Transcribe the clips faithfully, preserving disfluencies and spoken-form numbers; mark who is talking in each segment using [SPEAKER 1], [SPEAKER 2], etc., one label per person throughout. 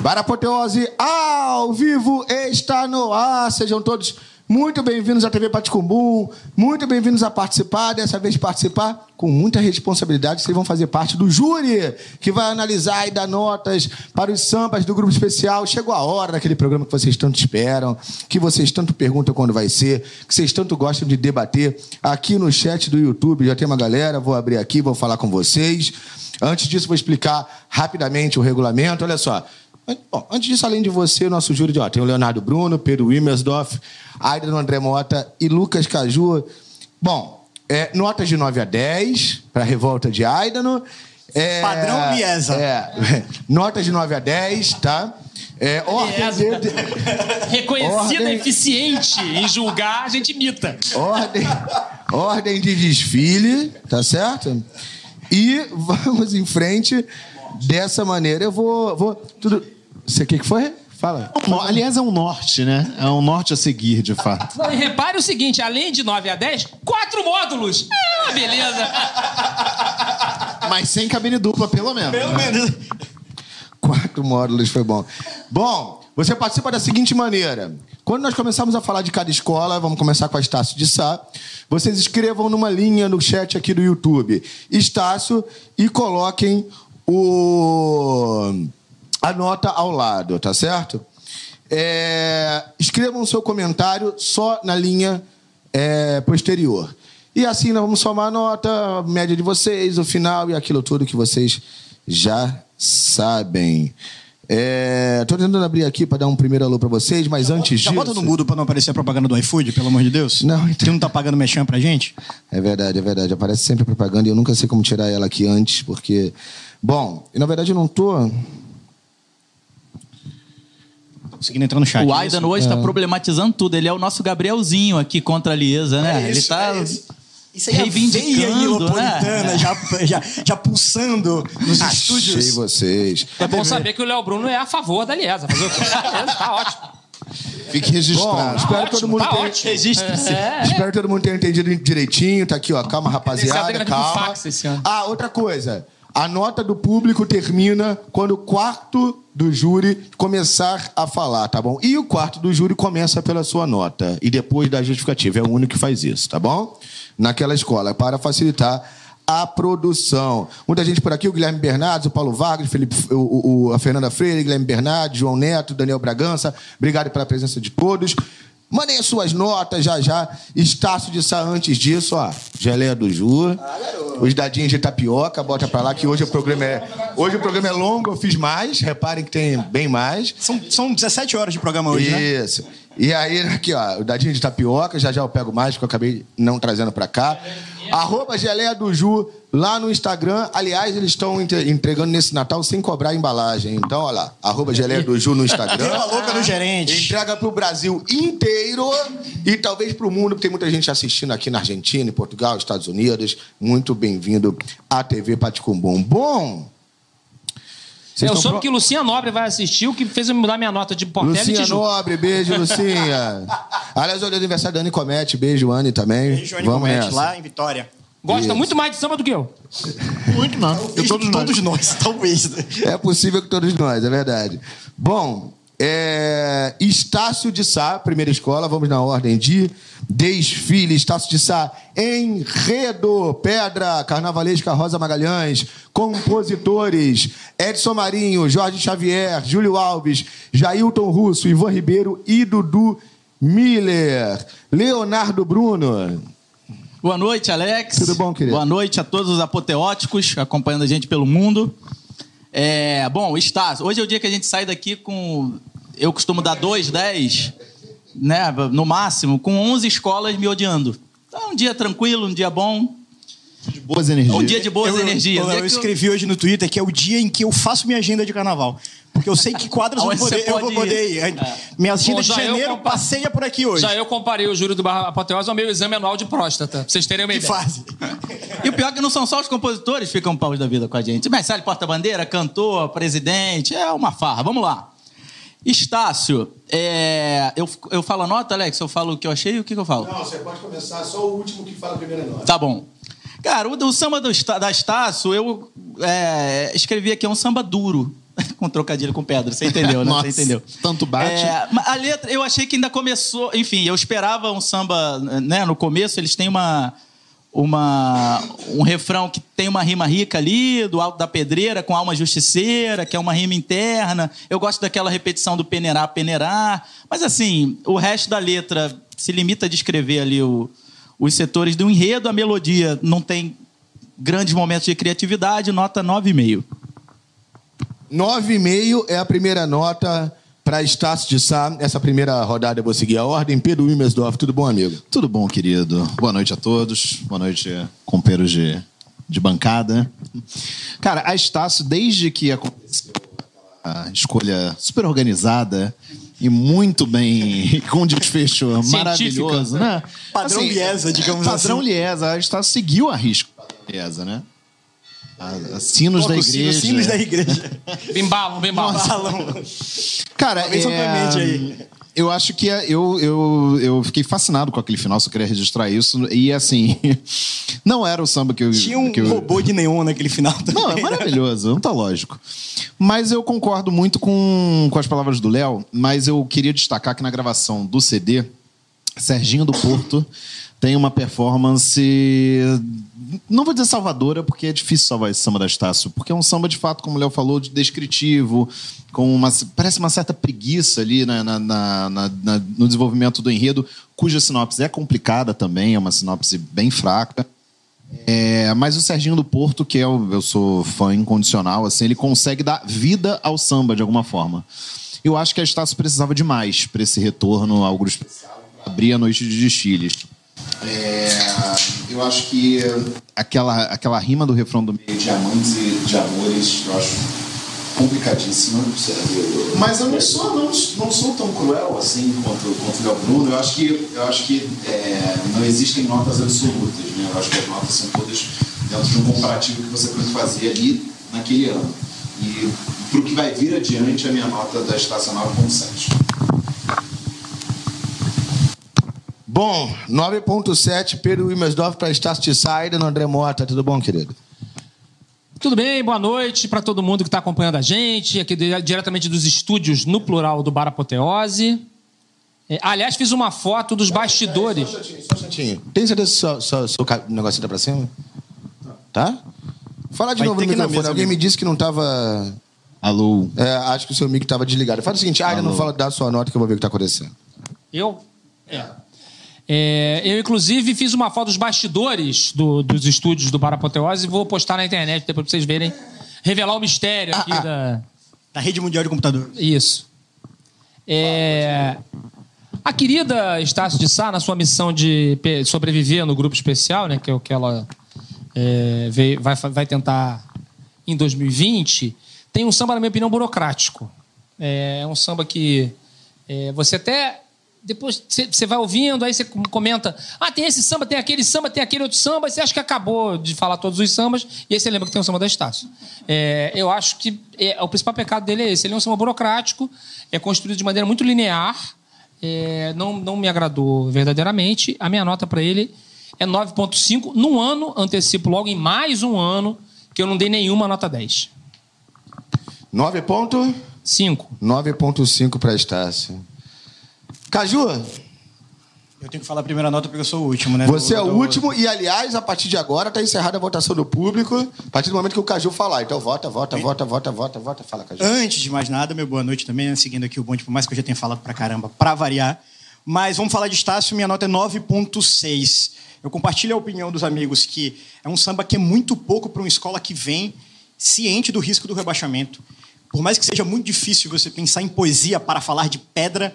[SPEAKER 1] Para a Apoteose, ao vivo, está no ar. Sejam todos muito bem-vindos à T V Paticumbum, muito bem-vindos a participar, dessa vez participar com muita responsabilidade. Vocês vão fazer parte do júri, que vai analisar e dar notas para os sambas do grupo especial. Chegou a hora daquele programa que vocês tanto esperam, que vocês tanto perguntam quando vai ser, que vocês tanto gostam de debater. Aqui no chat do YouTube já tem uma galera, vou abrir aqui, vou falar com vocês. Antes disso, vou explicar rapidamente o regulamento. Olha só. Bom, antes disso, além de você, nosso júri de ó, tem o Leonardo Bruno, Pedro Wimmersdorf, Aidano André Mota e Lucas Caju. Bom, é, notas de nove a dez para a revolta de Aidano. É,
[SPEAKER 2] Padrão Liesa.
[SPEAKER 1] É, notas de nove a dez, tá? É, ordem de...
[SPEAKER 3] Reconhecida,
[SPEAKER 1] ordem...
[SPEAKER 3] eficiente em julgar, a gente imita.
[SPEAKER 1] Ordem, ordem de desfile, tá certo? E vamos em frente. Dessa maneira, eu vou... vou tudo... Você, o que, que foi? Fala.
[SPEAKER 4] Aliás, é um norte, né? É um norte a seguir, de fato.
[SPEAKER 3] E repare o seguinte, além de nove a dez, quatro módulos. Ah, beleza.
[SPEAKER 4] Mas sem cabine dupla, pelo menos.
[SPEAKER 2] Pelo
[SPEAKER 4] né?
[SPEAKER 2] menos.
[SPEAKER 1] Quatro módulos, foi bom. Bom, você participa da seguinte maneira. Quando nós começarmos a falar de cada escola, vamos começar com a Estácio de Sá, vocês escrevam numa linha no chat aqui do YouTube, Estácio, e coloquem o... a nota ao lado, tá certo? É... Escrevam o seu comentário só na linha é, posterior. E assim nós vamos somar a nota, a média de vocês, o final e aquilo tudo que vocês já sabem. É... Tô tentando abrir aqui para dar um primeiro alô para vocês, mas já antes
[SPEAKER 2] já
[SPEAKER 1] disso...
[SPEAKER 2] Já bota no mudo para não aparecer a propaganda do iFood, pelo amor de Deus.
[SPEAKER 1] Não, então...
[SPEAKER 2] Que não tá pagando mexão pra gente?
[SPEAKER 1] É verdade, é verdade. Aparece sempre propaganda e eu nunca sei como tirar ela aqui antes, porque... Bom, e na verdade eu não tô...
[SPEAKER 2] Conseguindo entrar no chat.
[SPEAKER 5] O Aidano hoje está
[SPEAKER 1] é.
[SPEAKER 5] problematizando tudo. Ele é o nosso Gabrielzinho aqui contra a Liesa, né?
[SPEAKER 2] É isso,
[SPEAKER 5] ele está
[SPEAKER 2] é isso. Isso aí
[SPEAKER 5] reivindicando,
[SPEAKER 2] é a veia
[SPEAKER 5] né?
[SPEAKER 2] já, já, já pulsando nos
[SPEAKER 1] Achei
[SPEAKER 2] estúdios.
[SPEAKER 1] vocês.
[SPEAKER 3] É bom saber que o Léo Bruno é a favor da Liesa. Fazer o quê? Beleza, tá ótimo.
[SPEAKER 4] Fique registrado.
[SPEAKER 1] Bom, espero que todo mundo
[SPEAKER 3] tá
[SPEAKER 1] tenha...
[SPEAKER 3] ótimo.
[SPEAKER 5] Registre-se.
[SPEAKER 3] É,
[SPEAKER 1] Espero que todo mundo tenha entendido direitinho. Tá aqui, ó. Calma, rapaziada.
[SPEAKER 3] Esse é
[SPEAKER 1] Calma.
[SPEAKER 3] fax esse ano.
[SPEAKER 1] Ah, outra coisa. A nota do público termina quando o quarto do júri começar a falar, tá bom? E o quarto do júri começa pela sua nota. E depois da justificativa. É o único que faz isso, tá bom? Naquela escola, para facilitar a produção. Muita gente por aqui, o Guilherme Bernardes, o Paulo Vargas, Felipe, o, o, a Fernanda Freire, Guilherme Bernardes, João Neto, Daniel Bragança. Obrigado pela presença de todos. Mandem as suas notas já já. Estácio de Sá, antes disso, ó. Geleia do Ju. Ah, os dadinhos de tapioca, bota pra lá, que hoje o programa é. Hoje o programa é longo, eu fiz mais. Reparem que tem bem mais.
[SPEAKER 2] São, são dezessete horas de programa hoje,
[SPEAKER 1] Isso.
[SPEAKER 2] né?
[SPEAKER 1] Isso. E aí, aqui, ó, o dadinho de tapioca, já já eu pego mais, porque eu acabei não trazendo pra cá. Arroba Geleia do Ju lá no Instagram. Aliás, eles estão entregando nesse Natal sem cobrar a embalagem. Então, olha lá, arroba Geleia do Ju no Instagram.
[SPEAKER 2] Deu a louca no gerente.
[SPEAKER 1] Entrega pro Brasil inteiro e talvez pro mundo, porque tem muita gente assistindo aqui na Argentina, em Portugal, Estados Unidos. Muito bem-vindo à T V Paticumbum. Bom...
[SPEAKER 3] Vocês eu soube pro... que Lucinha Nobre vai assistir, o que fez eu mudar minha nota de Portela
[SPEAKER 1] Lucinha
[SPEAKER 3] e Tijuca.
[SPEAKER 1] Nobre, beijo, Lucinha. Aliás, olha o aniversário da Anne Comete. Beijo, Anne, também.
[SPEAKER 2] Beijo, Anne
[SPEAKER 1] Vamos
[SPEAKER 2] Comete,
[SPEAKER 1] nessa.
[SPEAKER 2] lá em Vitória.
[SPEAKER 3] Gosta
[SPEAKER 1] Isso.
[SPEAKER 3] muito mais de samba do que eu.
[SPEAKER 4] Muito não. Eu, todos,
[SPEAKER 2] todos nós, talvez.
[SPEAKER 1] É possível que todos nós, é verdade. Bom, é... Estácio de Sá, primeira escola, vamos na ordem de desfile. Estácio de Sá, Enredo, Pedra, Carnavalesca Rosa Magalhães, compositores, Edson Marinho, Jorge Xavier, Júlio Alves, Jailton Russo, Ivan Ribeiro e Dudu Miller. Leonardo Bruno.
[SPEAKER 5] Boa noite, Alex.
[SPEAKER 1] Tudo bom, querido?
[SPEAKER 5] Boa noite a todos os apoteóticos acompanhando a gente pelo mundo. É, bom, Estácio, hoje é o dia que a gente sai daqui com... Eu costumo dar dois, dez, né, no máximo, com onze escolas me odiando. Então, um dia tranquilo, um dia bom.
[SPEAKER 4] De boas energias.
[SPEAKER 5] Um dia de boas
[SPEAKER 2] eu,
[SPEAKER 5] energias.
[SPEAKER 2] Eu, eu, eu escrevi hoje no Twitter que é o dia em que eu faço minha agenda de carnaval. Porque eu sei que quadros eu vou, poder, eu vou poder ir. É. Minha agenda
[SPEAKER 3] Bom,
[SPEAKER 2] de
[SPEAKER 3] já
[SPEAKER 2] janeiro
[SPEAKER 3] compa...
[SPEAKER 2] passeia por aqui hoje.
[SPEAKER 3] Já eu comparei o júri do Barra Apoteose ao meu exame anual de próstata. Pra vocês terem uma
[SPEAKER 2] Que
[SPEAKER 3] ideia.
[SPEAKER 2] fase.
[SPEAKER 5] E o pior é que não são só os compositores que ficam paus da vida com a gente. Mestre porta-bandeira, cantor, presidente, é uma farra. Vamos lá. Estácio, é... eu, eu falo a nota, Alex? Eu falo o que eu achei e o que, que eu falo?
[SPEAKER 1] Não, você pode começar só o último que fala a primeira nota.
[SPEAKER 5] Tá bom. Cara, o, o samba do, da Estácio, eu é, escrevi aqui, é um samba duro. com trocadilho com pedra. Você entendeu, né?
[SPEAKER 4] Nossa,
[SPEAKER 5] você entendeu.
[SPEAKER 4] Tanto bate.
[SPEAKER 5] É, a letra, eu achei que ainda começou... Enfim, eu esperava um samba... Né, no começo, eles têm uma... Uma, um refrão que tem uma rima rica ali, do Alto da Pedreira, com alma justiceira, que é uma rima interna. Eu gosto daquela repetição do peneirar, peneirar. Mas, assim, o resto da letra se limita a descrever ali o, os setores do enredo. A melodia não tem grandes momentos de criatividade. Nota nove vírgula cinco.
[SPEAKER 1] nove vírgula cinco é a primeira nota para Estácio de Sá. Essa primeira rodada eu vou seguir a ordem. Pedro Wimmersdorf, tudo bom, amigo?
[SPEAKER 4] Tudo bom, querido. Boa noite a todos. Boa noite, companheiros de, de bancada. Cara, a Estácio, desde que aconteceu a escolha super organizada e muito bem, com um desfecho maravilhoso, né?
[SPEAKER 2] Padrão
[SPEAKER 4] assim,
[SPEAKER 2] Liesa, digamos
[SPEAKER 4] padrão
[SPEAKER 2] assim.
[SPEAKER 4] Padrão Liesa. A Estácio seguiu a risco Liesa, né? A, a sinos, da igreja.
[SPEAKER 2] sinos da igreja.
[SPEAKER 3] Bimbalam, bimbalam.
[SPEAKER 4] Cara, é, aí. eu acho que eu, eu, eu fiquei fascinado com aquele final, só queria registrar isso. E assim, não era o samba que eu...
[SPEAKER 2] Tinha um
[SPEAKER 4] que eu...
[SPEAKER 2] robô de neon naquele final também.
[SPEAKER 4] Não, é maravilhoso, não tá lógico. Mas eu concordo muito com, com as palavras do Léo, mas eu queria destacar que na gravação do C D, Serginho do Porto tem uma performance... Não vou dizer salvadora, porque é difícil salvar esse samba da Estácio, porque é um samba, de fato, como o Léo falou, de descritivo, com uma, parece uma certa preguiça ali na, na, na, na, no desenvolvimento do enredo, cuja sinopse é complicada também, é uma sinopse bem fraca. É, mas o Serginho do Porto, que é o, eu sou fã incondicional, assim, ele consegue dar vida ao samba de alguma forma. Eu acho que a Estácio precisava de mais para esse retorno ao grupo especial, abrir a noite de desfiles. É, eu acho que aquela, aquela rima do refrão do meio de amantes e de amores, eu acho complicadíssima. Mas eu não sou, não, não sou tão cruel assim quanto, quanto o Léo Bruno. Eu acho que, eu acho que é, não existem notas absolutas, né? Eu acho que as notas são todas dentro de um comparativo que você pode fazer ali naquele ano. E para o que vai vir adiante, a minha nota da Estácio é nove vírgula sete.
[SPEAKER 1] Bom, nove vírgula sete, Pedro Wimmersdorf para Estácio de Sá, no André Mota. Tudo bom, querido?
[SPEAKER 3] Tudo bem, boa noite para todo mundo que está acompanhando a gente, aqui diretamente dos estúdios, no plural, do Bar Apoteose. É, aliás, fiz uma foto dos bastidores.
[SPEAKER 1] Só um instantinho, só um instantinho. Tem certeza que seu, seu, seu negocinho tá para cima? Tá? Fala de
[SPEAKER 2] Vai
[SPEAKER 1] novo no microfone.
[SPEAKER 2] mesa,
[SPEAKER 1] Alguém
[SPEAKER 2] amigo.
[SPEAKER 1] me disse que não estava...
[SPEAKER 4] Alô?
[SPEAKER 1] É, acho que o seu mic estava desligado. Fala o seguinte, Aida, não fala da sua nota que eu vou ver o que está acontecendo.
[SPEAKER 3] Eu? É. É, eu, inclusive, fiz uma foto dos bastidores do, dos estúdios do Bar Apoteose e vou postar na internet depois pra vocês verem. Revelar o mistério aqui
[SPEAKER 1] Ah, ah.
[SPEAKER 3] da...
[SPEAKER 2] Da rede mundial de computador.
[SPEAKER 3] Isso. É... A querida Estácio de Sá, na sua missão de pe- sobreviver no grupo especial, né, que é o que ela é, veio- vai, vai tentar em dois mil e vinte, tem um samba, na minha opinião, burocrático. É um samba que é, você até... Depois você vai ouvindo, aí você comenta, ah, tem esse samba, tem aquele samba, tem aquele outro samba, e você acha que acabou de falar todos os sambas, e aí você lembra que tem um samba da Estácio. É, eu acho que é, o principal pecado dele é esse. Ele é um samba burocrático, é construído de maneira muito linear, é, não, não me agradou verdadeiramente. A minha nota para ele é nove vírgula cinco. Num ano, antecipo logo em mais um ano, que eu não dei nenhuma nota dez.
[SPEAKER 1] nove vírgula
[SPEAKER 3] cinco.
[SPEAKER 1] nove vírgula cinco para Estácio. Caju,
[SPEAKER 2] Eu tenho que falar a primeira nota porque eu sou o último, né?
[SPEAKER 1] você
[SPEAKER 2] do,
[SPEAKER 1] é o
[SPEAKER 2] do...
[SPEAKER 1] último e, aliás, a partir de agora está encerrada a votação do público, a partir do momento que o Caju falar. Então, vota, vota, vota, vota, vota, vota. Fala, Caju.
[SPEAKER 2] Antes de mais nada, meu boa noite também, né? Seguindo aqui o bonde, por mais que eu já tenha falado pra caramba, pra variar. Mas vamos falar de Estácio, minha nota é nove vírgula seis. Eu compartilho a opinião dos amigos que é um samba que é muito pouco para uma escola que vem ciente do risco do rebaixamento. Por mais que seja muito difícil você pensar em poesia para falar de pedra,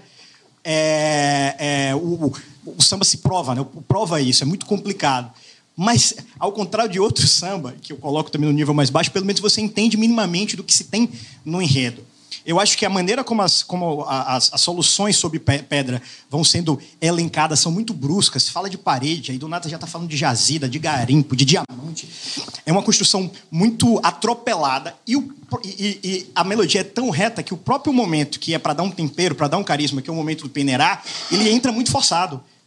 [SPEAKER 2] é, é, o, o, o samba se prova, né? Prova isso, é muito complicado. Mas, ao contrário de outro samba, que eu coloco também no nível mais baixo, pelo menos você entende minimamente do que se tem no enredo. Eu acho que a maneira como as, como as, as soluções sobre pedra vão sendo elencadas são muito bruscas. Fala de parede, aí do nada já está falando de jazida, de garimpo, de diamante. É uma construção muito atropelada e, o, e, e a melodia é tão reta que o próprio momento, que é para dar um tempero, para dar um carisma, que é o momento do peneirar, ele entra muito forçado.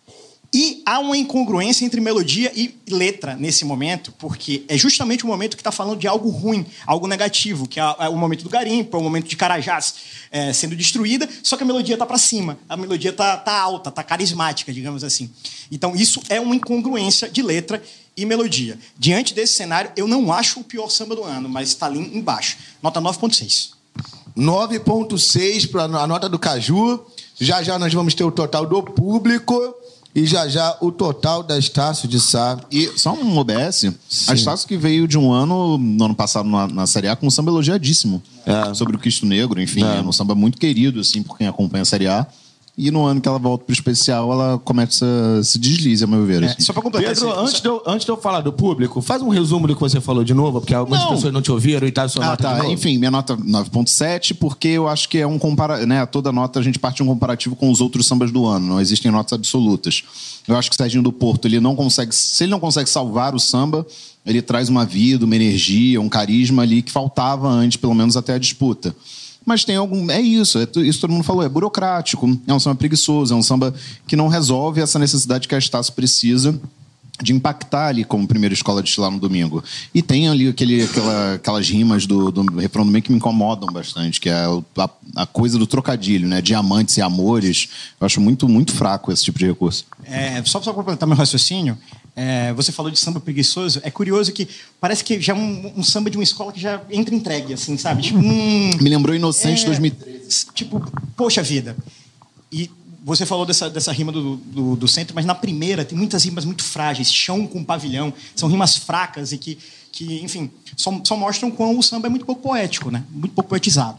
[SPEAKER 2] E há uma incongruência entre melodia e letra nesse momento, porque é justamente o momento que está falando de algo ruim, algo negativo, que é o momento do garimpo, é o momento de Carajás é, sendo destruída, só que a melodia está para cima, a melodia está tá alta, está carismática, digamos assim. Então, isso é uma incongruência de letra e melodia. Diante desse cenário, eu não acho o pior samba do ano, mas está ali embaixo. Nota nove ponto seis.
[SPEAKER 1] nove ponto seis para a nota do Caju. Já já nós vamos ter o total do público. E já já o total da Estácio de Sá.
[SPEAKER 4] E só um O B S,
[SPEAKER 1] Sim.
[SPEAKER 4] a Estácio que veio de um ano, no ano passado, na, na Série A, com um samba elogiadíssimo.
[SPEAKER 1] É.
[SPEAKER 4] Sobre o Cristo Negro, enfim,
[SPEAKER 1] É.
[SPEAKER 4] é um samba muito querido, assim, por quem acompanha a Série A. E no ano que ela volta pro especial, ela começa a se deslize, a meu ver.
[SPEAKER 2] É,
[SPEAKER 4] assim.
[SPEAKER 2] só para completar...
[SPEAKER 1] Pedro,
[SPEAKER 2] esse-
[SPEAKER 1] antes de, eu, antes de eu falar do público, faz um resumo do que você falou de novo, porque algumas
[SPEAKER 4] Não.
[SPEAKER 1] pessoas não te ouviram e tá a sua
[SPEAKER 4] Ah,
[SPEAKER 1] nota de
[SPEAKER 4] tá.
[SPEAKER 1] novo.
[SPEAKER 4] Enfim, minha nota nove ponto sete, porque eu acho que é um compara, né, toda nota a gente parte de um comparativo com os outros sambas do ano, não existem notas absolutas. Eu acho que o Serginho do Porto, ele não consegue, se ele não consegue salvar o samba, ele traz uma vida, uma energia, um carisma ali que faltava antes, pelo menos até a disputa. Mas tem algum... É isso, é tu- isso que todo mundo falou, é burocrático, é um samba preguiçoso, é um samba que não resolve essa necessidade que a Estácio precisa de impactar ali como primeira escola de estilar no domingo. E tem ali aquele, aquela, aquelas rimas do, do refrão do meio que me incomodam bastante, que é o- a, a coisa do trocadilho, né? Diamantes e amores. Eu acho muito, muito fraco esse tipo de recurso.
[SPEAKER 2] É, só para completar meu raciocínio, é, você falou de samba preguiçoso. É curioso que parece que já é um, um samba de uma escola que já entra entregue, assim, sabe? Tipo, hum,
[SPEAKER 4] Me lembrou Inocente
[SPEAKER 2] é,
[SPEAKER 4] dois mil e treze.
[SPEAKER 2] Tipo, poxa vida. E você falou dessa, dessa rima do, do, do centro, mas na primeira tem muitas rimas muito frágeis, chão com pavilhão. São rimas fracas e que, que enfim, só, só mostram como o samba é muito pouco poético, né? Muito pouco poetizado.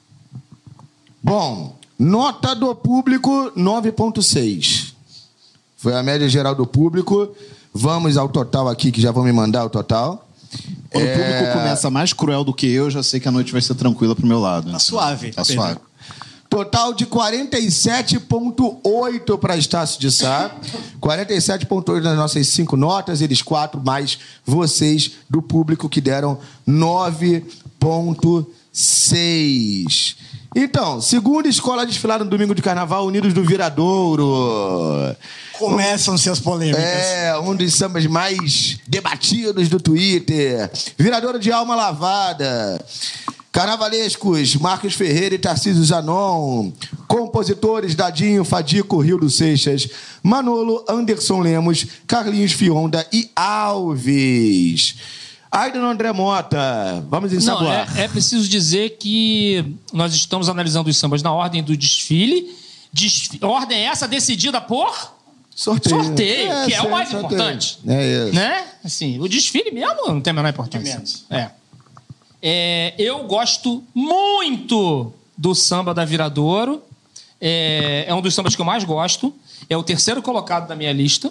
[SPEAKER 1] Bom, nota do público nove ponto seis. Foi a média geral do público. Vamos ao total aqui, que já vão me mandar o total.
[SPEAKER 4] Quando
[SPEAKER 1] É,
[SPEAKER 4] o público começa mais cruel do que eu, já sei que a noite vai ser tranquila pro meu lado.
[SPEAKER 2] Tá suave,
[SPEAKER 4] Tá
[SPEAKER 2] Pedro.
[SPEAKER 4] suave.
[SPEAKER 1] Total de quarenta e sete ponto oito para Estácio de Sá. quarenta e sete ponto oito nas nossas cinco notas, eles quatro, mais vocês do público que deram nove ponto seis. Então, segunda escola desfilada no domingo de carnaval, Unidos do Viradouro.
[SPEAKER 2] Começam seus polêmicas.
[SPEAKER 1] É, um dos sambas mais debatidos do Twitter. Viradouro de alma lavada. Carnavalescos, Marcos Ferreira e Tarcísio Zanon. Compositores, Dadinho, Fadico, Rio do Seixas. Manolo, Anderson Lemos, Carlinhos Fionda e Alves. Aiden André Mota, vamos
[SPEAKER 3] Não,
[SPEAKER 1] ensaboar.
[SPEAKER 3] é, é preciso dizer que nós estamos analisando os sambas na ordem do desfile. Desfi- Ordem essa decidida por
[SPEAKER 1] Sorteio.
[SPEAKER 3] sorteio, que é o mais
[SPEAKER 1] sorteio.
[SPEAKER 3] importante.
[SPEAKER 1] É isso.
[SPEAKER 3] Né? Assim, o desfile mesmo não tem a menor importância.
[SPEAKER 2] De menos.
[SPEAKER 3] É. É, eu gosto muito do samba da Viradouro. É, é um dos sambas que eu mais gosto. É o terceiro colocado da minha lista.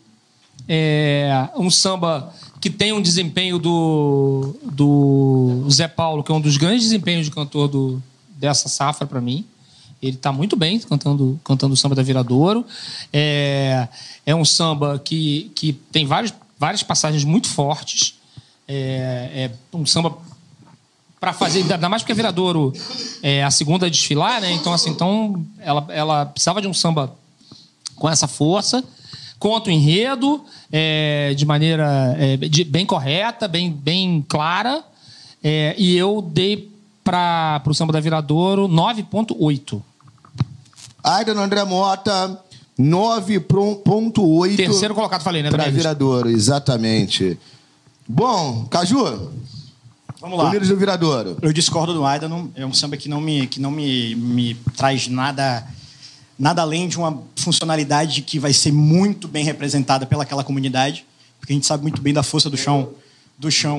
[SPEAKER 3] É um samba que tem um desempenho do, do Zé Paulo, que é um dos grandes desempenhos de cantor do, dessa safra para mim. Ele está muito bem cantando, cantando o samba da Viradouro. É, é um samba que, que tem vários, várias passagens muito fortes. É, é um samba para fazer, ainda mais porque a Viradouro é a segunda a desfilar, né? Então, assim, então ela, ela precisava de um samba com essa força. Conta o enredo é, de maneira é, de- bem correta, bem, bem clara. É, e eu dei para o samba da Viradouro nove ponto oito.
[SPEAKER 1] Aiden André Mota, nove ponto oito.
[SPEAKER 3] Terceiro colocado, falei, né? da
[SPEAKER 1] Para
[SPEAKER 3] minha lista.
[SPEAKER 1] Viradouro, exatamente. Bom, Caju,
[SPEAKER 2] Vamos lá.
[SPEAKER 1] Unidos do Viradouro.
[SPEAKER 2] Eu discordo do Aida, não- é um samba que não me, que não me, me traz nada, nada além de uma funcionalidade que vai ser muito bem representada pelaquela comunidade, porque a gente sabe muito bem da força do chão, do chão.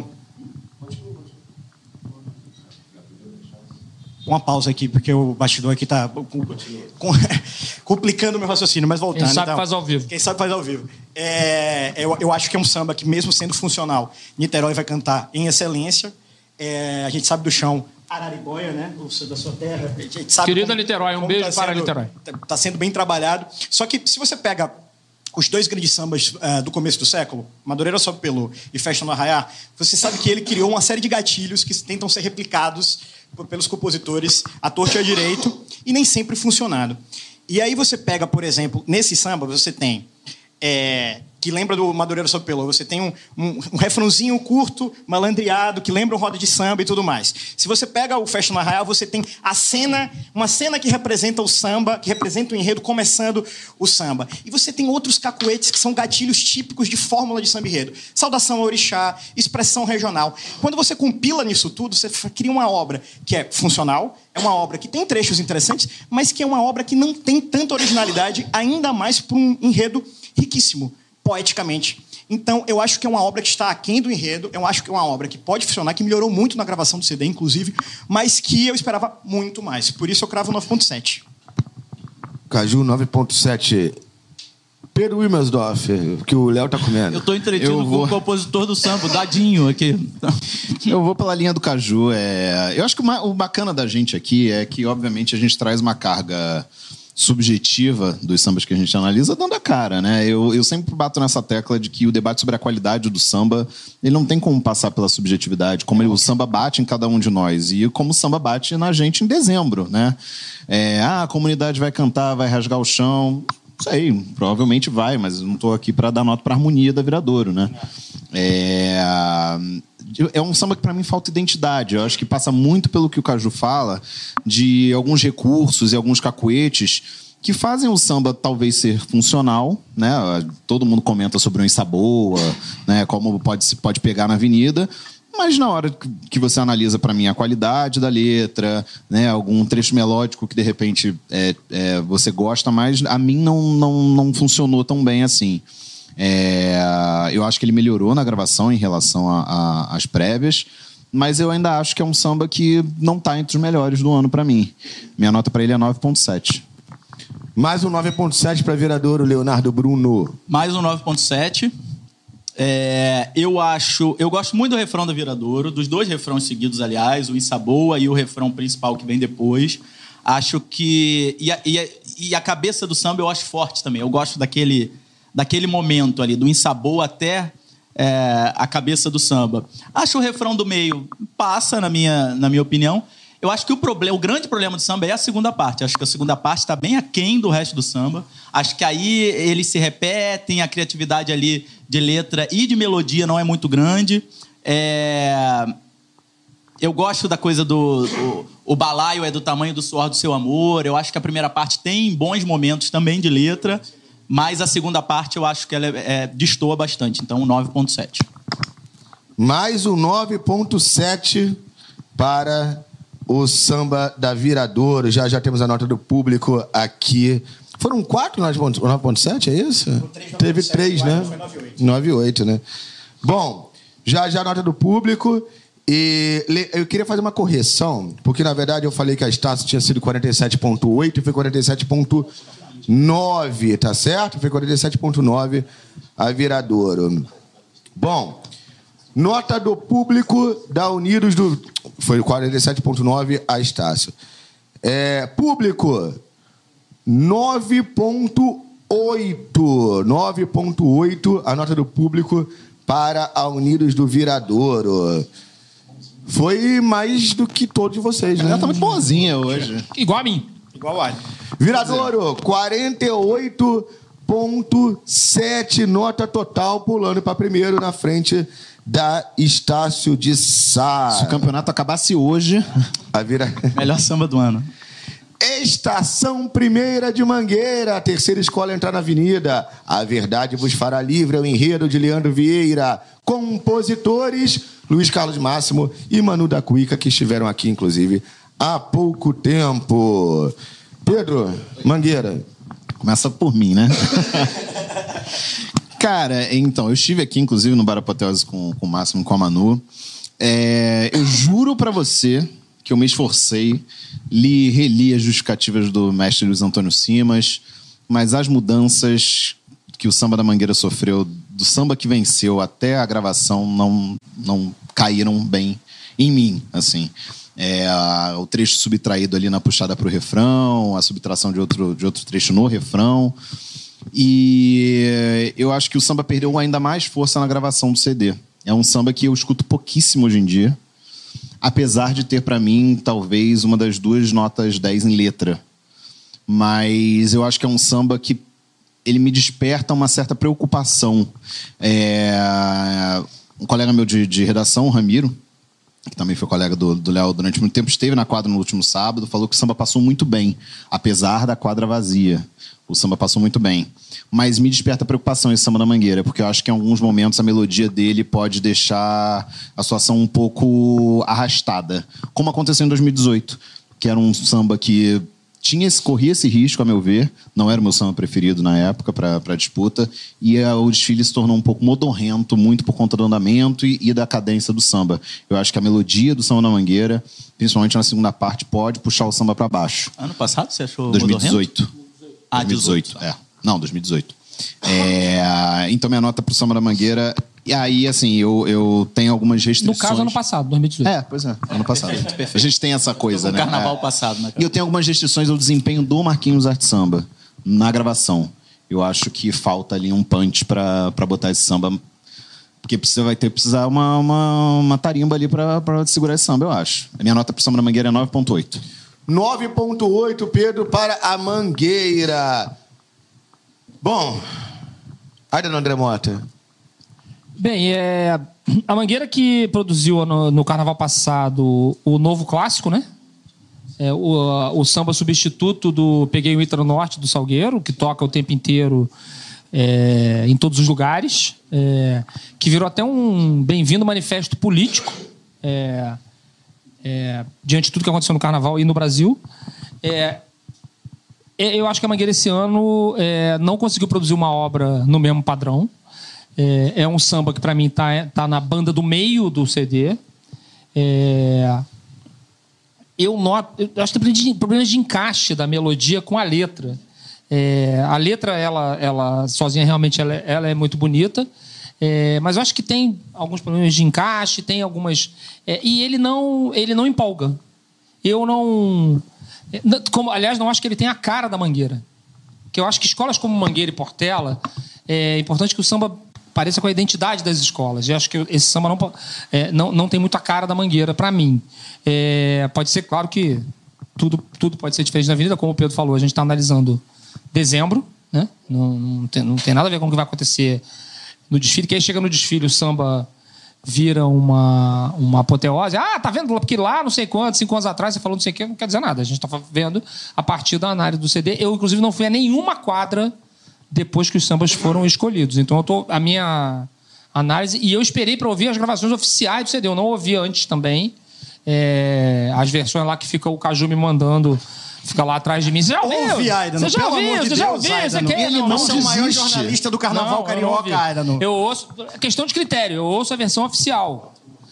[SPEAKER 2] Uma pausa aqui, porque o bastidor aqui está complicando o meu raciocínio, mas voltando.
[SPEAKER 3] Quem sabe
[SPEAKER 2] então,
[SPEAKER 3] faz ao vivo.
[SPEAKER 2] Quem sabe faz ao vivo. É, eu, eu acho que é um samba que, mesmo sendo funcional, Niterói vai cantar em excelência. É, a gente sabe do chão Araribóia, né? O da sua terra. A gente sabe
[SPEAKER 3] Querida
[SPEAKER 2] como-
[SPEAKER 3] Niterói, um
[SPEAKER 2] como
[SPEAKER 3] beijo
[SPEAKER 2] tá
[SPEAKER 3] para
[SPEAKER 2] sendo-
[SPEAKER 3] Niterói.
[SPEAKER 2] Está sendo bem trabalhado. Só que, se você pega os dois grandes sambas eh, do começo do século, Madureira Sobe Pelô e Festa no Arraiá, você sabe que ele criou uma série de gatilhos que tentam ser replicados por- pelos compositores à torta e à direito, e nem sempre funcionaram. E aí você pega, por exemplo, nesse samba, você tem é, que lembra do Madureira Sob Pelô. Você tem um, um, um refrãozinho curto, malandreado, que lembra um roda de samba e tudo mais. Se você pega o Festa no Arraial, você tem a cena, uma cena que representa o samba, que representa o enredo começando o samba. E você tem outros cacuetes que são gatilhos típicos de fórmula de samba enredo. Saudação ao orixá, expressão regional. Quando você compila nisso tudo, você cria uma obra que é funcional, é uma obra que tem trechos interessantes, mas que é uma obra que não tem tanta originalidade, ainda mais para um enredo riquíssimo, poeticamente. Então, eu acho que é uma obra que está aquém do enredo, eu acho que é uma obra que pode funcionar, que melhorou muito na gravação do C D, inclusive, mas que eu esperava muito mais. Por isso, eu cravo nove ponto sete.
[SPEAKER 1] Caju, nove ponto sete. Pedro Wilmersdorf, que o Léo tá comendo.
[SPEAKER 5] Eu tô entretido
[SPEAKER 4] Eu
[SPEAKER 5] com
[SPEAKER 4] vou-
[SPEAKER 5] o compositor do samba, o Dadinho, aqui.
[SPEAKER 4] Eu vou pela linha do Caju. É... Eu acho que o ma- o bacana da gente aqui é que, obviamente, a gente traz uma carga subjetiva dos sambas que a gente analisa dando a cara, né? Eu, eu sempre bato nessa tecla de que o debate sobre a qualidade do samba, ele não tem como passar pela subjetividade, como ele- o samba bate em cada um de nós e como o samba bate na gente em dezembro, né? É, ah, a comunidade vai cantar, vai rasgar o chão. Não sei, provavelmente vai, mas eu não estou aqui para dar nota para a harmonia da Viradouro, né? É... É um samba que, para mim, falta identidade. Eu acho que passa muito pelo que o Caju fala, de alguns recursos e alguns cacuetes que fazem o samba talvez ser funcional, né? Todo mundo comenta sobre uma Insaboa, né? Como pode, se pode pegar na avenida, mas na hora que você analisa, para mim, a qualidade da letra, né? Algum trecho melódico que, de repente, é, é, você gosta mais, a mim não, não, não funcionou tão bem assim. É, eu acho que ele melhorou na gravação em relação às prévias, mas eu ainda acho que é um samba que não está entre os melhores do ano para mim. Minha nota para ele é nove ponto sete.
[SPEAKER 1] Mais um nove ponto sete para Viradouro, Leonardo Bruno.
[SPEAKER 5] Mais um nove ponto sete. É, eu acho... Eu gosto muito do refrão da Viradouro, dos dois refrões seguidos, aliás, o Insaboa e o refrão principal que vem depois. Acho que... E a, e a, e a cabeça do samba eu acho forte também. Eu gosto daquele... daquele momento ali, do Insaboa até é, a cabeça do samba. Acho o refrão do meio passa, na minha, na minha opinião. Eu acho que o, problema, o grande problema do samba é a segunda parte. Acho que a segunda parte está bem aquém do resto do samba. Acho que aí eles se repetem, a criatividade ali de letra e de melodia não é muito grande. É... Eu gosto da coisa do... O, o balaio é do tamanho do suor do seu amor. Eu acho que a primeira parte tem bons momentos também de letra, mas a segunda parte eu acho que ela é, é, destoa bastante. Então, nove ponto sete.
[SPEAKER 1] Mais um nove ponto sete para o samba da Viradouro. Já já temos a nota do público aqui. Foram quatro nove ponto sete, é isso?
[SPEAKER 2] três,
[SPEAKER 1] Teve
[SPEAKER 2] nove ponto sete,
[SPEAKER 1] três, né?
[SPEAKER 2] foi nove ponto oito.
[SPEAKER 1] nove ponto oito, né? Bom, já já a nota do público. E le- eu queria fazer uma correção, porque na verdade eu falei que a Estácio tinha sido quarenta e sete ponto oito e foi quarenta e sete ponto nove, tá certo? Foi quarenta e sete ponto nove a Viradouro. Bom, nota do público da Unidos do... Foi quarenta e sete ponto nove a Estácio. É, público, nove ponto oito. nove ponto oito a nota do público para a Unidos do Viradouro. Foi mais do que todos vocês, né?
[SPEAKER 4] Ela tá muito boazinha hoje.
[SPEAKER 3] Igual a mim.
[SPEAKER 2] Igual o Ali.
[SPEAKER 1] Viradouro, quarenta e oito ponto sete, nota total, pulando para primeiro na frente da Estácio de Sá.
[SPEAKER 4] Se o campeonato acabasse hoje...
[SPEAKER 1] A vira...
[SPEAKER 5] Melhor samba do ano.
[SPEAKER 1] Estação Primeira de Mangueira, a terceira escola a entrar na avenida. A verdade vos fará livre, é o enredo de Leandro Vieira. Compositores, Luiz Carlos Máximo e Manu da Cuica, que estiveram aqui, inclusive, há pouco tempo. Pedro, Mangueira.
[SPEAKER 4] Começa por mim, né? Cara, então, eu estive aqui, inclusive, no Bar Apoteose com, com o Máximo, com a Manu. É, eu juro pra você que eu me esforcei, li, reli as justificativas do mestre Luiz Antônio Simas, mas as mudanças que o Samba da Mangueira sofreu, do samba que venceu até a gravação, não, não caíram bem em mim, assim. É, a, o trecho subtraído ali na puxada para o refrão, a subtração de outro, de outro trecho no refrão. E eu acho que o samba perdeu ainda mais força na gravação do C D. É um samba que eu escuto pouquíssimo hoje em dia, apesar de ter, para mim, talvez uma das duas notas dez em letra. Mas eu acho que é um samba que ele me desperta uma certa preocupação. É, um colega meu de, de redação, o Ramiro, que também foi colega do Léo durante muito tempo, esteve na quadra no último sábado, falou que o samba passou muito bem, apesar da quadra vazia. O samba passou muito bem. Mas me desperta preocupação esse Samba da Mangueira, porque eu acho que em alguns momentos a melodia dele pode deixar a situação um pouco arrastada. Como aconteceu em dois mil e dezoito, que era um samba que tinha esse, corria esse risco, a meu ver. Não era o meu samba preferido na época para a disputa. E a, o desfile se tornou um pouco modorrento, muito por conta do andamento e, e da cadência do samba. Eu acho que a melodia do Samba da Mangueira, principalmente na segunda parte, pode puxar o samba para baixo.
[SPEAKER 5] Ano passado você achou
[SPEAKER 4] dois mil e dezoito.
[SPEAKER 5] modorrento? Ah,
[SPEAKER 4] dois mil e dezoito, é. Não, dois mil e dezoito. É, então, minha nota pro Samba da Mangueira... E aí, assim, eu, eu tenho algumas restrições...
[SPEAKER 3] No caso, ano passado, dois mil e dezoito.
[SPEAKER 4] É, pois é, ano passado. Perfeito, perfeito. A gente tem essa coisa, né?
[SPEAKER 5] Carnaval
[SPEAKER 4] é.
[SPEAKER 5] passado, né?
[SPEAKER 4] E eu tenho algumas restrições ao desempenho do Marquinhos Arte Samba na gravação. Eu acho que falta ali um punch pra, pra botar esse samba... Porque precisa, vai ter que precisar uma, uma, uma tarimba ali pra, pra segurar esse samba, eu acho. A minha nota pro Samba da Mangueira é nove ponto oito.
[SPEAKER 1] nove ponto oito, Pedro, para a Mangueira. Bom, ainda não, André Mota.
[SPEAKER 3] Bem, é, a Mangueira que produziu no, no carnaval passado o novo clássico, né? É, o, o samba substituto do Peguei o Ítalo Norte do Salgueiro, que toca o tempo inteiro é, em todos os lugares, é, que virou até um bem-vindo manifesto político é, é, diante de tudo que aconteceu no carnaval e no Brasil. É, eu acho que a Mangueira esse ano é, não conseguiu produzir uma obra no mesmo padrão. É, é um samba que, para mim, está tá na banda do meio do C D. É, eu noto... Eu acho que tem problemas de encaixe da melodia com a letra. É, a letra, ela, ela sozinha, realmente, ela, ela é muito bonita. É, mas eu acho que tem alguns problemas de encaixe, tem algumas... É, e ele não, ele não empolga. Eu não... Como, aliás, não acho que ele tem a cara da Mangueira. Porque eu acho que escolas como Mangueira e Portela, é importante que o samba pareça com a identidade das escolas. E acho que esse samba não, é, não, não tem muito a cara da Mangueira, para mim. É, pode ser, claro que tudo, tudo pode ser diferente na Avenida, como o Pedro falou, a gente está analisando dezembro, né? Não, não, tem, não tem nada a ver com o que vai acontecer no desfile, que aí chega no desfile o samba vira uma, uma apoteose. Ah, tá vendo? Porque lá, não sei quanto, cinco anos atrás, você falou não sei o que, não quer dizer nada. A gente tá vendo a partir da análise do C D. Eu, inclusive, não fui a nenhuma quadra depois que os sambas foram escolhidos. Então, eu tô, a minha análise... E eu esperei para ouvir as gravações oficiais do C D. Eu não ouvi antes também. É, as versões lá que fica o Caju me mandando... Fica lá atrás de mim. Você já ouviu?
[SPEAKER 2] Ouve, Aidano.
[SPEAKER 3] Você já
[SPEAKER 2] Pelo
[SPEAKER 3] ouviu?
[SPEAKER 2] amor de
[SPEAKER 3] Você já
[SPEAKER 2] Deus,
[SPEAKER 3] ouviu? Você
[SPEAKER 2] Aidano.
[SPEAKER 3] quer?
[SPEAKER 2] Ele
[SPEAKER 3] Não,
[SPEAKER 2] não
[SPEAKER 3] não
[SPEAKER 2] é o maior
[SPEAKER 4] desiste.
[SPEAKER 2] jornalista do carnaval
[SPEAKER 3] Não,
[SPEAKER 2] carioca,
[SPEAKER 3] eu não
[SPEAKER 2] Aidano.
[SPEAKER 3] Eu ouço... É questão de critério. Eu ouço a versão oficial.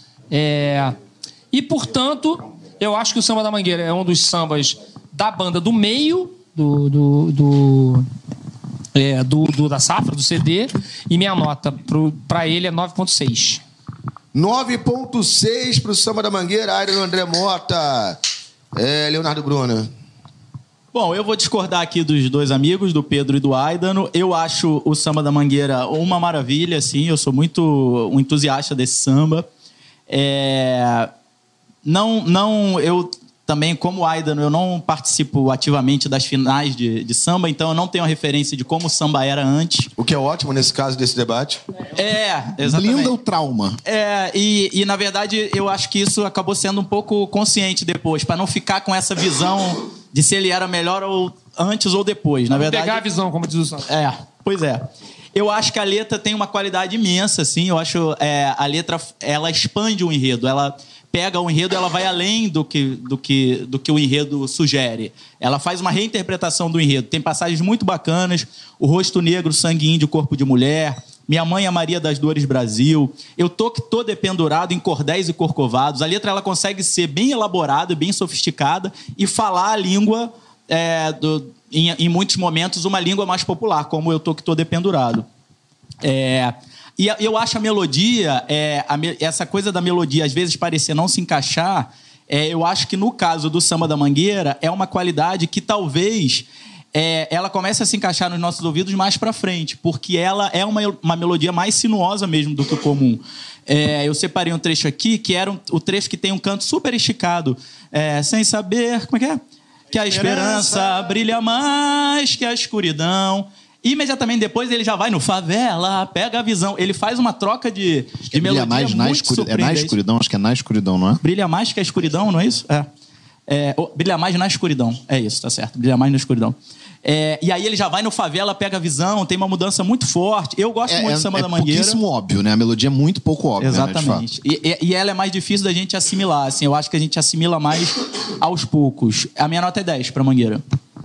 [SPEAKER 3] É, e, portanto, eu acho que o Samba da Mangueira é um dos sambas da banda do meio do, do, do, é, do, do da safra, do C D. E minha nota para ele é nove ponto seis.
[SPEAKER 1] nove ponto seis para o Samba da Mangueira, área do André Mota. É, Leonardo Bruna.
[SPEAKER 5] Bom, eu vou discordar aqui dos dois amigos, do Pedro e do Aidano. Eu acho o Samba da Mangueira uma maravilha, assim. Eu sou muito um entusiasta desse samba. É... Não, não, eu também, como o Aidano, eu não participo ativamente das finais de, de samba, então eu não tenho a referência de como o samba era antes.
[SPEAKER 1] O que é ótimo nesse caso desse debate.
[SPEAKER 5] É, exatamente.
[SPEAKER 4] Blinda o trauma.
[SPEAKER 5] É, e, e na verdade eu acho que isso acabou sendo um pouco consciente depois, para não ficar com essa visão de se ele era melhor ou antes ou depois. Na verdade,
[SPEAKER 3] pegar a visão, como diz o Santos.
[SPEAKER 5] É, pois é. Eu acho que a letra tem uma qualidade imensa, assim. Eu acho é, a letra, ela expande o enredo. Ela pega o enredo, ela vai além do que, do, que, do que o enredo sugere. Ela faz uma reinterpretação do enredo. Tem passagens muito bacanas. O Rosto Negro, Sangue Índio, Corpo de Mulher. Minha Mãe, a Maria das Dores, Brasil. Eu Tô Que Tô Dependurado em Cordéis e Corcovados. A letra ela consegue ser bem elaborada, bem sofisticada e falar a língua... É, do, em, em muitos momentos, uma língua mais popular, como Eu Tô Que Tô Dependurado. É, e eu acho a melodia, é, a, essa coisa da melodia, às vezes, parecer não se encaixar, é, eu acho que, no caso do Samba da Mangueira, é uma qualidade que, talvez, é, ela comece a se encaixar nos nossos ouvidos mais pra frente, porque ela é uma, uma melodia mais sinuosa mesmo do que o comum. É, eu separei um trecho aqui, que era um, o trecho que tem um canto super esticado. É, sem saber... Como é que é? Que a esperança brilha mais que a escuridão. Imediatamente depois ele já vai no favela, pega a visão. Ele faz uma troca de, de melodia
[SPEAKER 4] mais na
[SPEAKER 5] muito
[SPEAKER 4] escuridão. É na
[SPEAKER 5] surpreendente.
[SPEAKER 4] escuridão, acho que é na escuridão, não é?
[SPEAKER 5] Brilha mais que a escuridão, não é isso? É. É, oh, brilha mais na escuridão. É isso, tá certo. Brilha mais na escuridão. É, e aí ele já vai no favela, pega a visão, tem uma mudança muito forte. Eu gosto
[SPEAKER 4] É,
[SPEAKER 5] muito
[SPEAKER 4] é,
[SPEAKER 5] do Samba
[SPEAKER 4] é
[SPEAKER 5] da Mangueira.
[SPEAKER 4] pouquíssimo óbvio, né? A melodia é muito pouco óbvia,
[SPEAKER 5] Exatamente.
[SPEAKER 4] Né, de fato.
[SPEAKER 5] E, e, e ela é mais difícil da gente assimilar. Assim, eu acho que a gente assimila mais aos poucos. A minha nota é dez pra Mangueira.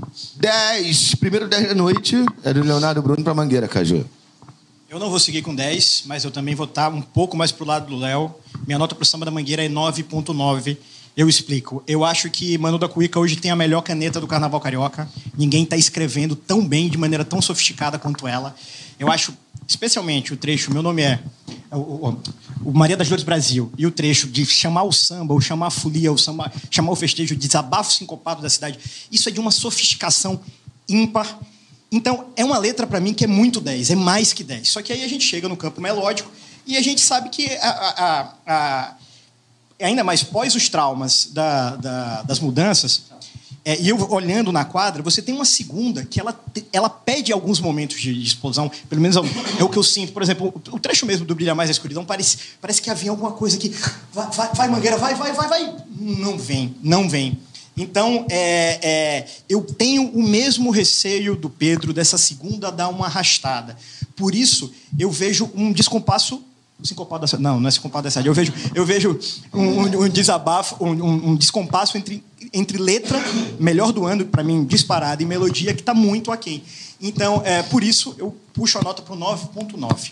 [SPEAKER 1] dez. Primeiro dez da noite é do Leonardo Bruno pra Mangueira, Caju.
[SPEAKER 2] Eu não vou seguir com dez, mas eu também vou estar um pouco mais pro lado do Léo. Minha nota pro Samba da Mangueira é nove ponto nove. Eu explico. Eu acho que Manu da Cuíca hoje tem a melhor caneta do Carnaval Carioca. Ninguém está escrevendo tão bem, de maneira tão sofisticada quanto ela. Eu acho, especialmente, o trecho, meu nome é o, o, o Maria das Dores Brasil, e o trecho de chamar o samba, ou chamar a folia, ou chamar, chamar o festejo, de desabafo sincopado da cidade, isso é de uma sofisticação ímpar. Então, é uma letra, para mim, que é muito dez, é mais que dez. Só que aí a gente chega no campo melódico e a gente sabe que a... a, a, a ainda mais pós os traumas da, da, das mudanças, é, e eu olhando na quadra, você tem uma segunda que ela, ela pede alguns momentos de, de explosão, pelo menos é o que eu sinto. Por exemplo, o, o trecho mesmo do Brilha Mais a Escuridão parece, parece que havia alguma coisa que... Vai, vai, vai Mangueira, vai, vai, vai, vai. Não vem, não vem. Então, é, é, eu tenho o mesmo receio do Pedro dessa segunda dar uma arrastada. Por isso, eu vejo um descompasso... Sincopado da... Não, não é sincopado da cidade. Eu vejo, eu vejo um, um, um desabafo, um, um descompasso entre, entre letra, melhor do ano, para mim, disparada, e melodia, que está muito aquém. Então, é, por isso, eu puxo a nota para o nove ponto nove.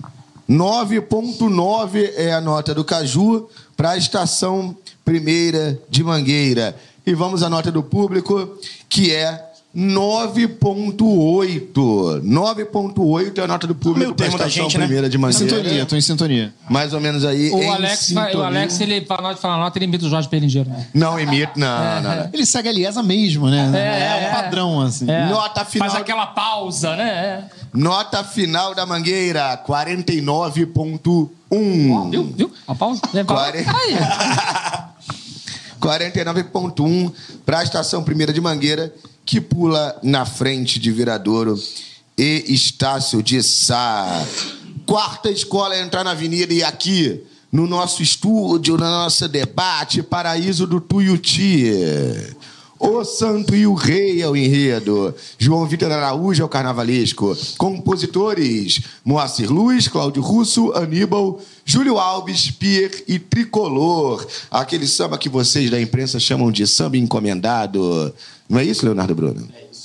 [SPEAKER 1] nove ponto nove é a nota do Caju para a estação primeira de Mangueira. E vamos à nota do público, que é nove ponto oito. nove ponto oito é a nota do público para a estação
[SPEAKER 2] gente,
[SPEAKER 1] primeira
[SPEAKER 2] né?
[SPEAKER 1] de Mangueira.
[SPEAKER 4] Sintonia, tô em sintonia.
[SPEAKER 1] Mais ou menos aí.
[SPEAKER 3] O
[SPEAKER 1] em
[SPEAKER 3] Alex, vai- o
[SPEAKER 1] sintonia.
[SPEAKER 3] Alex, ele, pra nós falar nota, ele imita o Jorge Pelingeiro. Né?
[SPEAKER 1] Não imita, não, não, não.
[SPEAKER 4] Ele segue a Liesa mesmo, né?
[SPEAKER 3] É,
[SPEAKER 4] É, um padrão, assim.
[SPEAKER 3] É.
[SPEAKER 1] Nota final.
[SPEAKER 3] Faz aquela pausa, né? É.
[SPEAKER 1] Nota final da Mangueira, quarenta e nove ponto um.
[SPEAKER 3] Viu? Viu? Uma pausa? É,
[SPEAKER 1] Quarenta-
[SPEAKER 3] Aí.
[SPEAKER 1] quarenta e nove ponto um para a estação primeira de Mangueira, que pula na frente de Viradouro e Estácio de Sá. Quarta escola a entrar na avenida e aqui, no nosso estúdio, no nosso debate, Paraíso do Tuiuti. O Santo e o Rei é o enredo. João Vitor Araújo é o carnavalesco. Compositores: Moacir Luz, Cláudio Russo, Aníbal, Júlio Alves, Pier e Tricolor. Aquele samba que vocês da imprensa chamam de samba encomendado. Não é isso, Leonardo Bruno?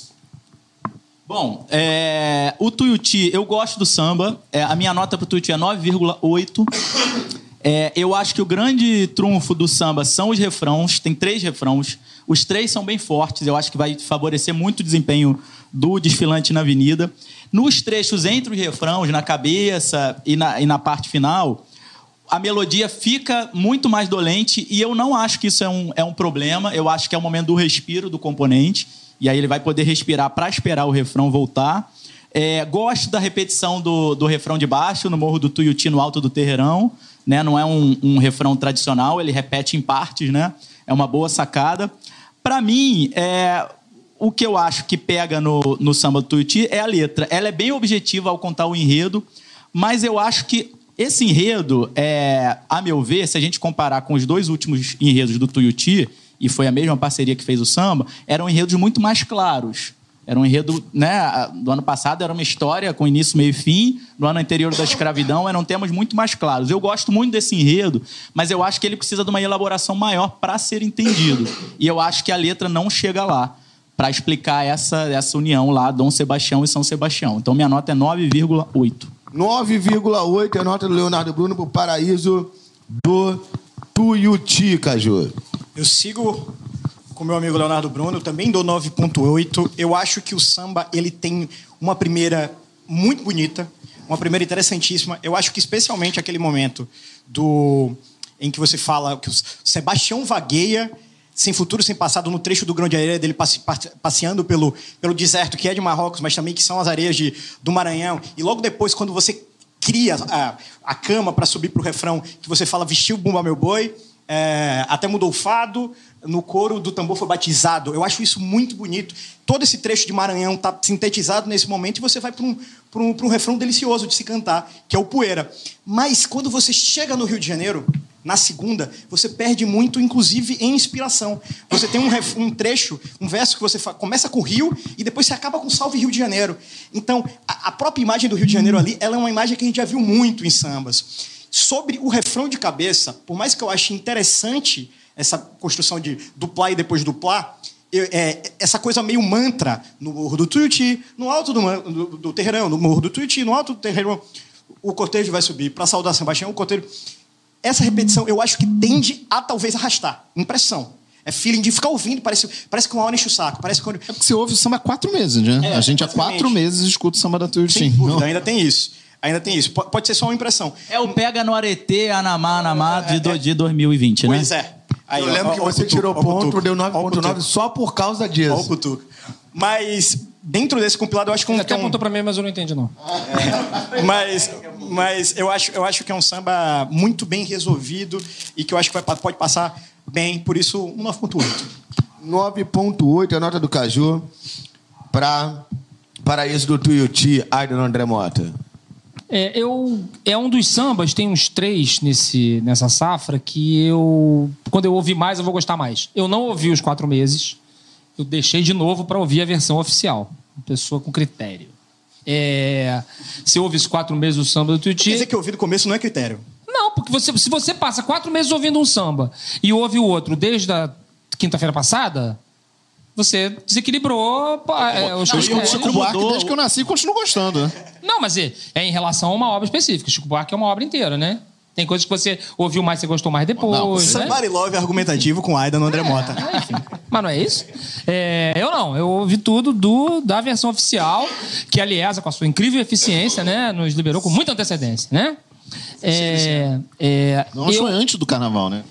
[SPEAKER 5] Bom, é, o Tuiuti, eu gosto do samba. É, a minha nota para o Tuiuti é nove vírgula oito. É, eu acho que o grande trunfo do samba são os refrãos. Tem três refrãos. Os três são bem fortes. Eu acho que vai favorecer muito o desempenho do desfilante na avenida. Nos trechos entre os refrãos, na cabeça e na, e na parte final, a melodia fica muito mais dolente e eu não acho que isso é um, é um problema. Eu acho que é o momento do respiro do componente. E aí ele vai poder respirar para esperar o refrão voltar. É, gosto da repetição do, do refrão de baixo, no Morro do Tuiuti, no Alto do Terreirão. Né? Não é um, um refrão tradicional, ele repete em partes, né? É uma boa sacada. Para mim, é, o que eu acho que pega no, no samba do Tuiuti é a letra. Ela é bem objetiva ao contar o enredo, mas eu acho que esse enredo, é, a meu ver, se a gente comparar com os dois últimos enredos do Tuiuti, e foi a mesma parceria que fez o samba, eram enredos muito mais claros. Era um enredo, né, do ano passado era uma história com início, meio e fim. No ano anterior da escravidão eram temas muito mais claros. Eu gosto muito desse enredo, mas eu acho que ele precisa de uma elaboração maior para ser entendido. E eu acho que a letra não chega lá para explicar essa, essa união lá, Dom Sebastião e São Sebastião. Então minha nota é nove vírgula oito.
[SPEAKER 1] nove vírgula oito é a nota do Leonardo Bruno para o Paraíso do Tuiuti, Caju.
[SPEAKER 2] Eu sigo com meu amigo Leonardo Bruno, também dou nove ponto oito. Eu acho que o samba ele tem uma primeira muito bonita, uma primeira interessantíssima. Eu acho que especialmente aquele momento do em que você fala que o Sebastião vagueia sem futuro, sem passado, no trecho do Grão de Areia dele passe, passeando pelo, pelo deserto que é de Marrocos, mas também que são as areias de, do Maranhão. E logo depois, quando você cria a, a cama para subir para o refrão, que você fala vestiu bumba meu boi, é, até mudou o fado, no coro do tambor foi batizado. Eu acho isso muito bonito. Todo esse trecho de Maranhão está sintetizado nesse momento e você vai para um, para um, para um refrão delicioso de se cantar, que é o Poeira. Mas quando você chega no Rio de Janeiro, na segunda, você perde muito, inclusive, em inspiração. Você tem um, ref, um trecho, um verso que você fa- começa com Rio e depois você acaba com Salve Rio de Janeiro. Então, a, a própria imagem do Rio de Janeiro ali, ela é uma imagem que a gente já viu muito em sambas. Sobre o refrão de cabeça, por mais que eu ache interessante essa construção de duplar e depois duplar, eu, é, essa coisa meio mantra, no Morro do Tuiuti, no alto do, do, do Terreirão, no Morro do Tuiuti, no alto do Terreirão, o cortejo vai subir para saudar Sebastião, o cortejo... Essa repetição, eu acho que tende a talvez arrastar. Impressão. É feeling de ficar ouvindo, parece, parece que uma hora enche o saco. Parece que...
[SPEAKER 4] É porque você ouve o samba há quatro meses, né?
[SPEAKER 2] É,
[SPEAKER 4] a gente há
[SPEAKER 2] exatamente.
[SPEAKER 4] quatro meses escuta o samba da Tuiuti.
[SPEAKER 2] Sem dúvida, ainda tem isso. Ainda tem isso. Pode, pode ser só uma impressão.
[SPEAKER 5] É o Pega no Aretê, Anamá, Anamá de, do, de dois mil e vinte, né?
[SPEAKER 2] Pois é. Aí,
[SPEAKER 1] Eu
[SPEAKER 2] ó,
[SPEAKER 1] lembro
[SPEAKER 2] ó,
[SPEAKER 1] que
[SPEAKER 2] ó,
[SPEAKER 1] você
[SPEAKER 2] ó,
[SPEAKER 1] tirou
[SPEAKER 2] ó, ó,
[SPEAKER 1] ponto,
[SPEAKER 2] ó,
[SPEAKER 1] deu
[SPEAKER 2] ó,
[SPEAKER 1] nove ponto nove só por causa disso.
[SPEAKER 2] Ó o cutuco. Mas, dentro desse compilado, eu acho que um...
[SPEAKER 3] Ele
[SPEAKER 2] que
[SPEAKER 3] até
[SPEAKER 2] é um-
[SPEAKER 3] apontou pra mim, mas eu não entendi, não.
[SPEAKER 2] Mas, mas eu, acho, eu acho que é um samba muito bem resolvido e que eu acho que vai, pode passar bem, por isso, um nove ponto oito.
[SPEAKER 1] nove ponto oito é a nota do Caju para Paraíso do Tuiuti, Aidan André Mota.
[SPEAKER 3] É, eu, é um dos sambas, tem uns três nesse, nessa safra, que eu, quando eu ouvir mais, eu vou gostar mais. Eu não ouvi os quatro meses, eu deixei de novo para ouvir a versão oficial. Uma pessoa com critério. É, se eu ouve os quatro meses do samba do Tuiuti...
[SPEAKER 2] Quer dizer que ouvir do começo não é critério.
[SPEAKER 3] Não, porque você, se você passa quatro meses ouvindo um samba e ouve o outro desde a quinta-feira passada, você desequilibrou pá, é, os
[SPEAKER 4] Eu
[SPEAKER 3] critérios.
[SPEAKER 4] escuto Chico Buarque
[SPEAKER 5] mudou.
[SPEAKER 4] desde que eu nasci e continuo gostando. Né?
[SPEAKER 3] Não, mas é, é em relação a uma obra específica. Chico Buarque é uma obra inteira, né? Tem coisas que você ouviu mais, você gostou mais depois.
[SPEAKER 4] Não,
[SPEAKER 3] né?
[SPEAKER 2] Somebody Love argumentativo com Aidan no André Mota.
[SPEAKER 3] É, enfim. Mas não é isso? É, eu não, eu ouvi tudo do, da versão oficial, que a Liesa, com a sua incrível eficiência, né, nos liberou com muita antecedência, né? É, é,
[SPEAKER 4] Não,
[SPEAKER 3] eu-
[SPEAKER 4] foi antes do carnaval, né?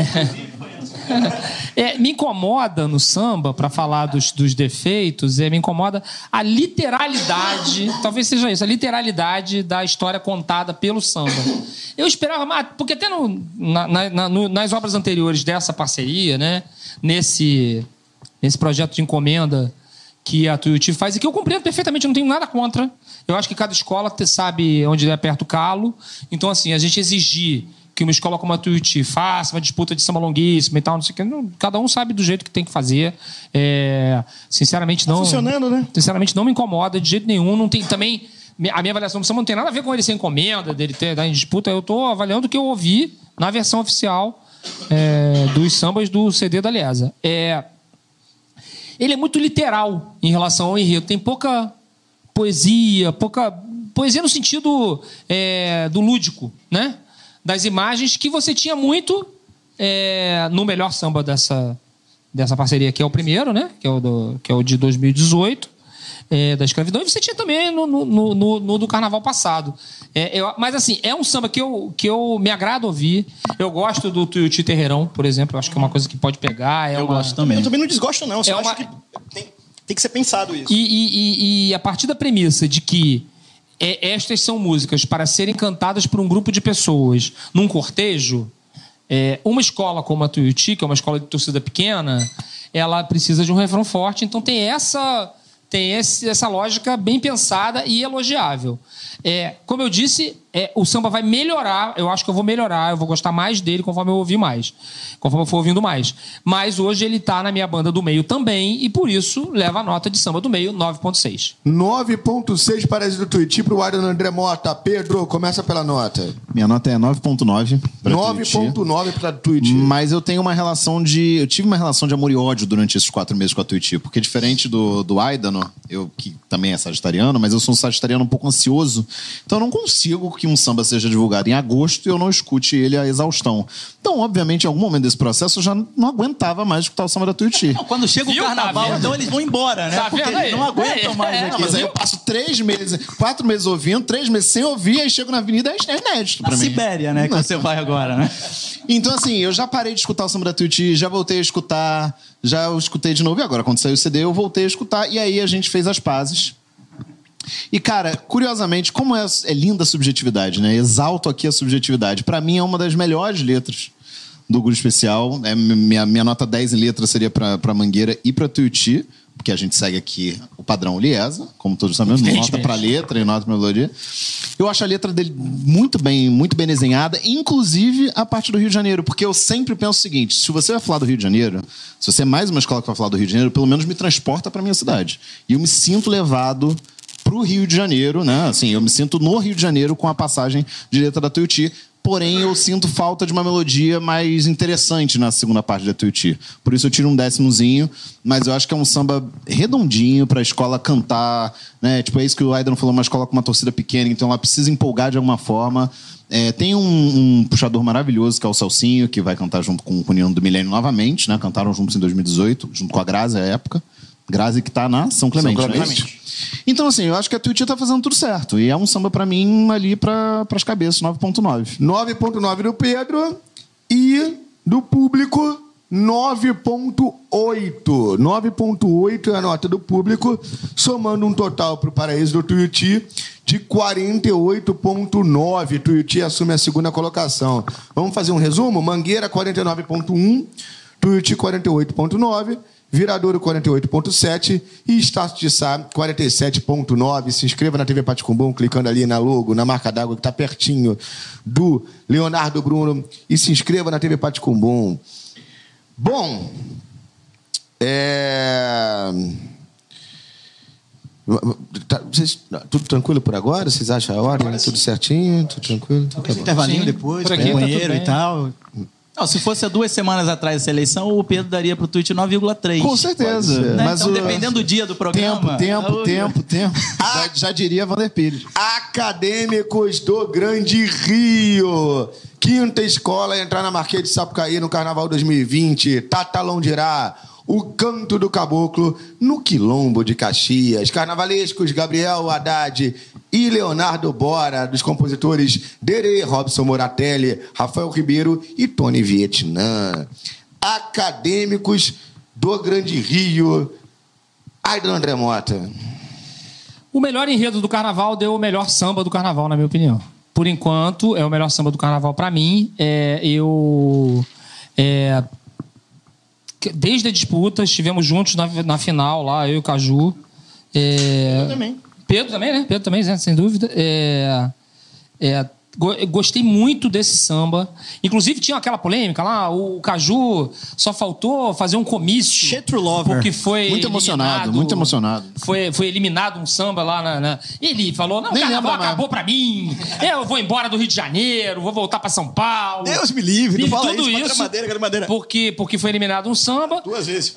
[SPEAKER 3] É, me incomoda no samba, para falar dos, dos defeitos, é, me incomoda a literalidade, talvez seja isso, a literalidade da história contada pelo samba. Eu esperava mais, porque até no, na- na- na- no- nas obras anteriores dessa parceria, né, nesse, nesse projeto de encomenda que a Tuiuti faz, e que eu compreendo perfeitamente, eu não tenho nada contra. Eu acho que cada escola te- sabe onde aperta o calo. Então, assim, a gente exigir que uma escola como a Tuiuti faça uma disputa de samba longuíssima e tal, não sei o que, não, cada um sabe do jeito que tem que fazer. É, sinceramente, não...
[SPEAKER 2] funcionando, né?
[SPEAKER 3] Sinceramente, não me incomoda de jeito nenhum. Não tem também... A minha avaliação do samba não tem nada a ver com ele ser encomenda, dele ter dar em disputa. Eu estou avaliando o que eu ouvi na versão oficial é, dos sambas do C D da Liesa. É... Ele é muito literal em relação ao enredo. Tem pouca poesia, pouca poesia no sentido é, do lúdico, né? Das imagens que você tinha muito é, no melhor samba dessa, dessa parceria, que é o primeiro, né? Que é o, do, que é o de dois mil e dezoito, é, da escravidão. E você tinha também no, no, no, no do carnaval passado. É, eu, mas, assim, é um samba que eu, que eu me agrada ouvir. Eu gosto do Tuiuti Terreirão, por exemplo. Eu acho que é uma coisa que pode pegar. É
[SPEAKER 5] Eu
[SPEAKER 3] uma...
[SPEAKER 5] gosto também.
[SPEAKER 2] Eu também não desgosto, não. Só
[SPEAKER 3] É
[SPEAKER 2] acho
[SPEAKER 3] uma-
[SPEAKER 2] que tem, tem que ser pensado isso.
[SPEAKER 3] E, e- e- e a partir da premissa de que é, estas são músicas para serem cantadas por um grupo de pessoas num cortejo, é, uma escola como a Tuiuti, que é uma escola de torcida pequena, ela precisa de um refrão forte. Então tem essa, tem esse- essa lógica bem pensada e elogiável. É, como eu disse, é, o samba vai melhorar. Eu acho que eu vou melhorar, eu vou gostar mais dele conforme eu ouvir mais, conforme eu for ouvindo mais. Mas hoje ele está na minha banda do meio também, e por isso leva a nota de samba do meio, nove ponto seis.
[SPEAKER 1] nove ponto seis Paraíso do Tuiuti para o Aidan André Mota. Pedro, começa pela nota.
[SPEAKER 4] Minha nota é nove ponto nove. pra
[SPEAKER 1] nove
[SPEAKER 4] Tuiuti.
[SPEAKER 1] ponto nove para Tuiuti.
[SPEAKER 4] Mas eu tenho uma relação de... Eu tive uma relação de amor e ódio durante esses quatro meses com a Tuiuti. Porque diferente do, do Aidano, eu que também é sagitariano, mas eu sou um sagitariano um pouco ansioso. Então eu não consigo que um samba seja divulgado em agosto e eu não escute ele a exaustão. Então, obviamente, em algum momento desse processo, eu já não aguentava mais escutar o samba da Tuiuti.
[SPEAKER 5] Não, quando chega
[SPEAKER 3] Viu?
[SPEAKER 5] o
[SPEAKER 3] Tá
[SPEAKER 5] carnaval,
[SPEAKER 3] vendo?
[SPEAKER 5] então eles vão embora, né?
[SPEAKER 3] Tá
[SPEAKER 5] Porque
[SPEAKER 3] vendo aí?
[SPEAKER 5] eles não aguentam
[SPEAKER 3] É,
[SPEAKER 5] mais
[SPEAKER 3] é,
[SPEAKER 5] aqui.
[SPEAKER 4] Não, mas aí eu passo três meses, quatro meses ouvindo, três meses sem ouvir, aí chego na avenida, é inédito
[SPEAKER 5] Na
[SPEAKER 4] pra mim.
[SPEAKER 5] Sibéria, né? Que você vai agora, né?
[SPEAKER 4] Então, assim, eu já parei de escutar o samba da Tuiuti, já voltei a escutar, já eu escutei de novo, e agora, quando saiu o C D, eu voltei a escutar, e aí a gente fez as pazes. E, cara, curiosamente, como é, é linda a subjetividade, né? Exalto aqui a subjetividade. Pra mim, é uma das melhores letras do grupo especial. É, minha, minha nota dez em letra seria para Mangueira e para Tuiuti, porque a gente segue aqui o padrão Liesa, como todos sabemos, nota para letra e nota para melodia. Eu acho a letra dele muito bem, muito bem desenhada, inclusive a parte do Rio de Janeiro, porque eu sempre penso o seguinte: se você vai falar do Rio de Janeiro, se você é mais uma escola que vai falar do Rio de Janeiro, pelo menos me transporta para minha cidade. E eu me sinto levado pro Rio de Janeiro, né? Assim, eu me sinto no Rio de Janeiro com a passagem de letra da Tuiuti. Porém, eu sinto falta de uma melodia mais interessante na segunda parte da Tuiuti. Por isso eu tiro um décimozinho, mas eu acho que é um samba redondinho pra escola cantar, né? Tipo, é isso que o Aidan falou, uma escola com uma torcida pequena, então ela precisa empolgar de alguma forma. É, tem um, um puxador maravilhoso, que é o Celcinho, que vai cantar junto com o Nino do Milênio novamente, né? Cantaram juntos em dois mil e dezoito, junto com a Grazi, à época. Grazi que tá na São Clemente, São Clemente. Né? Então, assim, eu acho que a Tuiuti tá fazendo tudo certo. E é um samba, pra mim, ali pra, pras cabeças, nove ponto nove.
[SPEAKER 1] nove ponto nove do Pedro e do público, nove ponto oito. nove ponto oito é a nota do público, somando um total pro Paraíso do Tuiuti de quarenta e oito ponto nove. Tuiuti assume a segunda colocação. Vamos fazer um resumo? Mangueira, quarenta e nove ponto um. Tuiuti, quarenta e oito ponto nove. Viradouro, quarenta e oito ponto sete e Estácio de Sá, quarenta e sete ponto nove. Se inscreva na T V Paticumbum, clicando ali na logo, na marca d'água que está pertinho do Leonardo Bruno, e se inscreva na T V Paticumbum. Bom, é... Tá, vocês, tudo tranquilo por agora? Vocês acham a ordem? Tudo certinho? Tudo tranquilo? Tudo tá bom.
[SPEAKER 2] Intervalinho depois,
[SPEAKER 3] por aqui,
[SPEAKER 2] banheiro
[SPEAKER 3] tá
[SPEAKER 2] e tal...
[SPEAKER 5] Não, se fosse há duas semanas atrás essa eleição, o Pedro daria pro Tuiuti nove vírgula três.
[SPEAKER 4] Com certeza.
[SPEAKER 5] Né?
[SPEAKER 4] Mas
[SPEAKER 5] então,
[SPEAKER 4] o...
[SPEAKER 5] dependendo do dia do programa...
[SPEAKER 4] Tempo, tempo,
[SPEAKER 5] eu...
[SPEAKER 4] tempo, tempo. Já, já diria Vander Pires.
[SPEAKER 1] Acadêmicos do Grande Rio. Quinta escola a entrar na Marquês de Sapucaí no Carnaval dois mil e vinte. Tatalondirá, o Canto do Caboclo, no Quilombo de Caxias. Carnavalescos Gabriel Haddad e Leonardo Bora, dos compositores Derê, Robson Moratelli, Rafael Ribeiro e Tony Vietnã. Acadêmicos do Grande Rio. Aidan André Mota.
[SPEAKER 3] O melhor enredo do Carnaval deu o melhor samba do Carnaval, na minha opinião. Por enquanto, é o melhor samba do Carnaval para mim. É, eu... É, desde a disputa, estivemos juntos na, na final lá, eu e o Caju. É,
[SPEAKER 2] Eu também.
[SPEAKER 3] Pedro também, né? Pedro também, né? Sem dúvida. É, é, gostei muito desse samba. Inclusive, tinha aquela polêmica lá, o Caju só faltou fazer um comício.
[SPEAKER 2] Shit True Lover.
[SPEAKER 3] Porque foi
[SPEAKER 4] Muito emocionado,
[SPEAKER 3] eliminado-
[SPEAKER 4] muito emocionado.
[SPEAKER 3] Foi, foi eliminado um samba lá na... na... Ele falou, não, o
[SPEAKER 4] Nem
[SPEAKER 3] carnaval
[SPEAKER 4] lembra mais.
[SPEAKER 3] acabou pra mim. Eu vou embora do Rio de Janeiro, vou voltar pra São Paulo.
[SPEAKER 2] Deus me livre, não fala
[SPEAKER 3] tudo
[SPEAKER 2] isso.
[SPEAKER 3] isso.
[SPEAKER 2] Madeira, madeira, madeira.
[SPEAKER 3] Porque, porque foi eliminado um samba.
[SPEAKER 2] Duas vezes.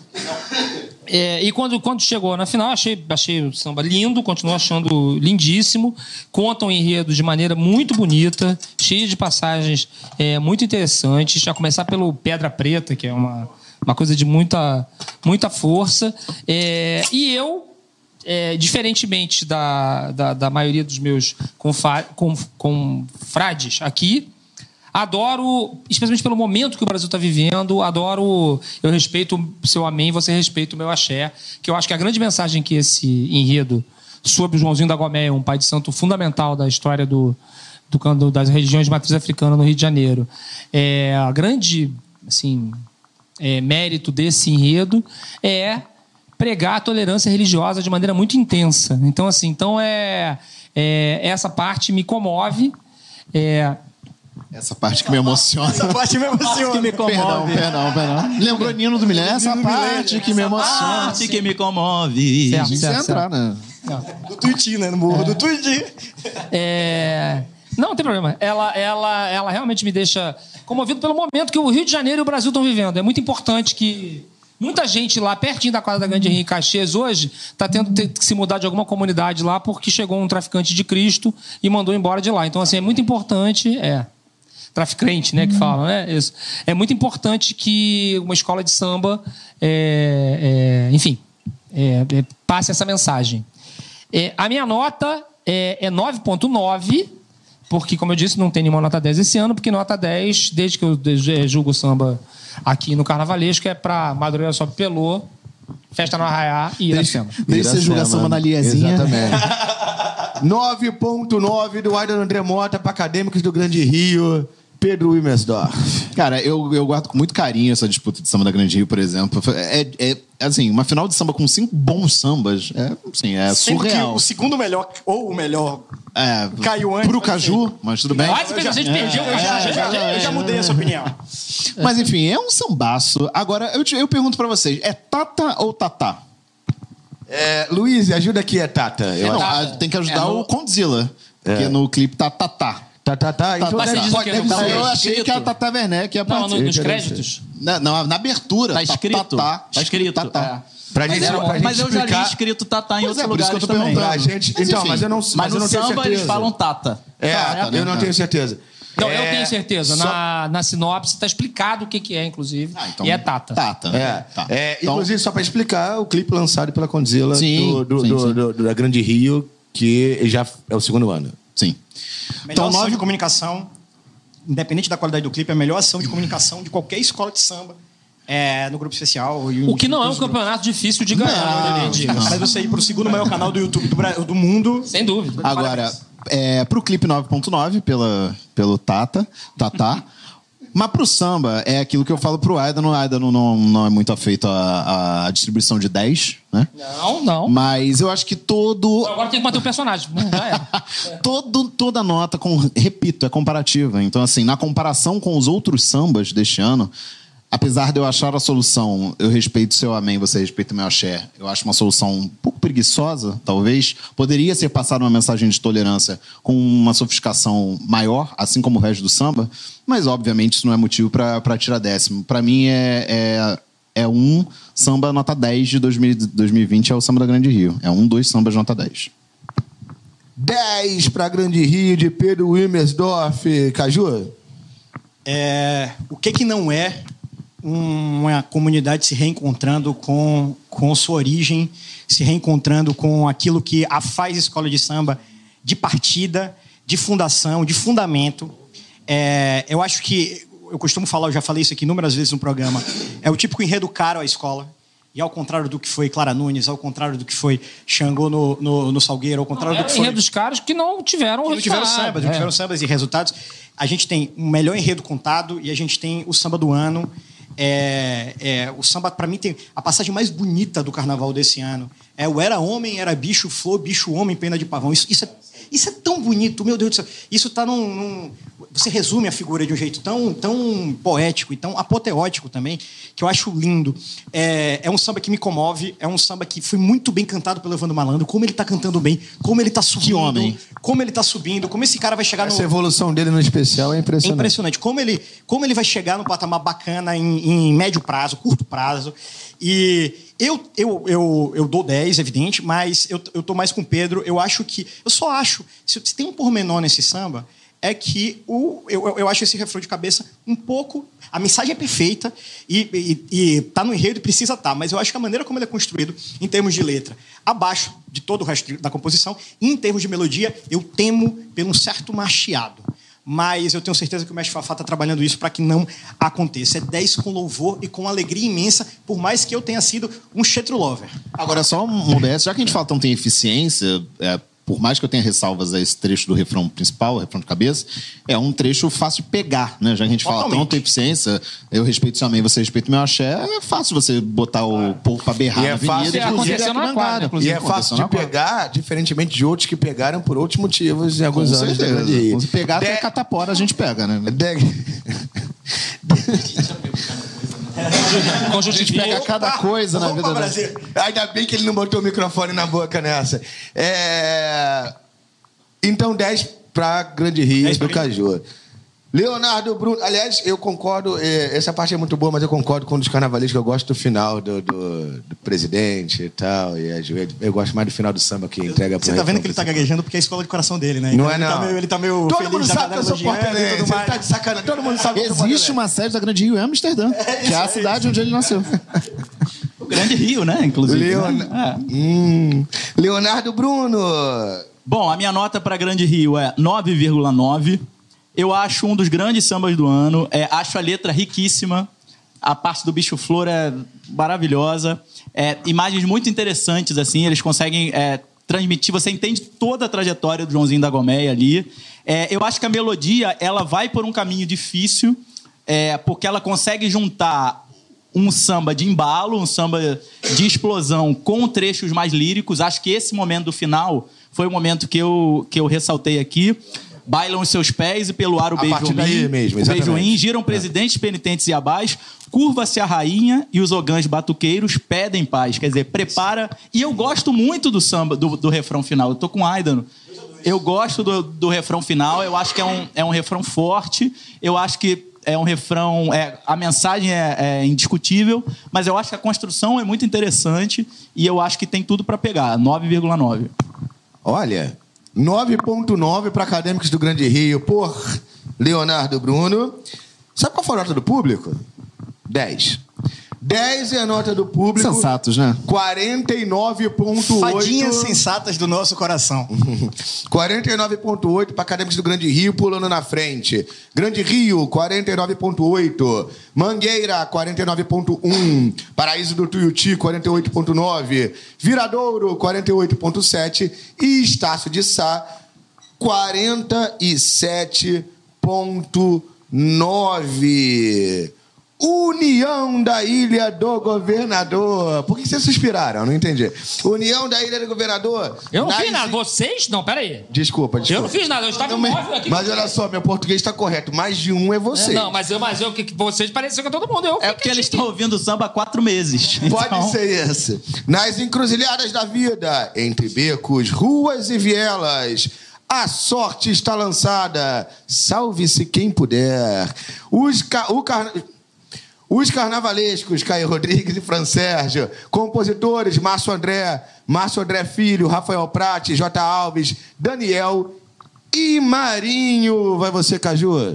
[SPEAKER 3] É, e quando, quando chegou na final, achei, achei o samba lindo, continuo achando lindíssimo. Contam o enredo de maneira muito bonita, cheio de passagens é, muito interessantes. Já começar pelo Pedra Preta, que é uma, uma coisa de muita, muita força. É, e eu, é, diferentemente da, da, da maioria dos meus confa- conf- confrades aqui, adoro, especialmente pelo momento que o Brasil está vivendo, adoro, eu respeito o seu amém, você respeita o meu axé, que eu acho que a grande mensagem que esse enredo sobre o Joãozinho da Goméia, um pai de santo fundamental da história do, do, das religiões de matriz africana no Rio de Janeiro, é, a grande assim, é, mérito desse enredo é pregar a tolerância religiosa de maneira muito intensa. Então, assim, então é, é essa parte me comove. É,
[SPEAKER 4] Essa parte que me emociona.
[SPEAKER 2] Essa parte me emociona.
[SPEAKER 5] que me comove.
[SPEAKER 4] Perdão, perdão, perdão. Lembrou Nino do Milênio? Essa parte que me emociona.
[SPEAKER 5] Parte que me comove.
[SPEAKER 3] Certo.
[SPEAKER 4] A gente vai entrar, né?
[SPEAKER 2] Do Tuiuti, né? No morro do Tuiuti.
[SPEAKER 3] É... Não, não tem problema. Ela, ela, ela realmente me deixa comovido pelo momento que o Rio de Janeiro e o Brasil estão vivendo. É muito importante que muita gente lá, pertinho da quadra da Grande Rio, em Caxias, hoje, está tendo ter que se mudar de alguma comunidade lá porque chegou um traficante de Cristo e mandou embora de lá. Então, assim, é muito importante... É... traficante, né, que falam, né? Isso. É muito importante que uma escola de samba, é, é, enfim, é, é, passe essa mensagem. É, a minha nota é, é nove ponto nove, porque, como eu disse, não tem nenhuma nota dez esse ano, porque nota dez, desde que eu julgo o samba aqui no Carnavalesco, é para Madureira Sobe Pelô, Festa no Arraiá e Iracema.
[SPEAKER 4] Desde você julga samba na Liezinha.
[SPEAKER 1] Exatamente. nove ponto nove do Aidan André Mota para Acadêmicos do Grande Rio. Pedro Wimersdorf.
[SPEAKER 4] Cara, eu, eu guardo com muito carinho essa disputa de samba da Grande Rio, por exemplo. É, é assim, uma final de samba com cinco bons sambas é, assim, é
[SPEAKER 2] Sendo que
[SPEAKER 4] surreal.
[SPEAKER 2] o segundo melhor, ou o melhor,
[SPEAKER 4] É,
[SPEAKER 2] caiu antes.
[SPEAKER 4] pro
[SPEAKER 2] mas
[SPEAKER 4] Caju,
[SPEAKER 2] assim.
[SPEAKER 4] mas tudo bem.
[SPEAKER 3] Quase fez a gente perder.
[SPEAKER 2] Eu já, já, já, eu já mudei essa opinião.
[SPEAKER 4] Mas enfim, é um sambaço. Agora, eu, te- eu pergunto pra vocês, é Tata ou Tatá?
[SPEAKER 1] É, Luiz, ajuda aqui, é Tata. Eu
[SPEAKER 4] Não,
[SPEAKER 1] acho.
[SPEAKER 4] a- tem que ajudar
[SPEAKER 5] É no-
[SPEAKER 4] o Condzilla, porque no clipe tá Tatá.
[SPEAKER 1] Tá, tá, tá. Então
[SPEAKER 3] Mas
[SPEAKER 1] deve-
[SPEAKER 3] você diz o
[SPEAKER 1] pode-
[SPEAKER 3] quê?
[SPEAKER 1] deve
[SPEAKER 3] Não,
[SPEAKER 1] ser.
[SPEAKER 4] Eu achei
[SPEAKER 5] escrito.
[SPEAKER 4] que a Tata Werneck ia
[SPEAKER 3] Não, no-
[SPEAKER 4] participar.
[SPEAKER 3] nos créditos.
[SPEAKER 4] Na, na, na abertura.
[SPEAKER 5] Tá escrito.
[SPEAKER 4] Tatá.
[SPEAKER 5] Tá escrito.
[SPEAKER 4] Tatá.
[SPEAKER 5] é.
[SPEAKER 1] Pra
[SPEAKER 5] Mas,
[SPEAKER 1] gente,
[SPEAKER 5] era-
[SPEAKER 1] pra gente
[SPEAKER 5] mas eu já li
[SPEAKER 1] explicar-
[SPEAKER 5] escrito Tatá em
[SPEAKER 4] Pois
[SPEAKER 5] outros
[SPEAKER 4] é, por isso
[SPEAKER 5] lugares
[SPEAKER 4] que eu tô
[SPEAKER 5] também.
[SPEAKER 4] perguntando.
[SPEAKER 1] Pra gente,
[SPEAKER 4] Mas,
[SPEAKER 1] então,
[SPEAKER 4] enfim.
[SPEAKER 1] mas eu não,
[SPEAKER 5] Mas,
[SPEAKER 1] mas eu
[SPEAKER 5] no
[SPEAKER 1] não tenho
[SPEAKER 5] samba
[SPEAKER 1] certeza.
[SPEAKER 5] eles falam Tata.
[SPEAKER 1] É,
[SPEAKER 4] Tata, né?
[SPEAKER 1] eu não tenho certeza.
[SPEAKER 3] Não,
[SPEAKER 1] É,
[SPEAKER 3] eu tenho certeza.
[SPEAKER 1] só-
[SPEAKER 3] Na, na sinopse está explicado o que, que é, inclusive.
[SPEAKER 4] Ah, então,
[SPEAKER 3] E é Tata.
[SPEAKER 4] Tata.
[SPEAKER 1] É,
[SPEAKER 4] né? Tá.
[SPEAKER 1] é,
[SPEAKER 4] Então,
[SPEAKER 1] inclusive, só pra explicar, o clipe lançado pela Condzilla
[SPEAKER 4] Sim,
[SPEAKER 1] do, do-
[SPEAKER 4] sim,
[SPEAKER 1] do-
[SPEAKER 4] sim.
[SPEAKER 1] do- do- da Grande Rio, que já é o segundo ano.
[SPEAKER 4] sim.
[SPEAKER 2] Melhor
[SPEAKER 4] Então,
[SPEAKER 2] ação
[SPEAKER 4] nove-
[SPEAKER 2] de comunicação, independente da qualidade do clipe, é a melhor ação de comunicação de qualquer escola de samba é, no grupo especial. E
[SPEAKER 3] O que não é um
[SPEAKER 2] todos os
[SPEAKER 3] campeonato difícil de ganhar,
[SPEAKER 4] Não,
[SPEAKER 3] né, diga.
[SPEAKER 2] grupos. Mas você ir pro segundo maior canal do YouTube do, Bra- do mundo.
[SPEAKER 3] Sem dúvida.
[SPEAKER 4] Agora, é, pro clipe nove ponto nove, pela, pelo Tata, Tatá. Mas pro samba, é aquilo que eu falo pro Aidano. O Aidano não, não é muito afeito à, à distribuição de dez, né?
[SPEAKER 3] Não, não.
[SPEAKER 4] Mas eu acho que todo...
[SPEAKER 3] Agora tem que manter o personagem. Não, já é.
[SPEAKER 4] Todo, toda nota, com, repito, é comparativa. Então, assim, na comparação com os outros sambas deste ano, apesar de eu achar a solução, eu respeito o seu amém, você respeita o meu axé, eu acho uma solução um pouco preguiçosa, talvez. Poderia ser passada uma mensagem de tolerância com uma sofisticação maior, assim como o resto do samba, mas, obviamente, isso não é motivo para tirar décimo. Para mim, é, é, é um samba nota dez de dois mil, dois mil e vinte, é o samba da Grande Rio. É um, dois sambas nota dez.
[SPEAKER 1] dez pra Grande Rio, de Pedro Wimersdorf. Caju?
[SPEAKER 2] É, o que que não é uma comunidade se reencontrando com, com sua origem, se reencontrando com aquilo que a faz escola de samba de partida, de fundação, de fundamento. É, eu acho que, eu costumo falar, eu já falei isso aqui inúmeras vezes no programa, é o típico enredo caro à escola. E ao contrário do que foi Clara Nunes, ao contrário do que foi Xangô no, no, no Salgueiro, ao contrário do que foi...
[SPEAKER 3] Enredos caros que não tiveram
[SPEAKER 2] Que não tiveram
[SPEAKER 3] resultado,
[SPEAKER 2] sambas,
[SPEAKER 3] é.
[SPEAKER 2] não tiveram sambas e resultados. A gente tem um melhor enredo contado e a gente tem o samba do ano. É, é, o samba, para mim, tem a passagem mais bonita do carnaval desse ano. É o Era Homem, Era Bicho, Flor, Bicho Homem, Pena de Pavão. Isso, isso, é, isso é tão bonito, meu Deus do céu. Isso está num, num... Você resume a figura de um jeito tão, tão poético e tão apoteótico também, que eu acho lindo. É, é um samba que me comove, é um samba que foi muito bem cantado pelo Evandro Malandro, como ele está cantando bem, como ele está subindo.
[SPEAKER 4] homem.
[SPEAKER 2] Como ele está subindo, como esse cara vai chegar no...
[SPEAKER 1] Essa evolução dele no especial é
[SPEAKER 2] É
[SPEAKER 1] impressionante.
[SPEAKER 2] impressionante. Como ele, como ele vai chegar num patamar bacana em, em médio prazo, curto prazo. E eu, eu, eu, eu dou dez, evidente, mas eu, eu tô mais com o Pedro. Eu acho que... Eu só acho... Se, se tem um pormenor nesse samba, é que o, eu, eu acho esse refrão de cabeça um pouco... A mensagem é perfeita e, e, e tá no enredo e precisa estar, mas eu acho que a maneira como ele é construído, em termos de letra, abaixo de todo o resto da composição, e em termos de melodia, eu temo pelo um certo machiado. Mas eu tenho certeza que o Mestre Fafá está trabalhando isso para que não aconteça. É dez com louvor e com alegria imensa, por mais que eu tenha sido um Chetro Lover.
[SPEAKER 4] Agora, só um O B S, já que a gente fala tanto em eficiência, é, por mais que eu tenha ressalvas a esse trecho do refrão principal, o refrão de cabeça, é um trecho fácil de pegar, né? Já que a gente fala
[SPEAKER 2] Totalmente.
[SPEAKER 4] tanto em eficiência, eu respeito seu amém, você respeita o meu axé, é fácil você botar o povo pra berrar
[SPEAKER 1] E é
[SPEAKER 4] na avenida.
[SPEAKER 1] fácil,
[SPEAKER 4] inclusive,
[SPEAKER 3] aconteceu na
[SPEAKER 4] arquibancada,
[SPEAKER 3] quadra,
[SPEAKER 1] E
[SPEAKER 4] inclusive,
[SPEAKER 1] é fácil
[SPEAKER 4] aconteceu
[SPEAKER 1] de
[SPEAKER 4] na quadra.
[SPEAKER 1] pegar, diferentemente de outros que pegaram por outros motivos em alguns
[SPEAKER 4] Com
[SPEAKER 1] anos da Grande
[SPEAKER 4] certeza.
[SPEAKER 1] Rio.
[SPEAKER 4] Se pegar até
[SPEAKER 1] De-
[SPEAKER 4] catapora, a gente pega, né?
[SPEAKER 1] De-
[SPEAKER 3] Conjuntivo.
[SPEAKER 4] Pega cada coisa na
[SPEAKER 1] Opa,
[SPEAKER 4] vida da...
[SPEAKER 1] Brasil. Ainda bem que ele não botou o microfone na boca nessa. É... Então, dez para Grande Rio
[SPEAKER 2] dez pra
[SPEAKER 1] do Caju. Leonardo Bruno. Aliás, eu concordo. eh, Essa parte é muito boa, mas eu concordo com um dos carnavalistas que eu gosto do final do, do, do presidente e tal. E a Ju- eu gosto mais do final do samba que entrega pro
[SPEAKER 2] Você tá vendo
[SPEAKER 1] refrão
[SPEAKER 2] que ele tá
[SPEAKER 1] principal.
[SPEAKER 2] gaguejando porque é a escola de coração dele, né?
[SPEAKER 1] Não
[SPEAKER 2] Então
[SPEAKER 1] é,
[SPEAKER 2] ele
[SPEAKER 1] não.
[SPEAKER 2] Tá meio, ele tá meio
[SPEAKER 1] Todo
[SPEAKER 2] feliz,
[SPEAKER 1] mundo
[SPEAKER 2] já
[SPEAKER 1] sabe
[SPEAKER 2] tá
[SPEAKER 1] que eu sou
[SPEAKER 2] elogiando e
[SPEAKER 1] portelense.
[SPEAKER 2] tudo
[SPEAKER 1] Ele
[SPEAKER 2] mais.
[SPEAKER 1] tá de sacanagem. Todo mundo sabe que eu sou
[SPEAKER 4] Existe
[SPEAKER 1] portelense.
[SPEAKER 4] uma sede da Grande Rio em Amsterdã, que é a cidade onde ele nasceu.
[SPEAKER 5] O Grande Rio, né? Inclusive.
[SPEAKER 1] Leon-
[SPEAKER 5] né? É.
[SPEAKER 1] Hum. Leonardo Bruno.
[SPEAKER 5] Bom, a minha nota para Grande Rio é nove vírgula nove. Eu acho um dos grandes sambas do ano. É, acho a letra riquíssima. A parte do Bicho Flor é maravilhosa. É, imagens muito interessantes, assim. Eles conseguem é, transmitir, você entende toda a trajetória do Joãozinho da Gomeia ali. É, eu acho que a melodia, ela vai por um caminho difícil, é, porque ela consegue juntar um samba de embalo, um samba de explosão com trechos mais líricos. Acho que esse momento do final foi o momento que eu, que eu ressaltei aqui. Bailam os seus pés e pelo ar o beijo
[SPEAKER 1] mesmo,
[SPEAKER 5] o beijoim, giram presidentes penitentes e abás, curva-se a rainha e os ogãs batuqueiros pedem paz. Quer dizer, prepara... E eu gosto muito do samba, do, do refrão final. Eu tô com o Aidano. Eu gosto do, do refrão final. Eu acho que é um, é um refrão forte. Eu acho que é um refrão... É, a mensagem é, é indiscutível, mas eu acho que a construção é muito interessante e eu acho que tem tudo para pegar. nove vírgula nove.
[SPEAKER 1] Olha... nove ponto nove para Acadêmicos do Grande Rio por Leonardo Bruno. Sabe qual foi a nota do público? dez. dez é a nota do público.
[SPEAKER 4] Sensatos, né?
[SPEAKER 1] quarenta e nove ponto oito.
[SPEAKER 2] Fadinhas sensatas do nosso coração.
[SPEAKER 1] quarenta e nove ponto oito para Acadêmicos do Grande Rio, pulando na frente. Grande Rio, quarenta e nove ponto oito. Mangueira, quarenta e nove ponto um. Paraíso do Tuiuti, quarenta e oito ponto nove. Viradouro, quarenta e oito ponto sete. E Estácio de Sá, quarenta e sete ponto nove. União da Ilha do Governador. Por que vocês suspiraram? Não entendi. União da Ilha do Governador.
[SPEAKER 3] Eu não
[SPEAKER 1] Nas...
[SPEAKER 3] fiz nada. Vocês? Não, peraí.
[SPEAKER 1] Desculpa, desculpa.
[SPEAKER 3] Eu não fiz nada. Eu estava imóvel aqui.
[SPEAKER 1] Mas olha só, meu português está correto. Mais de um é você.
[SPEAKER 3] É, não, mas eu, mas eu, que vocês pareciam que é todo mundo. Eu
[SPEAKER 5] é porque eles estão ouvindo samba há quatro meses.
[SPEAKER 1] Pode
[SPEAKER 5] então...
[SPEAKER 1] ser esse. Nas encruzilhadas da vida, entre becos, ruas e vielas, a sorte está lançada. Salve-se quem puder. Os ca... o car... Os carnavalescos, Caio Rodrigues e Fran Sérgio. Compositores, Márcio André, Márcio André Filho, Rafael Prati, J. Alves, Daniel e Marinho. Vai você, Caju?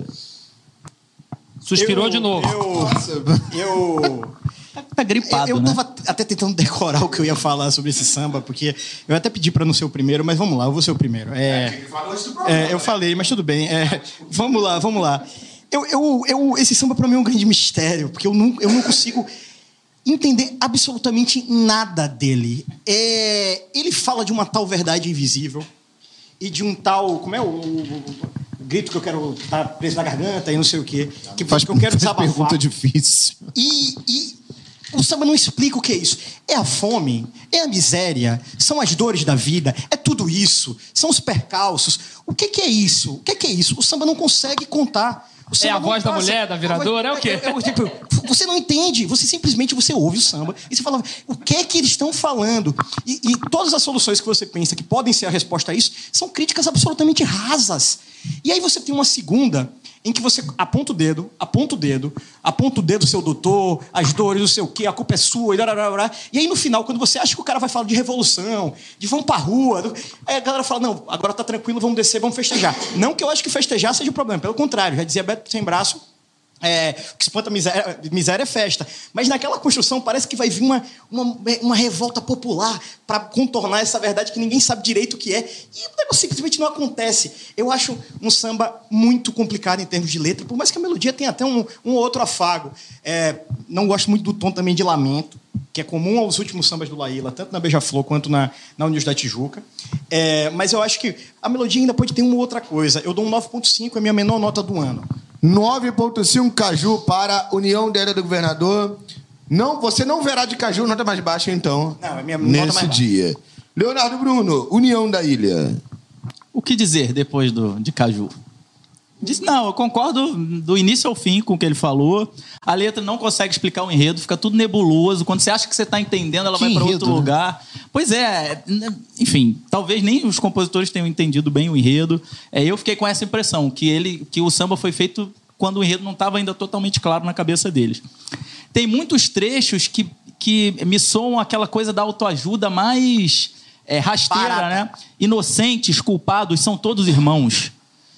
[SPEAKER 3] Suspirou
[SPEAKER 2] eu,
[SPEAKER 3] de novo.
[SPEAKER 2] Eu... eu...
[SPEAKER 5] Tá gripado,
[SPEAKER 2] eu, eu
[SPEAKER 5] né?
[SPEAKER 2] tava até tentando decorar o que eu ia falar sobre esse samba, porque eu até pedi para não ser o primeiro, mas vamos lá, eu vou ser o primeiro. É, é, eu falei, mas tudo bem. É, vamos lá, vamos lá. Eu, eu, eu, esse samba para mim é um grande mistério, porque eu não, eu não consigo entender absolutamente nada dele. É, ele fala de uma tal verdade invisível e de um tal... Como é o, o, o grito que eu quero estar preso na garganta e não sei o quê. Que,
[SPEAKER 4] faz,
[SPEAKER 2] que eu quero desabafar.
[SPEAKER 4] Pergunta difícil.
[SPEAKER 2] E, e o samba não explica o que é isso. É a fome, é a miséria, são as dores da vida, é tudo isso, são os percalços. O que, que é isso? O que, que é isso? O samba não consegue contar.
[SPEAKER 3] É a voz da mulher, da viradora, é o quê?
[SPEAKER 2] É, é, é, tipo, você não entende, você simplesmente você ouve o samba e você fala, o que é que eles estão falando? E, e todas as soluções que você pensa que podem ser a resposta a isso são críticas absolutamente rasas. E aí você tem uma segunda em que você aponta o dedo, aponta o dedo, aponta o dedo, seu doutor, as dores, não sei o quê, a culpa é sua, e, blá, blá, blá. E aí no final, quando você acha que o cara vai falar de revolução, de vamos pra rua, do... aí a galera fala, não, agora tá tranquilo, vamos descer, vamos festejar. Não que eu acho que festejar seja o problema, pelo contrário, já dizia Beto Sem Braço, é, o que espanta miséria, miséria é festa. Mas naquela construção parece que vai vir uma, uma, uma revolta popular para contornar essa verdade que ninguém sabe direito o que é. E o negócio simplesmente não acontece. Eu acho um samba muito complicado em termos de letra, por mais que a melodia tenha até um, um outro afago. É, não gosto muito do tom também de lamento, que é comum aos últimos sambas do Laíla, tanto na Beija-Flor quanto na, na Unidos da Tijuca. É, mas eu acho que a melodia ainda pode ter uma outra coisa. Eu dou um nove ponto cinco, é a minha menor nota do ano.
[SPEAKER 1] nove ponto cinco Caju para União da Ilha do Governador. Não, você não verá de Caju nota mais baixa, então.
[SPEAKER 2] Não, é minha
[SPEAKER 1] nesse
[SPEAKER 2] nota mais baixa.
[SPEAKER 1] dia. Leonardo Bruno, União da Ilha.
[SPEAKER 5] O que dizer depois do, de Caju? Diz, não, eu concordo do início ao fim com o que ele falou. A letra não consegue explicar o enredo, fica tudo nebuloso. Quando você acha que você está entendendo, ela
[SPEAKER 4] Que
[SPEAKER 5] vai para
[SPEAKER 4] enredo,
[SPEAKER 5] outro
[SPEAKER 4] né?
[SPEAKER 5] lugar. Pois é, enfim, talvez nem os compositores tenham entendido bem o enredo. É, eu fiquei com essa impressão, que, ele, que o samba foi feito quando o enredo não estava ainda totalmente claro na cabeça deles. Tem muitos trechos que, que me soam aquela coisa da autoajuda mais é, rasteira,
[SPEAKER 2] Barata.
[SPEAKER 5] né? Inocentes, culpados, são todos irmãos.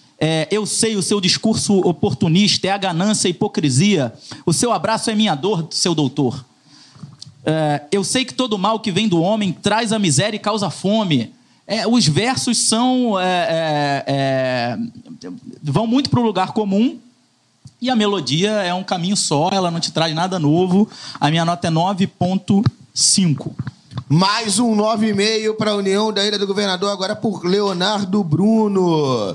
[SPEAKER 5] É, eu sei, o seu discurso oportunista é a ganância e a hipocrisia. O seu abraço é minha dor, seu doutor. É, eu sei que todo mal que vem do homem traz a miséria e causa fome. É, os versos são é, é, é, vão muito para o lugar comum e a melodia é um caminho só, ela não te traz nada novo. A minha nota é nove ponto cinco.
[SPEAKER 1] Mais um nove e meio para a União da Ilha do Governador, agora por Leonardo Bruno.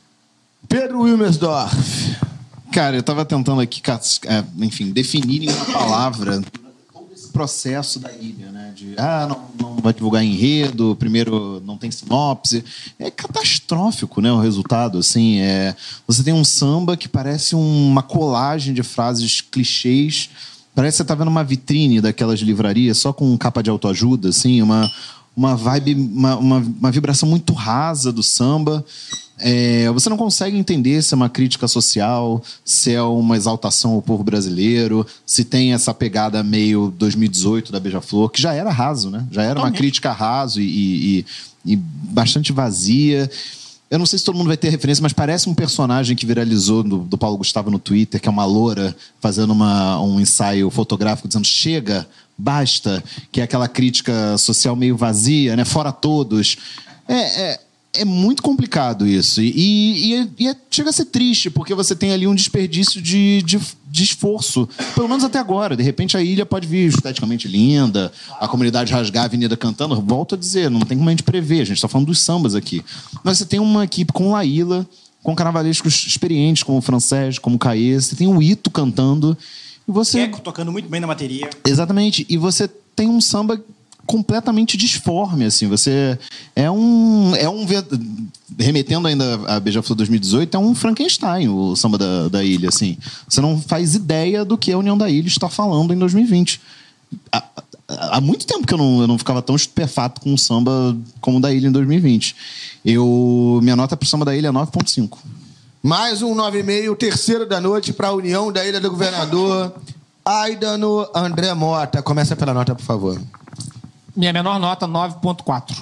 [SPEAKER 1] Pedro Wilmersdorf.
[SPEAKER 4] Cara, eu tava tentando aqui, enfim, definir em uma palavra todo esse processo da ilha, né? De, ah, não, não vai divulgar enredo, primeiro não tem sinopse. É catastrófico, né, o resultado, assim. É, você tem um samba que parece uma colagem de frases clichês. Parece que você tá vendo uma vitrine daquelas livrarias só com capa de autoajuda, assim, uma, uma vibe, uma, uma, uma vibração muito rasa do samba. É, você não consegue entender se é uma crítica social, se é uma exaltação ao povo brasileiro, se tem essa pegada meio dois mil e dezoito da Beija-Flor, que já era raso, né? Já era uma crítica raso e, e, e bastante vazia. Eu não sei se todo mundo vai ter referência, mas parece um personagem que viralizou do, do Paulo Gustavo no Twitter, que é uma loura fazendo uma, um ensaio fotográfico dizendo chega, basta, que é aquela crítica social meio vazia, né? Fora todos. É... é É muito complicado isso. E, e, e é, chega a ser triste, porque você tem ali um desperdício de, de, de esforço. Pelo menos até agora. De repente a ilha pode vir esteticamente linda, a comunidade rasgar a avenida cantando. Volto a dizer, não tem como a gente prever. A gente está falando dos sambas aqui. Mas você tem uma equipe com Laíla, com carnavalescos experientes, como o Francés, como o Caê. Você tem o Ito cantando. E você...
[SPEAKER 2] Eco tocando muito bem na bateria.
[SPEAKER 4] Exatamente. E você tem um samba completamente disforme, assim, você é um, é um remetendo ainda a Beija-Flor dois mil e dezoito, é um Frankenstein o samba da, da ilha, assim, você não faz ideia do que a União da Ilha está falando em dois mil e vinte. Há, há muito tempo que eu não, eu não ficava tão estupefato com o samba como o da ilha em dois mil e vinte. Eu, minha nota para o samba da ilha é nove ponto cinco.
[SPEAKER 1] Mais um nove e meio, terceiro da noite para a União da Ilha do Governador. Aidano André Mota, começa pela nota, por favor.
[SPEAKER 3] Minha menor nota, nove ponto quatro.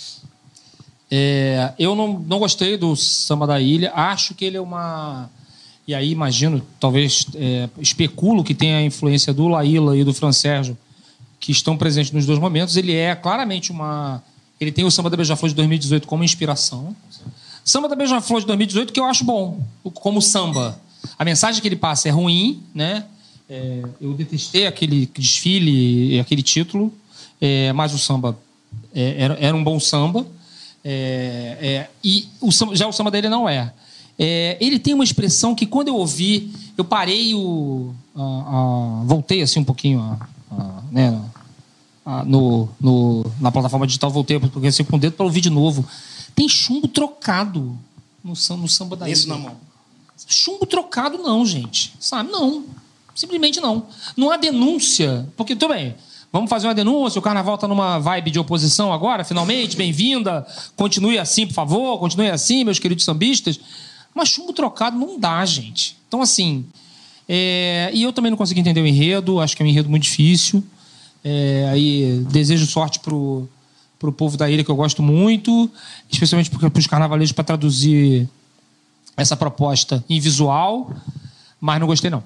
[SPEAKER 3] É, eu não, não gostei do Samba da Ilha. Acho que ele é uma... E aí, imagino, talvez é, especulo que tenha a influência do Laíla e do Fran Sérgio, que estão presentes nos dois momentos. Ele é claramente uma... Ele tem o Samba da Beija-Flor de dois mil e dezoito como inspiração. Samba da Beija-Flor de dois mil e dezoito que eu acho bom, como samba. A mensagem que ele passa é ruim, né? É, eu detestei aquele desfile, aquele título. É, mas o samba é, era, era um bom samba, é, é, e o samba, já o samba dele não é. é. Ele tem uma expressão que, quando eu ouvi, eu parei, o, a, a, voltei assim um pouquinho a, a, né, a, no, no, na plataforma digital, voltei porque assim, com o dedo para ouvir de novo. Tem chumbo trocado no, no samba da
[SPEAKER 2] Isso
[SPEAKER 3] ilha.
[SPEAKER 2] na mão.
[SPEAKER 3] Chumbo trocado não, gente. Sabe? Não. Simplesmente não. Não há denúncia. Porque, tudo bem... Vamos fazer uma denúncia, o carnaval está numa vibe de oposição agora, finalmente, bem-vinda, continue assim, por favor, continue assim, meus queridos sambistas. Mas chumbo trocado não dá, gente. Então, assim, é... e eu também não consegui entender o enredo, acho que é um enredo muito difícil. É... Aí desejo sorte pro, pro povo da ilha, que eu gosto muito, especialmente para os carnavalescos, para traduzir essa proposta em visual, mas não gostei, não.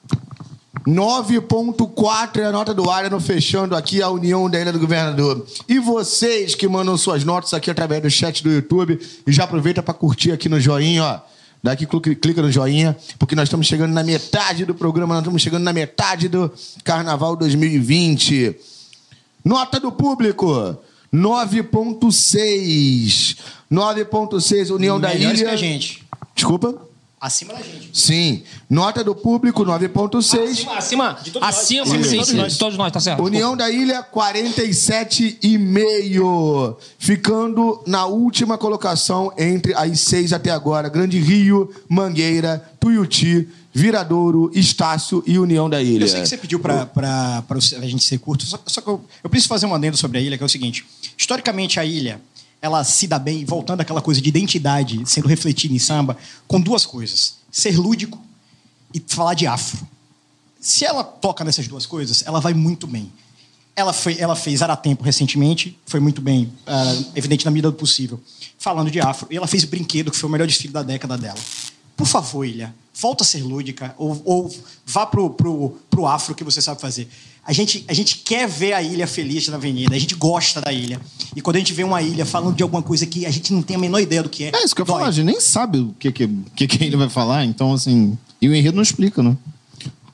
[SPEAKER 1] nove ponto quatro é a nota do Aidano, fechando aqui a União da Ilha do Governador. E vocês que mandam suas notas aqui através do chat do YouTube, e já aproveita para curtir aqui no joinha, ó. Daqui clica no joinha, porque nós estamos chegando na metade do programa, nós estamos chegando na metade do Carnaval dois mil e vinte. Nota do público, nove ponto seis. nove ponto seis, União da
[SPEAKER 2] Melhores
[SPEAKER 1] Ilha.
[SPEAKER 2] que a gente.
[SPEAKER 1] Desculpa?
[SPEAKER 2] Acima da gente.
[SPEAKER 1] Sim. Nota do público, nove ponto seis.
[SPEAKER 3] Acima, acima,
[SPEAKER 2] De todos nós.
[SPEAKER 3] acima,
[SPEAKER 2] Sim,
[SPEAKER 3] sim,
[SPEAKER 2] de todos
[SPEAKER 3] sim,
[SPEAKER 2] nós.
[SPEAKER 3] de todos nós, tá certo.
[SPEAKER 1] União da Ilha, quarenta e sete e meio. Ficando na última colocação entre as seis até agora. Grande Rio, Mangueira, Tuiuti, Viradouro, Estácio e União da Ilha.
[SPEAKER 2] Eu sei que você pediu para a gente ser curto, só, só que eu, eu preciso fazer um adendo sobre a ilha, que é o seguinte. Historicamente, a ilha, ela se dá bem, voltando àquela coisa de identidade sendo refletida em samba, com duas coisas. Ser lúdico e falar de afro. Se ela toca nessas duas coisas, ela vai muito bem. Ela, foi, ela fez Aratempo recentemente, foi muito bem, uh, evidente na medida do possível, falando de afro. E ela fez Brinquedo, que foi o melhor desfile da década dela. Por favor, Ilha, volta a ser lúdica, ou, ou vá pro, pro, pro afro que você sabe fazer. A gente, a gente quer ver a ilha feliz na avenida, a gente gosta da ilha. E quando a gente vê uma ilha falando de alguma coisa que a gente não tem a menor ideia do que é...
[SPEAKER 4] É isso que eu ia
[SPEAKER 2] dói.
[SPEAKER 4] falar, a gente nem sabe o que, que, que, que ele vai falar, então, assim... E o enredo não explica, né?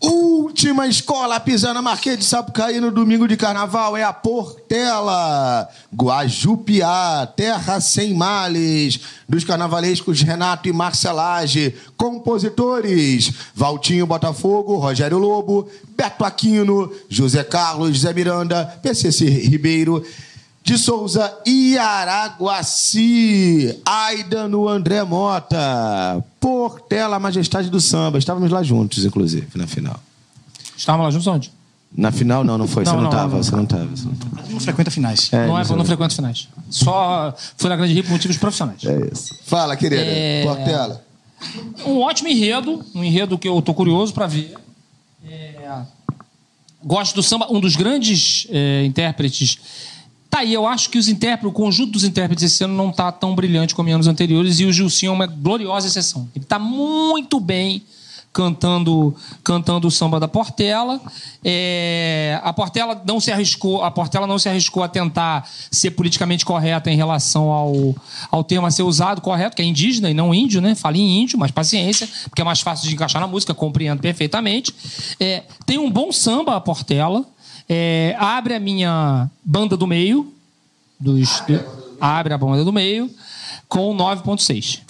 [SPEAKER 1] Última escola a pisar na Marquês de Sapucaí no domingo de carnaval é a Portela. Guajupiá, terra sem males. Dos carnavalescos Renato e Marcelage. Compositores: Valtinho Botafogo, Rogério Lobo, Beto Aquino, José Carlos, Zé Miranda, P C C Ribeiro de Souza e Araguaci. Aidano André Mota. Portela, Majestade do Samba. Estávamos lá juntos, inclusive, na final.
[SPEAKER 3] Estávamos lá juntos onde?
[SPEAKER 1] Na final, não, não foi.
[SPEAKER 3] Não,
[SPEAKER 1] você não
[SPEAKER 3] não,
[SPEAKER 1] estava,
[SPEAKER 3] não, não.
[SPEAKER 1] você não estava. Você não tava.
[SPEAKER 2] Não frequenta finais.
[SPEAKER 3] É, não é, não frequento finais. Só fui na Grande Rio por motivos profissionais.
[SPEAKER 1] É isso. Fala, querida.
[SPEAKER 3] É...
[SPEAKER 1] Portela.
[SPEAKER 3] Um ótimo enredo, um enredo que eu tô curioso para ver. É... Gosto do samba, um dos grandes é, intérpretes. Tá aí, eu acho que os intérpretes, o conjunto dos intérpretes esse ano não tá tão brilhante como em anos anteriores, e o Gilcinho é uma gloriosa exceção. Ele tá muito bem cantando, cantando o samba da Portela. É, a Portela não se arriscou, a Portela não se arriscou a tentar ser politicamente correta em relação ao, ao termo a ser usado, correto, que é indígena e não índio, né? Fala em índio, mas paciência, porque é mais fácil de encaixar na música, compreendo perfeitamente. É, tem um bom samba a Portela. É, abre a minha banda do meio, dos, do, abre a banda do meio, com nove ponto seis.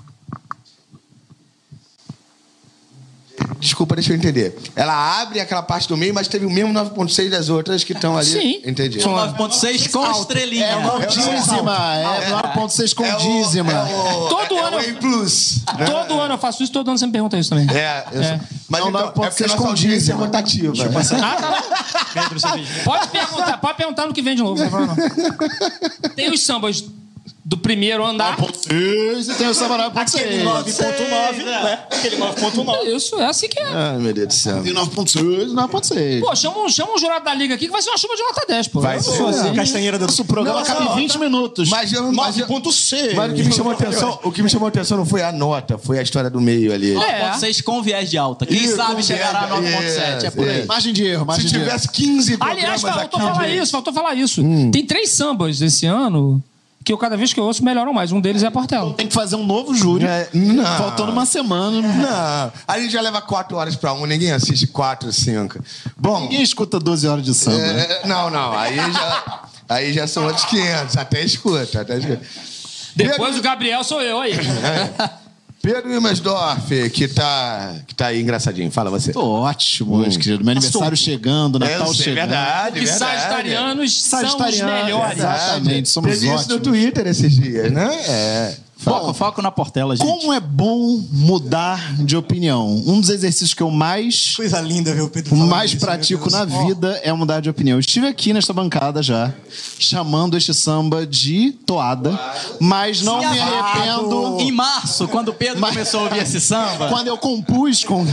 [SPEAKER 1] Desculpa, deixa eu entender. Ela abre aquela parte do meio, mas teve o mesmo nove ponto seis das outras que estão ali.
[SPEAKER 3] Sim.
[SPEAKER 1] Entendi.
[SPEAKER 5] São nove ponto seis com estrelinha.
[SPEAKER 4] É o dízima, é nove ponto seis com dízima.
[SPEAKER 3] Todo ano
[SPEAKER 1] É o A Plus.
[SPEAKER 3] Todo ano eu faço isso, todo ano você me pergunta isso também.
[SPEAKER 1] É, eu
[SPEAKER 3] É.
[SPEAKER 1] sei. Mas
[SPEAKER 4] Não,
[SPEAKER 1] então,
[SPEAKER 4] nove ponto
[SPEAKER 1] é porque a
[SPEAKER 4] seis
[SPEAKER 1] nossa
[SPEAKER 4] com
[SPEAKER 1] audiência é
[SPEAKER 4] dízima.
[SPEAKER 1] rotativa.
[SPEAKER 3] Ah, tá.
[SPEAKER 2] Pedro Cervejeiro.
[SPEAKER 3] Pode perguntar, pode perguntar no que vem de novo. Não tem problema, não. Tem os sambas do primeiro andar.
[SPEAKER 4] seis e tem o samba nove ponto seis.
[SPEAKER 2] nove ponto nove, né? Aquele nove ponto nove.
[SPEAKER 3] Isso, é assim que é.
[SPEAKER 1] Ai, meu Deus do céu.
[SPEAKER 4] Tem nove ponto seis, nove ponto seis.
[SPEAKER 3] Pô, chama, um- chama um jurado da liga aqui que vai ser uma chuva de nota dez, pô.
[SPEAKER 1] Vai
[SPEAKER 3] Eu não
[SPEAKER 1] ser.
[SPEAKER 3] sou assim.
[SPEAKER 2] Castanheira do
[SPEAKER 4] Nosso programa
[SPEAKER 1] Não,
[SPEAKER 4] acaba
[SPEAKER 1] não,
[SPEAKER 4] em vinte minutos.
[SPEAKER 1] Mas, eu, mas, eu,
[SPEAKER 2] nove ponto seis.
[SPEAKER 1] mas o que me chamou a atenção, o que me chamou a atenção não foi a nota, foi a história do meio ali.
[SPEAKER 3] É.
[SPEAKER 5] nove ponto seis com viés de alta. Quem
[SPEAKER 1] Isso,
[SPEAKER 5] sabe
[SPEAKER 1] com
[SPEAKER 5] chegará a
[SPEAKER 1] viés,
[SPEAKER 5] nove ponto sete. É por aí.
[SPEAKER 1] é.
[SPEAKER 4] Margem de erro,
[SPEAKER 1] Se
[SPEAKER 4] margem de erro.
[SPEAKER 1] tivesse quinze
[SPEAKER 3] Aliás,
[SPEAKER 1] programas
[SPEAKER 3] faltou
[SPEAKER 1] aqui...
[SPEAKER 3] falar
[SPEAKER 1] de-
[SPEAKER 3] isso, faltou falar isso. Tem três sambas esse ano que eu, cada vez que eu ouço, melhoram mais. Um deles é a Portela.
[SPEAKER 4] Tem que fazer um novo júri.
[SPEAKER 1] É, não.
[SPEAKER 4] Faltando uma semana.
[SPEAKER 1] Não, a gente já leva quatro horas pra um, ninguém assiste quatro, cinco. Bom,
[SPEAKER 4] Ninguém escuta doze horas de samba.
[SPEAKER 1] é, não, não, aí já, aí já são outros quinhentos, até escuta, até escuta.
[SPEAKER 3] Depois
[SPEAKER 1] Pedro,
[SPEAKER 3] o Gabriel sou eu aí.
[SPEAKER 1] Pedro Imersdorf, que tá, que tá aí engraçadinho, fala você.
[SPEAKER 4] Tô ótimo, meus queridos. Meu aniversário chegando, Natal
[SPEAKER 1] Eu sei,
[SPEAKER 4] chegando.
[SPEAKER 1] verdade,
[SPEAKER 3] Que
[SPEAKER 1] verdade.
[SPEAKER 3] sagitarianos são os
[SPEAKER 4] Sagitariano,
[SPEAKER 3] melhores.
[SPEAKER 4] Exatamente, somos
[SPEAKER 1] Teve isso no
[SPEAKER 4] ótimos.
[SPEAKER 1] Twitter esses dias, né? É.
[SPEAKER 5] Foco, foco na Portela, gente.
[SPEAKER 4] Como é bom mudar de opinião. Um dos exercícios que eu mais
[SPEAKER 2] Coisa linda ver o Pedro falando
[SPEAKER 4] mais
[SPEAKER 2] isso,
[SPEAKER 4] pratico
[SPEAKER 2] meu
[SPEAKER 4] na
[SPEAKER 2] Deus.
[SPEAKER 4] vida é mudar de opinião. Eu estive aqui nesta bancada já, chamando este samba de toada, mas não me arrependo.
[SPEAKER 5] Em março, quando o Pedro começou a ouvir esse samba.
[SPEAKER 4] Quando eu compus com.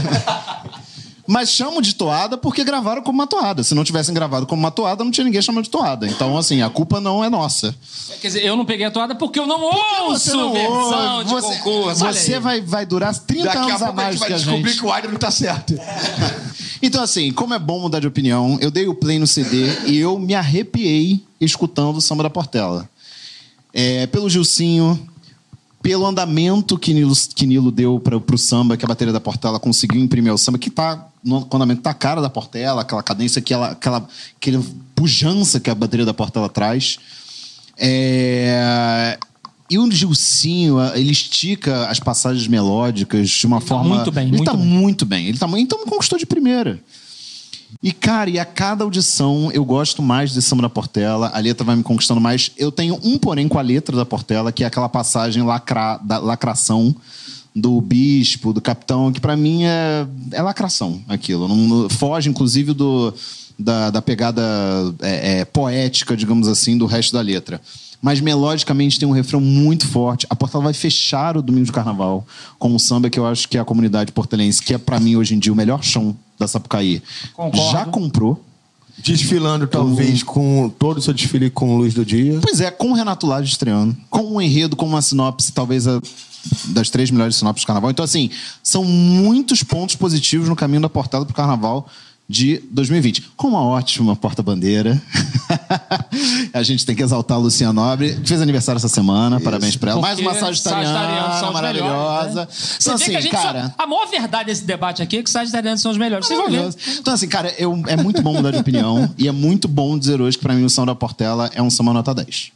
[SPEAKER 4] Mas chamo de toada porque gravaram como uma toada. Se não tivessem gravado como uma toada, não tinha ninguém chamando de toada. Então, assim, a culpa não é nossa.
[SPEAKER 3] Quer dizer, eu não peguei a toada porque eu não ouço
[SPEAKER 4] não
[SPEAKER 3] versão
[SPEAKER 4] ouve,
[SPEAKER 3] de
[SPEAKER 4] você,
[SPEAKER 3] concurso. Olha
[SPEAKER 4] Você
[SPEAKER 3] aí.
[SPEAKER 4] vai, vai durar trinta
[SPEAKER 1] Daqui a
[SPEAKER 4] anos a
[SPEAKER 1] pouco a
[SPEAKER 4] mais
[SPEAKER 1] gente vai
[SPEAKER 4] que a
[SPEAKER 1] descobrir
[SPEAKER 4] gente.
[SPEAKER 1] que o Aider não tá certo.
[SPEAKER 4] Então, assim, como é bom mudar de opinião, eu dei o play no C D e eu me arrepiei escutando o samba da Portela. É, pelo Gilcinho, pelo andamento que Nilo, que Nilo deu para o samba, que a bateria da Portela conseguiu imprimir ao samba, que tá no o andamento tá a cara da Portela, aquela cadência, que ela, aquela, aquela pujança que a bateria da Portela traz. É... E o Gilcinho, ele estica as passagens melódicas de uma forma...
[SPEAKER 3] muito bem,
[SPEAKER 4] ele
[SPEAKER 3] muito
[SPEAKER 4] tá
[SPEAKER 3] bem.
[SPEAKER 4] muito bem. Ele tá, então conquistou de primeira. E, cara, e a cada audição eu gosto mais desse samba da Portela, a letra vai me conquistando mais. Eu tenho um porém com a letra da Portela, que é aquela passagem lacra, da lacração do bispo, do capitão, que pra mim é, é lacração aquilo. Não, foge, inclusive, do, da, da pegada é, é, poética, digamos assim, do resto da letra. Mas melodicamente tem um refrão muito forte. A Portela vai fechar o Domingo de Carnaval com um samba que eu acho que a comunidade portelense, que é pra mim hoje em dia o melhor chão da Sapucaí,
[SPEAKER 3] Concordo.
[SPEAKER 4] já comprou.
[SPEAKER 1] Desfilando, talvez, com todo o seu desfile com luz do dia.
[SPEAKER 4] Pois é, com o Renato Lage estreando, com um enredo, com uma sinopse, talvez a, das três melhores sinopses do Carnaval. Então, assim, são muitos pontos positivos no caminho da Portela pro Carnaval de dois mil e vinte. Com uma ótima porta-bandeira. A gente tem que exaltar a Lucinha Nobre, que fez aniversário essa semana. Isso. Parabéns pra ela. Mais uma sagitariana maravilhosa.
[SPEAKER 3] Melhores, né?
[SPEAKER 4] Então, assim,
[SPEAKER 3] a, gente
[SPEAKER 4] cara...
[SPEAKER 3] só... a maior verdade desse debate aqui é que sagitarianos são os melhores. Vocês vão ver.
[SPEAKER 4] Então, assim, cara, eu, é muito bom mudar de opinião. E é muito bom dizer hoje que, pra mim, o Samba da Portela é um samba nota dez.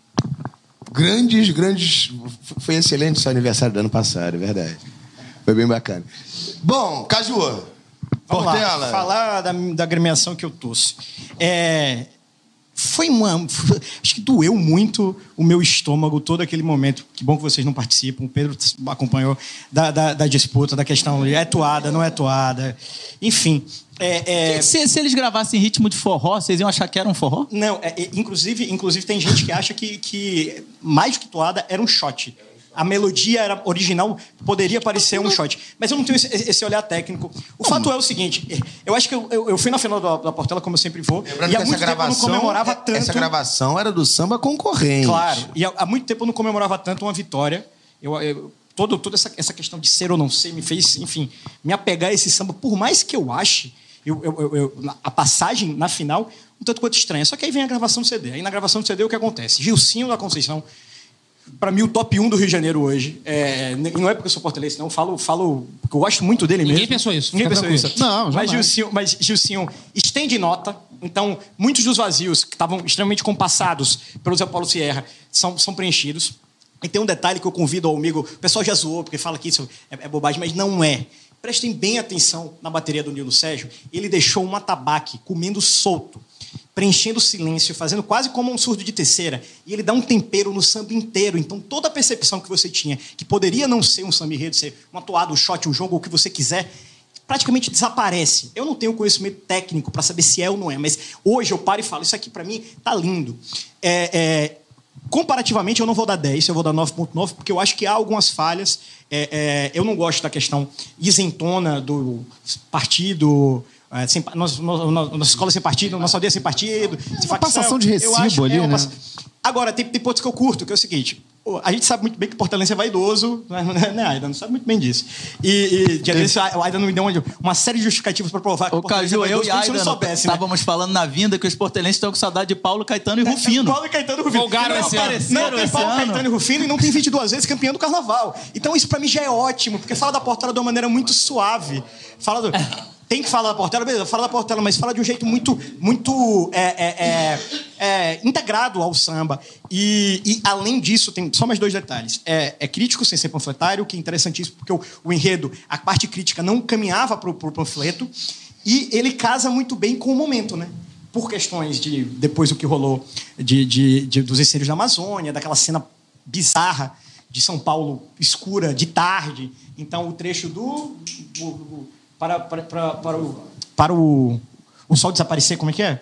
[SPEAKER 1] Grandes, grandes... Foi excelente o seu aniversário do ano passado, é verdade. Foi bem bacana. Bom, Caju, Portela.
[SPEAKER 2] Lá, falar da, da agremiação que eu torço. É... Foi uma... Acho que doeu muito o meu estômago todo aquele momento. Que bom que vocês não participam. O Pedro acompanhou da, da, da disputa, da questão é toada, não é toada. Enfim. É, é...
[SPEAKER 5] Se, se eles gravassem em ritmo de forró, vocês iam achar que era um forró?
[SPEAKER 2] Não, é, é, inclusive, inclusive tem gente que acha que, que mais do que toada era um shot. A melodia era original, poderia parecer um shot. Mas eu não tenho esse, esse olhar técnico. O fato é o seguinte, eu acho que eu, eu, eu fui na final da, da Portela, como eu sempre vou,
[SPEAKER 1] Lembrando
[SPEAKER 2] e há
[SPEAKER 1] que
[SPEAKER 2] muito
[SPEAKER 1] essa
[SPEAKER 2] tempo eu não
[SPEAKER 1] gravação,
[SPEAKER 2] comemorava tanto...
[SPEAKER 1] Essa gravação era do samba concorrente.
[SPEAKER 2] Claro, e há, há muito tempo eu não comemorava tanto uma vitória. Eu, eu, todo, toda essa, essa questão de ser ou não ser me fez, enfim, me apegar a esse samba. Por mais que eu ache, eu, eu, eu, a passagem na final, um tanto quanto estranha. Só que aí vem a gravação do C D. Aí na gravação do C D o que acontece? Gilcinho da Conceição... Para mim, o top um do Rio de Janeiro hoje. É, não é porque eu sou portelense, não. Falo, falo porque eu gosto muito dele mesmo.
[SPEAKER 3] Ninguém pensou isso.
[SPEAKER 2] Ninguém pensou
[SPEAKER 3] tranquilo.
[SPEAKER 2] isso.
[SPEAKER 4] Não,
[SPEAKER 2] mas Gilcinho, mas Gilcinho estende nota. Então, muitos dos vazios que estavam extremamente compassados pelo Zé Paulo Sierra são, são preenchidos. E tem um detalhe que eu convido ao amigo... O pessoal já zoou, porque fala que isso é, é bobagem, mas não é. Prestem bem atenção na bateria do Nilo Sérgio. Ele deixou um atabaque comendo solto, preenchendo o silêncio, fazendo quase como um surdo de terceira. E ele dá um tempero no samba inteiro. Então, toda a percepção que você tinha, que poderia não ser um samba enredo, ser uma toada, um shot, um jogo, o que você quiser, praticamente desaparece. Eu não tenho conhecimento técnico para saber se é ou não é, mas hoje eu paro e falo, isso aqui para mim tá lindo. É, é, comparativamente, eu não vou dar dez, eu vou dar nove ponto nove, porque eu acho que há algumas falhas. É, é, eu não gosto da questão isentona do partido... É, sem, nossa, nossa escola sem partido, nossa aldeia sem partido.
[SPEAKER 4] É uma passação de recibo acho, ali, é, né? Pass...
[SPEAKER 2] Agora, tem, tem pontos que eu curto, que é o seguinte... A gente sabe muito bem que portelense é vaidoso, né, Aida? Não sabe muito bem disso. E, e dia desse, o Aida não me deu uma, uma série de justificativos para provar que
[SPEAKER 5] o
[SPEAKER 2] portelense é vaidoso,
[SPEAKER 5] eu e Aida
[SPEAKER 2] não soubesse,
[SPEAKER 5] estávamos
[SPEAKER 2] né?
[SPEAKER 5] falando na vinda que os portelenses estão com saudade de Paulo, Caetano e Rufino.
[SPEAKER 2] É, Paulo, Caetano e Rufino.
[SPEAKER 3] Folgaram esse ano.
[SPEAKER 2] Não tem
[SPEAKER 5] esse
[SPEAKER 2] Paulo,
[SPEAKER 5] ano.
[SPEAKER 2] Caetano e Rufino e não tem vinte e duas vezes campeão do Carnaval. Então isso para mim já é ótimo, porque fala da Portela de uma maneira muito suave. Fala do... Tem que falar da Portela, beleza, fala da Portela, mas fala de um jeito muito, muito é, é, é, é, integrado ao samba. E, e, além disso, tem só mais dois detalhes. É, é crítico sem ser panfletário, que é interessantíssimo, porque o, o enredo, a parte crítica não caminhava para o panfleto, e ele casa muito bem com o momento, né? Por questões de, depois do que rolou de, de, de, dos incêndios da Amazônia, daquela cena bizarra de São Paulo escura, de tarde. Então, o trecho do... do, do Para, para, para, para, o, para o, o sol desaparecer, como é que é?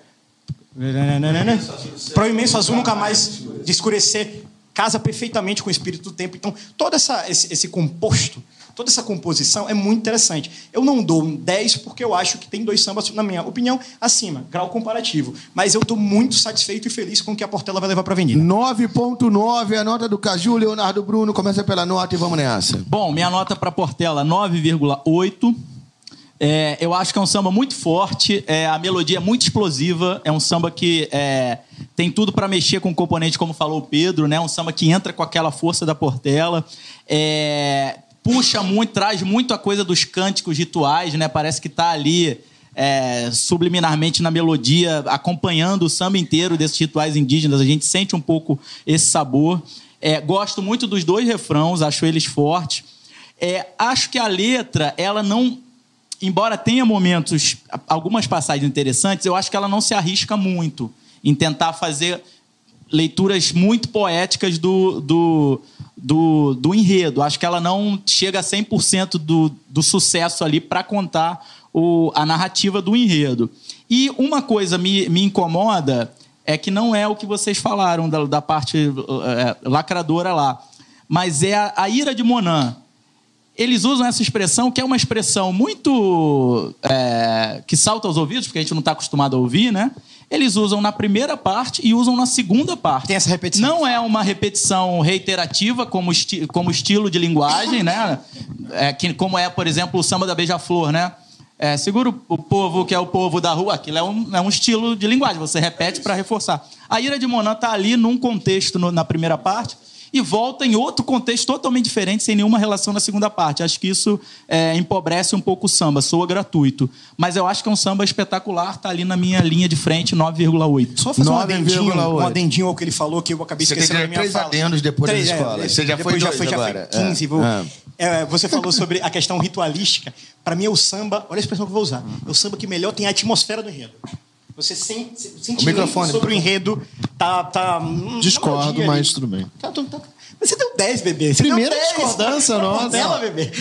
[SPEAKER 2] Para o imenso azul nunca mais de escurecer, casa perfeitamente com o espírito do tempo. Então, todo essa, esse, esse composto, toda essa composição é muito interessante. Eu não dou um dez porque eu acho que tem dois sambas, na minha opinião, acima, grau comparativo. Mas eu estou muito satisfeito e feliz com o que a Portela vai levar para a Avenida.
[SPEAKER 1] nove ponto nove, a nota do Caju, Leonardo Bruno. Começa pela nota e vamos nessa.
[SPEAKER 5] Bom, minha nota para Portela, nove vírgula oito. É, eu acho que é um samba muito forte, é, a melodia é muito explosiva, é um samba que é, tem tudo para mexer com o componente, como falou o Pedro, né? Um samba que entra com aquela força da Portela, é, puxa muito, traz muito a coisa dos cânticos rituais, né? Parece que está ali é, subliminarmente na melodia, acompanhando o samba inteiro desses rituais indígenas, a gente sente um pouco esse sabor. É, gosto muito dos dois refrãos, acho eles fortes. É, acho que a letra, ela não... Embora tenha momentos, algumas passagens interessantes, eu acho que ela não se arrisca muito em tentar fazer leituras muito poéticas do, do, do, do enredo. Acho que ela não chega a cem por cento do, do sucesso ali para contar o, a narrativa do enredo. E uma coisa me, me incomoda é que não é o que vocês falaram da, da parte é, lacradora lá, mas é a, a ira de Monan. Eles usam essa expressão, que é uma expressão muito... É, que salta aos ouvidos, porque a gente não está acostumado a ouvir, né? Eles usam na primeira parte e usam na segunda parte.
[SPEAKER 2] Tem essa repetição.
[SPEAKER 5] Não é uma repetição reiterativa, como, esti como estilo de linguagem, né? É, que, como é, por exemplo, o samba da Beija-Flor, né? É, segura o povo, que é o povo da rua. Aquilo é um, é um estilo de linguagem. Você repete para reforçar. A ira de Monan está ali num contexto no, na primeira parte e volta em outro contexto totalmente diferente, sem nenhuma relação na segunda parte. Acho que isso é, empobrece um pouco o samba, soa gratuito. Mas eu acho que é um samba espetacular, está ali na minha linha de frente, nove vírgula oito.
[SPEAKER 2] Só fazer um adendinho, um adendinho ao que ele falou, que eu acabei
[SPEAKER 1] Você
[SPEAKER 2] esquecendo
[SPEAKER 1] tem
[SPEAKER 2] da minha
[SPEAKER 1] três
[SPEAKER 2] fala.
[SPEAKER 1] adendos depois
[SPEAKER 2] três,
[SPEAKER 1] da escola.
[SPEAKER 2] É,
[SPEAKER 1] Você já foi
[SPEAKER 2] depois já
[SPEAKER 1] dois
[SPEAKER 2] foi, já
[SPEAKER 1] agora.
[SPEAKER 2] foi quinze.
[SPEAKER 1] É.
[SPEAKER 2] Vou...
[SPEAKER 1] É.
[SPEAKER 2] É, você falou sobre a questão ritualística. Para mim, é o samba... Olha a expressão que eu vou usar. É o samba que melhor tem a atmosfera do enredo. Você sente, sente
[SPEAKER 1] O microfone.
[SPEAKER 2] sobre o enredo. Tá, tá, hum,
[SPEAKER 4] Discordo,
[SPEAKER 2] melodia
[SPEAKER 4] mas
[SPEAKER 2] ali.
[SPEAKER 4] tudo bem.
[SPEAKER 2] Tá, tá, tá. Você deu dez, bebê. Você
[SPEAKER 4] Primeira
[SPEAKER 2] deu dez.
[SPEAKER 4] discordância nossa.
[SPEAKER 2] Dela, bebê.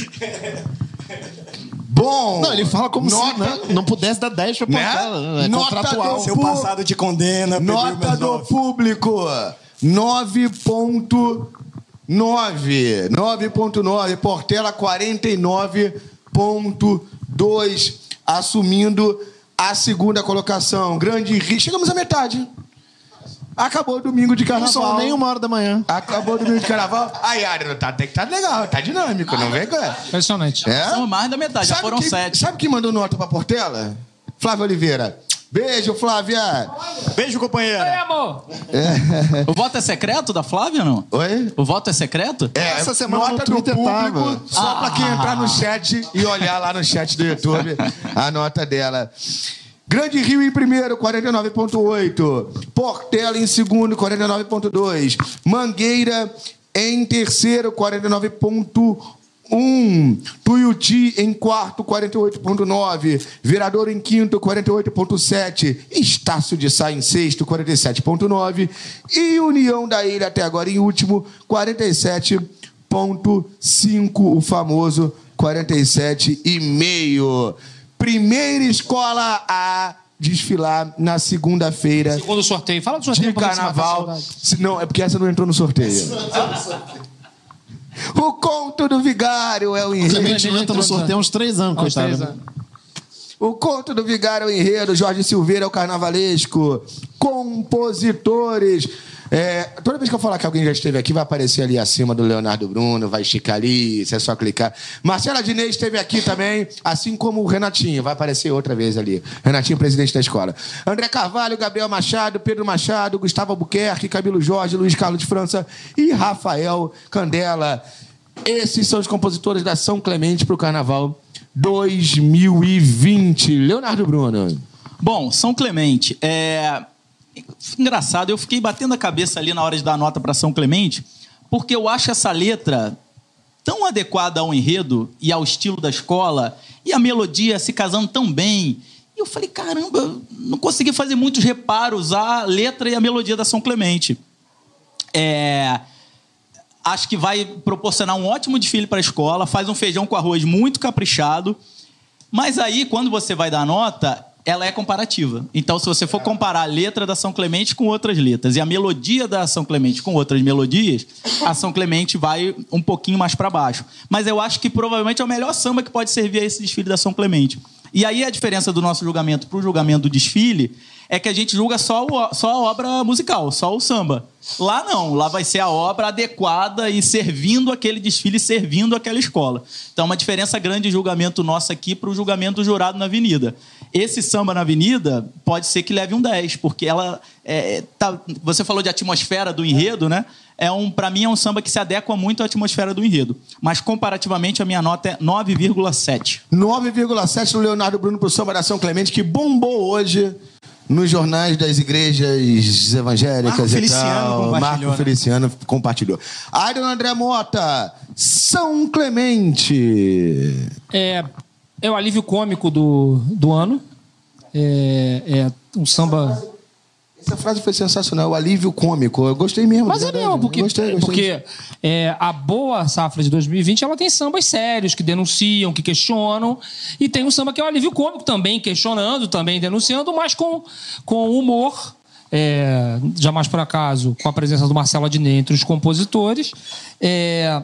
[SPEAKER 1] Bom.
[SPEAKER 4] Não, ele fala como
[SPEAKER 1] nota,
[SPEAKER 4] se né, não pudesse dar dez pra
[SPEAKER 1] Né?
[SPEAKER 4] Portela. É
[SPEAKER 1] Nota
[SPEAKER 4] contratual.
[SPEAKER 1] do-
[SPEAKER 2] Seu passado te condena. bebê,
[SPEAKER 1] Nota
[SPEAKER 2] meus
[SPEAKER 1] do
[SPEAKER 2] nove.
[SPEAKER 1] público, nove ponto nove. nove ponto nove. Portela, quarenta e nove ponto dois. Assumindo a segunda colocação. Grande risco. Chegamos à metade. Acabou o domingo de
[SPEAKER 4] Não
[SPEAKER 1] carnaval.
[SPEAKER 4] são nem uma hora da manhã.
[SPEAKER 1] Acabou o domingo de carnaval. Aí, Ari, tá, tem que tá legal, tá dinâmico, não vem com essa.
[SPEAKER 3] Impressionante.
[SPEAKER 1] É?
[SPEAKER 5] São mais da metade, já foram
[SPEAKER 1] quem,
[SPEAKER 5] sete.
[SPEAKER 1] Sabe quem mandou nota pra Portela? Flávia Oliveira. Beijo, Flávia.
[SPEAKER 2] Beijo, companheira.
[SPEAKER 3] Oi, amor.
[SPEAKER 5] O voto é secreto da Flávia ou não?
[SPEAKER 1] Oi?
[SPEAKER 5] O voto é secreto?
[SPEAKER 1] É,
[SPEAKER 4] Essa semana
[SPEAKER 1] nota
[SPEAKER 4] no Twitter
[SPEAKER 1] do público,
[SPEAKER 4] tava.
[SPEAKER 1] só pra quem entrar no chat e olhar lá no chat do YouTube a nota dela. Grande Rio em primeiro, quarenta e nove ponto oito. Portela em segundo, quarenta e nove ponto dois. Mangueira em terceiro, quarenta e nove ponto um. Tuiuti em quarto, quarenta e oito ponto nove. Vereador em quinto, quarenta e oito ponto sete. Estácio de Sá em sexto, quarenta e sete ponto nove. E União da Ilha até agora em último, quarenta e sete ponto cinco. O famoso quarenta e sete vírgula cinco. Primeira escola a desfilar na segunda-feira
[SPEAKER 3] Segundo sorteio. Fala do sorteio.
[SPEAKER 1] de
[SPEAKER 3] pra ver se mata a
[SPEAKER 1] carnaval.
[SPEAKER 3] saudade.
[SPEAKER 1] Se- Não, é porque essa não entrou no sorteio. O Conto do Vigário é o enredo.
[SPEAKER 4] Clemente não entra no sorteio há uns três anos,
[SPEAKER 3] Há uns
[SPEAKER 4] coitado.
[SPEAKER 3] três
[SPEAKER 4] né?
[SPEAKER 3] anos.
[SPEAKER 1] O Conto do Vigário é o enredo. Jorge Silveira é o carnavalesco. Compositores. É, toda vez que eu falar que alguém já esteve aqui, vai aparecer ali acima do Leonardo Bruno, vai esticar ali, isso é só clicar. Marcela Dinei esteve aqui também, assim como o Renatinho, vai aparecer outra vez ali. Renatinho, presidente da escola. André Carvalho, Gabriel Machado, Pedro Machado, Gustavo Albuquerque, Camilo Jorge, Luiz Carlos de França e Rafael Candela. Esses são os compositores da São Clemente para o Carnaval dois mil e vinte. Leonardo Bruno.
[SPEAKER 5] Bom, São Clemente, é... engraçado, eu fiquei batendo a cabeça ali na hora de dar nota para São Clemente, porque eu acho essa letra tão adequada ao enredo e ao estilo da escola, e a melodia se casando tão bem. E eu falei, caramba, não consegui fazer muitos reparos à letra e à melodia da São Clemente. É... Acho que vai proporcionar um ótimo desfile para a escola, faz um feijão com arroz muito caprichado, mas aí, quando você vai dar nota, ela é comparativa. Então, se você for comparar a letra da São Clemente com outras letras e a melodia da São Clemente com outras melodias, a São Clemente vai um pouquinho mais para baixo. Mas eu acho que provavelmente é o melhor samba que pode servir a esse desfile da São Clemente. E aí a diferença do nosso julgamento para o julgamento do desfile é que a gente julga só, o, só a obra musical, só o samba. Lá não, lá vai ser a obra adequada e servindo aquele desfile, servindo aquela escola. Então, uma diferença grande de julgamento nosso aqui para o julgamento do jurado na Avenida. Esse samba na Avenida pode ser que leve um dez, porque ela... É, tá, você falou de atmosfera do enredo, né? É um, para mim é um samba que se adequa muito à atmosfera do enredo. Mas, comparativamente, a minha nota é nove vírgula sete.
[SPEAKER 1] nove vírgula sete do Leonardo Bruno pro Samba da São Clemente, que bombou hoje nos jornais das igrejas evangélicas
[SPEAKER 2] Marco
[SPEAKER 1] e
[SPEAKER 2] Feliciano
[SPEAKER 1] tal.
[SPEAKER 2] compartilhou,
[SPEAKER 1] Marco
[SPEAKER 2] né?
[SPEAKER 1] Feliciano compartilhou. Ayrton André Mota, São Clemente.
[SPEAKER 3] É, é o alívio cômico do, do ano. É, é um samba...
[SPEAKER 1] Essa frase foi sensacional, o alívio cômico. Eu gostei mesmo.
[SPEAKER 3] Mas
[SPEAKER 1] de
[SPEAKER 3] é
[SPEAKER 1] verdade.
[SPEAKER 3] mesmo, porque,
[SPEAKER 1] Gostei, gostei.
[SPEAKER 3] porque é, a boa safra de dois mil e vinte ela tem sambas sérios, que denunciam, que questionam, e tem um samba que é o alívio cômico também, questionando, também denunciando, mas com, com humor, é, jamais por acaso, com a presença do Marcelo Adnet entre os compositores, é,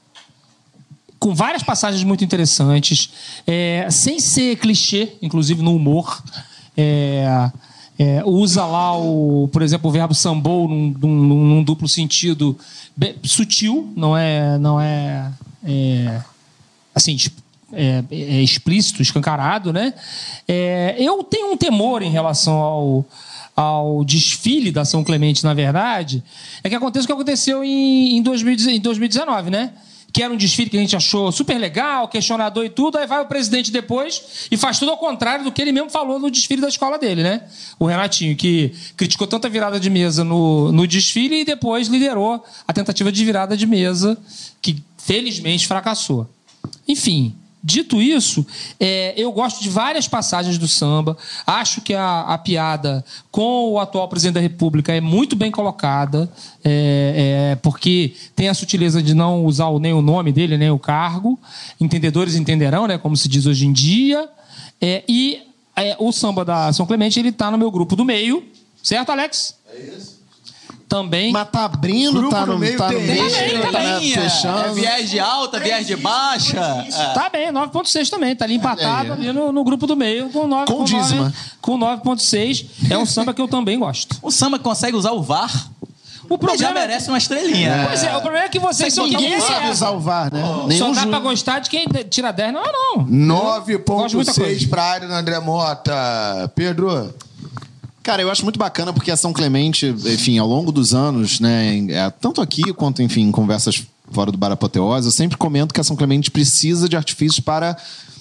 [SPEAKER 3] com várias passagens muito interessantes, é, sem ser clichê, inclusive no humor. É, É, usa lá, o, por exemplo, o verbo sambou num, num, num duplo sentido bem, sutil, não é, não é, é assim, é, é explícito, escancarado, né? É, eu tenho um temor em relação ao, ao desfile da São Clemente, na verdade, é que aconteça o que aconteceu em, em, dois mil e dezenove, né? Que era um desfile que a gente achou super legal, questionador e tudo, aí vai o presidente depois e faz tudo ao contrário do que ele mesmo falou no desfile da escola dele, né? O Renatinho, que criticou tanta virada de mesa no, no desfile e depois liderou a tentativa de virada de mesa, que felizmente fracassou. Enfim, dito isso, é, eu gosto de várias passagens do samba. Acho que a, a piada com o atual presidente da República é muito bem colocada, é, é, porque tem a sutileza de não usar nem o nome dele, nem o cargo. Entendedores entenderão, né, como se diz hoje em dia. É, e é, o samba da São Clemente, ele está no meu grupo do meio. Certo, Alex? É isso. Também.
[SPEAKER 4] Mas tá abrindo,
[SPEAKER 1] Grupo
[SPEAKER 4] tá no,
[SPEAKER 1] no meio
[SPEAKER 4] tá no
[SPEAKER 1] tem.
[SPEAKER 4] meio,
[SPEAKER 3] Também,
[SPEAKER 4] tá
[SPEAKER 3] também.
[SPEAKER 4] fechando.
[SPEAKER 5] É viés de alta, viés de baixa. É.
[SPEAKER 3] Tá bem, nove ponto seis também. Tá ali empatado ali no, no grupo do meio com nove
[SPEAKER 4] Com dízima.
[SPEAKER 3] com nove ponto seis. É um samba que eu também gosto.
[SPEAKER 5] O samba consegue usar o V A R,
[SPEAKER 3] O
[SPEAKER 5] mas já
[SPEAKER 3] problema é...
[SPEAKER 5] merece uma estrelinha.
[SPEAKER 3] Pois é, o problema é que vocês são
[SPEAKER 4] Ninguém
[SPEAKER 3] que
[SPEAKER 4] sabe usar o V A R, né?
[SPEAKER 3] Só
[SPEAKER 4] Nenhum
[SPEAKER 3] dá
[SPEAKER 4] ju-
[SPEAKER 3] pra gostar de quem tira dez. Não, não.
[SPEAKER 1] nove
[SPEAKER 3] Gosto
[SPEAKER 1] ponto
[SPEAKER 3] muita
[SPEAKER 1] seis
[SPEAKER 3] coisa.
[SPEAKER 1] para a área do André Mota. Pedro?
[SPEAKER 4] Cara, eu acho muito bacana porque a São Clemente, enfim, ao longo dos anos, né, em- é, tanto aqui quanto, enfim, em conversas fora do Bar Apoteose, eu sempre comento que a São Clemente precisa de artifícios para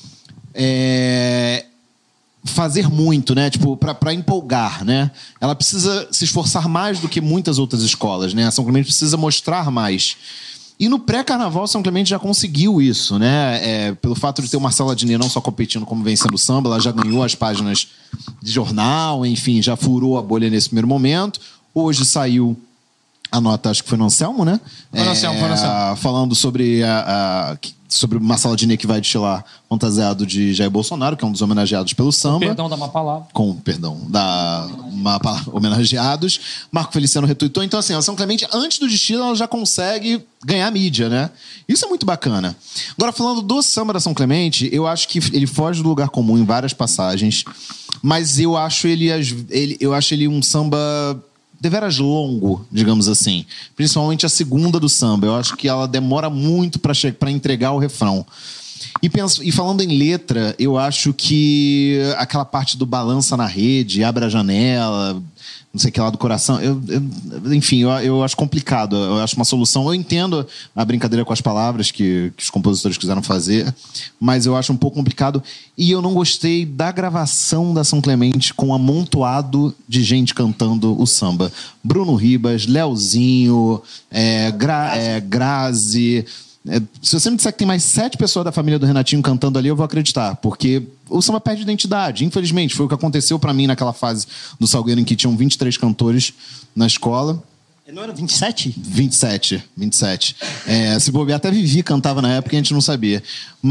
[SPEAKER 4] é, fazer muito, né? Tipo, pra, pra empolgar, né? Ela precisa se esforçar mais do que muitas outras escolas, né? A São Clemente precisa mostrar mais. E no pré-carnaval, São Clemente já conseguiu isso, né? É, pelo fato de ter o Marcelo Adnet não só competindo como vencendo o samba, ela já ganhou as páginas de jornal, enfim, já furou a bolha nesse primeiro momento. Hoje saiu a nota, acho que foi no Anselmo, né?
[SPEAKER 3] Foi no Anselmo, foi no Anselmo.
[SPEAKER 4] Falando sobre a, a- sobre o Marcelo Adnet que vai desfilar fantasiado de Jair Bolsonaro, que é um dos homenageados pelo samba.
[SPEAKER 3] Perdão da má palavra.
[SPEAKER 4] Com, perdão, da uma, palavra, homenageados. Marco Feliciano retuitou. Então, assim, a São Clemente, antes do destino, ela já consegue ganhar mídia, né? Isso é muito bacana. Agora, falando do samba da São Clemente, eu acho que ele foge do lugar comum em várias passagens, mas eu acho ele, as- ele, eu acho ele um samba deveras longo, digamos assim. Principalmente a segunda do samba. Eu acho que ela demora muito para che- para entregar o refrão. E, penso, e falando em letra, eu acho que aquela parte do balança na rede, abre a janela, não sei o que lá do coração, eu, eu- enfim, eu, eu acho complicado. Eu acho uma solução. Eu entendo a brincadeira com as palavras que, que os compositores quiseram fazer, mas eu acho um pouco complicado. E eu não gostei da gravação da São Clemente com um amontoado de gente cantando o samba. Bruno Ribas, Leozinho, é, Gra, é, Grazi. É, se você me disser que tem mais sete pessoas da família do Renatinho cantando ali, eu vou acreditar, porque o samba perde identidade. Infelizmente, foi o que aconteceu pra mim naquela fase do Salgueiro em que tinham vinte e três cantores na escola.
[SPEAKER 2] Não era vinte e sete?
[SPEAKER 4] vinte e sete, vinte e sete. É, se bobear, até Vivi cantava na época e a gente não sabia.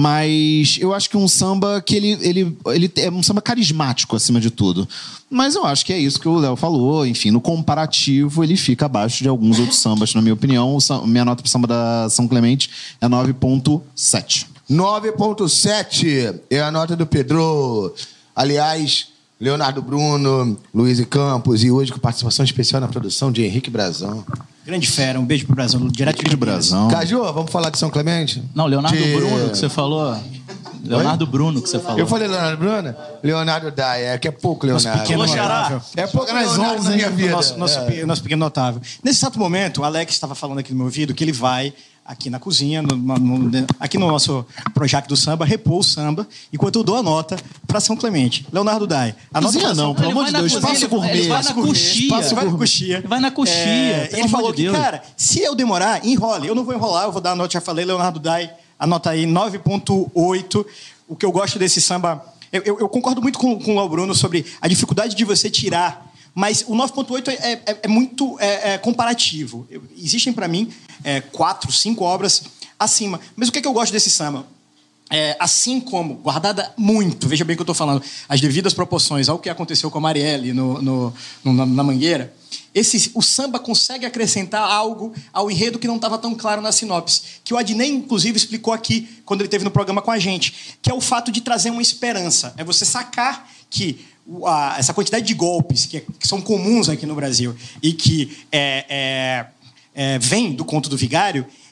[SPEAKER 4] Mas eu acho que um samba que ele, ele, ele é um samba carismático acima de tudo. Mas eu acho que é isso que o Léo falou. Enfim, no comparativo, ele fica abaixo de alguns outros sambas, na minha opinião. O sam- minha nota pro samba da São Clemente é nove ponto sete.
[SPEAKER 1] nove ponto sete é a nota do Pedro. Aliás, Leonardo Bruno, Luiz e Campos, e hoje com participação especial na produção de Henrique Brazão.
[SPEAKER 2] Grande fera, um beijo pro Brasil, direto de
[SPEAKER 4] De
[SPEAKER 2] Campinas.
[SPEAKER 4] Brasão.
[SPEAKER 1] Caju, vamos falar de São Clemente?
[SPEAKER 5] Não, Leonardo
[SPEAKER 1] De-
[SPEAKER 5] Bruno, que você falou. Leonardo Bruno, que você falou.
[SPEAKER 1] Eu falei Leonardo Bruno? Leonardo Dai, é que é pouco Leonardo.
[SPEAKER 2] pequeno
[SPEAKER 5] Alô, Xará.
[SPEAKER 2] notável.
[SPEAKER 1] É pouco
[SPEAKER 4] Nas
[SPEAKER 1] Leonardo
[SPEAKER 4] onze,
[SPEAKER 1] na minha
[SPEAKER 4] hein?
[SPEAKER 1] vida.
[SPEAKER 2] Nosso, nosso, pe- nosso pequeno notável. Nesse exato momento, o Alex estava falando aqui no meu ouvido que ele vai aqui na cozinha, no- no- aqui no nosso Projac do Samba, repor o samba, enquanto eu dou a nota para São Clemente. Leonardo Dai. A nota
[SPEAKER 4] Cozinha
[SPEAKER 2] pra São
[SPEAKER 4] não, pelo
[SPEAKER 5] Ele
[SPEAKER 4] amor
[SPEAKER 5] vai
[SPEAKER 4] de
[SPEAKER 5] na
[SPEAKER 4] Deus,
[SPEAKER 5] cozinha,
[SPEAKER 4] espaço
[SPEAKER 5] ele-
[SPEAKER 4] gourmet.
[SPEAKER 5] ele vai na
[SPEAKER 2] Espaço gourmet,
[SPEAKER 5] coxia.
[SPEAKER 2] espaço vai na coxia.
[SPEAKER 5] Ele vai na coxia,
[SPEAKER 2] É,
[SPEAKER 5] pelo
[SPEAKER 2] ele
[SPEAKER 5] amor
[SPEAKER 2] falou
[SPEAKER 5] de
[SPEAKER 2] que,
[SPEAKER 5] Deus.
[SPEAKER 2] cara, se eu demorar, enrole. Eu não vou enrolar, eu vou dar a nota, já falei, Leonardo Dai, anota aí, nove ponto oito. O que eu gosto desse samba... Eu, eu- eu concordo muito com, com o Léo Bruno sobre a dificuldade de você tirar, mas o nove ponto oito é, é- é muito é, é comparativo. Eu- existem, para mim, é, quatro, cinco obras acima. Mas o que, é que eu gosto desse samba? É, assim como, guardada muito, veja bem o que eu estou falando, as devidas proporções ao que aconteceu com a Marielle no, no- no- na, na Mangueira, esse, o samba consegue acrescentar algo ao enredo que não estava tão claro na sinopse, que o Adnet, inclusive, explicou aqui, quando ele esteve no programa com a gente, que é o fato de trazer uma esperança. É você sacar que o- a- essa quantidade de golpes que, que são comuns aqui no Brasil e que é, é, é, vem do conto do vigário,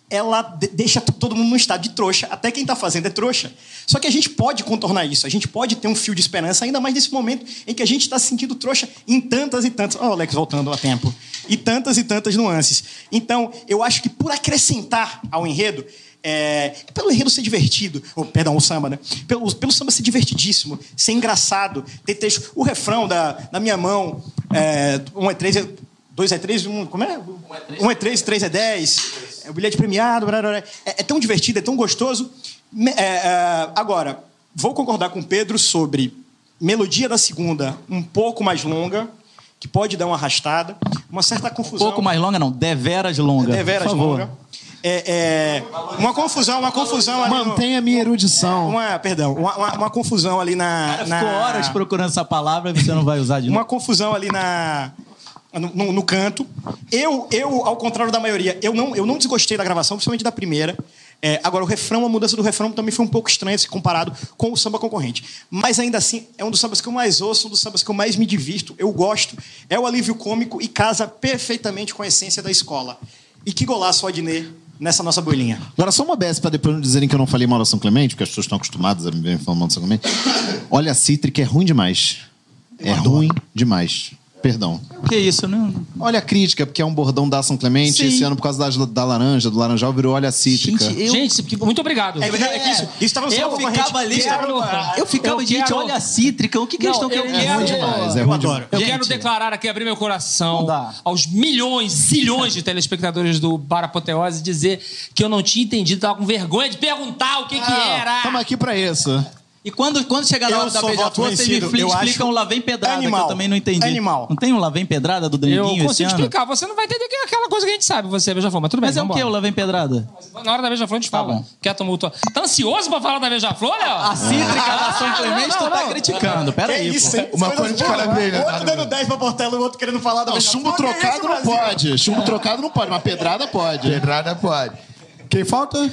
[SPEAKER 2] ela de- deixa t- todo mundo no estado de trouxa. Até quem está fazendo é trouxa. Só que a gente pode contornar isso. A gente pode ter um fio de esperança, ainda mais nesse momento em que a gente está se sentindo trouxa em tantas e tantas... Ó, o Alex voltando a tempo. E tantas e tantas nuances. Então, eu acho que por acrescentar ao enredo... É, pelo enredo ser divertido, ou, perdão, o samba, né? Pelo, pelo samba ser divertidíssimo, ser engraçado, ter texto. O refrão da, da minha mão, é, um é três, é, dois é três, um, como é? Um é três, três é dez, é o bilhete premiado, blá, blá, blá. É, é tão divertido, é tão gostoso. É, é, agora, vou concordar com o Pedro sobre melodia da segunda um pouco mais longa, que pode dar uma arrastada, uma certa confusão.
[SPEAKER 5] Pouco mais longa, não, deveras longa.
[SPEAKER 2] Deveras
[SPEAKER 5] por favor.
[SPEAKER 2] longa. É, é, uma confusão, uma confusão ali.
[SPEAKER 4] Mantenha a minha erudição.
[SPEAKER 2] Uma, perdão, uma, uma, uma confusão ali na.
[SPEAKER 5] Cara,
[SPEAKER 2] na
[SPEAKER 5] ficou horas procurando essa palavra e você não vai usar de novo.
[SPEAKER 2] Uma confusão ali na. No, no, no canto. Eu, eu, ao contrário da maioria, eu não, eu não desgostei da gravação, principalmente da primeira. É, agora, o refrão, a mudança do refrão também foi um pouco estranha se comparado com o samba concorrente. Mas ainda assim, é um dos sambas que eu mais ouço, um dos sambas que eu mais me divirto, eu gosto. É o alívio cômico e casa perfeitamente com a essência da escola. E que golaço o Adnet nessa nossa bolinha.
[SPEAKER 4] Agora, só uma B S para depois não dizerem que eu não falei mal da São Clemente, porque as pessoas estão acostumadas a me verem falando mal da São Clemente. Olha a Cítrica, é ruim demais. É ruim demais. Perdão.
[SPEAKER 5] Que isso, não...
[SPEAKER 4] Olha a crítica, porque é um bordão da São Clemente.
[SPEAKER 5] Sim.
[SPEAKER 4] Esse ano, por causa da, da laranja, do laranjal, virou Olha a Cítrica.
[SPEAKER 5] Gente, eu-
[SPEAKER 3] Gente, que- muito obrigado.
[SPEAKER 2] É, é que isso, isso estava no
[SPEAKER 5] Eu
[SPEAKER 2] samba concorrente.
[SPEAKER 5] ficava ali,
[SPEAKER 2] Quero-
[SPEAKER 5] eu ficava,
[SPEAKER 3] Eu
[SPEAKER 5] gente,
[SPEAKER 3] quero-
[SPEAKER 5] olha a cítrica, o que, que eles
[SPEAKER 3] Não,
[SPEAKER 5] estão
[SPEAKER 3] eu
[SPEAKER 5] querendo?
[SPEAKER 3] quero-
[SPEAKER 4] ruim demais, é
[SPEAKER 2] Eu
[SPEAKER 4] ruim
[SPEAKER 2] adoro.
[SPEAKER 3] Eu
[SPEAKER 5] Gente.
[SPEAKER 3] quero declarar aqui, abrir meu coração
[SPEAKER 5] Não dá.
[SPEAKER 3] aos milhões, zilhões de telespectadores do Bar Apoteose dizer que eu não tinha entendido, tava com vergonha de perguntar o que que era.
[SPEAKER 4] Estamos aqui para isso.
[SPEAKER 5] E quando, quando chegar na
[SPEAKER 2] Eu
[SPEAKER 5] hora da
[SPEAKER 2] sou voto
[SPEAKER 5] beija-flor, vocês me
[SPEAKER 2] vencido.
[SPEAKER 5] fli-
[SPEAKER 2] Eu
[SPEAKER 5] explicam
[SPEAKER 2] acho
[SPEAKER 5] o Lá Vem Pedrada,
[SPEAKER 2] animal.
[SPEAKER 5] que eu também não entendi.
[SPEAKER 2] Animal.
[SPEAKER 5] Não tem um Lá Vem Pedrada do
[SPEAKER 3] Eu
[SPEAKER 5] Dominguinho esse
[SPEAKER 3] consigo
[SPEAKER 5] ano?
[SPEAKER 3] explicar, você não vai entender que é aquela coisa que a gente sabe, você, Beija-Flor, mas tudo bem,
[SPEAKER 5] Mas é o
[SPEAKER 3] vambora.
[SPEAKER 5] que o Lá Vem Pedrada?
[SPEAKER 3] Na hora da Beija-Flor a gente
[SPEAKER 5] Tá
[SPEAKER 3] fala.
[SPEAKER 5] bom.
[SPEAKER 3] Quer tumultuar? Tá ansioso pra falar da Beija-Flor, Léo?
[SPEAKER 5] A cítrica da São Clemente, tu tá criticando. Pera
[SPEAKER 2] É
[SPEAKER 5] aí,
[SPEAKER 2] isso,
[SPEAKER 5] pô.
[SPEAKER 2] hein?
[SPEAKER 1] Uma
[SPEAKER 2] Coisa
[SPEAKER 1] coisa de
[SPEAKER 2] boa.
[SPEAKER 1] cada vez, né?
[SPEAKER 2] O outro dando dez pra Portela e o outro querendo falar da
[SPEAKER 4] Não,
[SPEAKER 2] Beija-Flor.
[SPEAKER 4] chumbo
[SPEAKER 2] Que é
[SPEAKER 4] trocado
[SPEAKER 2] isso,
[SPEAKER 4] não
[SPEAKER 2] Brasil?
[SPEAKER 4] pode. Chumbo trocado não pode, mas pedrada pode.
[SPEAKER 1] Pedrada pode. Quem falta?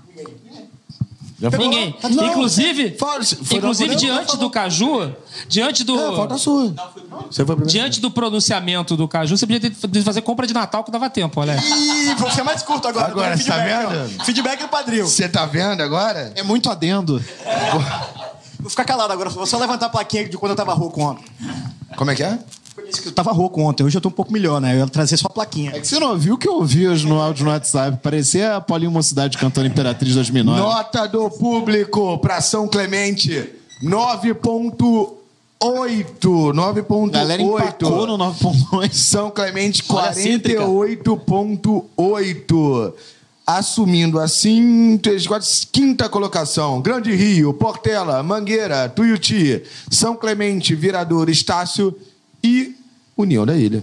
[SPEAKER 1] Já falou?
[SPEAKER 3] Ninguém.
[SPEAKER 1] Não,
[SPEAKER 3] Inclusive,
[SPEAKER 1] fala- foi
[SPEAKER 3] inclusive
[SPEAKER 1] na-
[SPEAKER 3] diante do Caju, diante do...
[SPEAKER 1] É, falta a sua. Você foi primeiro.
[SPEAKER 3] Diante do pronunciamento do Caju, você podia ter de fazer compra de Natal que dava tempo, olha.
[SPEAKER 2] Ih, vou ser mais curto agora.
[SPEAKER 1] Agora,
[SPEAKER 2] Feedback,
[SPEAKER 1] tá vendo?
[SPEAKER 2] ó. Feedback do padrinho.
[SPEAKER 1] Você tá vendo agora?
[SPEAKER 4] É muito adendo.
[SPEAKER 2] Vou ficar calado agora. Vou só levantar a plaquinha de quando eu tava rouco ontem.
[SPEAKER 1] Como é que é?
[SPEAKER 2] Eu disse que eu tava rouco ontem. Hoje eu tô um pouco melhor, né? Eu ia trazer só a plaquinha.
[SPEAKER 4] É que você não ouviu o que eu ouvi hoje no áudio no WhatsApp. Parecia a Paulinho Mocidade cantando Imperatriz dois mil e nove.
[SPEAKER 1] Nota do público para São Clemente, nove ponto oito. nove ponto
[SPEAKER 4] Galera empacou
[SPEAKER 1] oito.
[SPEAKER 4] no nove ponto oito.
[SPEAKER 1] São Clemente,
[SPEAKER 5] Olha a
[SPEAKER 1] quarenta e
[SPEAKER 5] cítrica.
[SPEAKER 1] oito ponto oito. Assumindo assim, três, quatro, quinta colocação. Grande Rio, Portela, Mangueira, Tuiuti, São Clemente, Viradouro, Estácio e União da Ilha.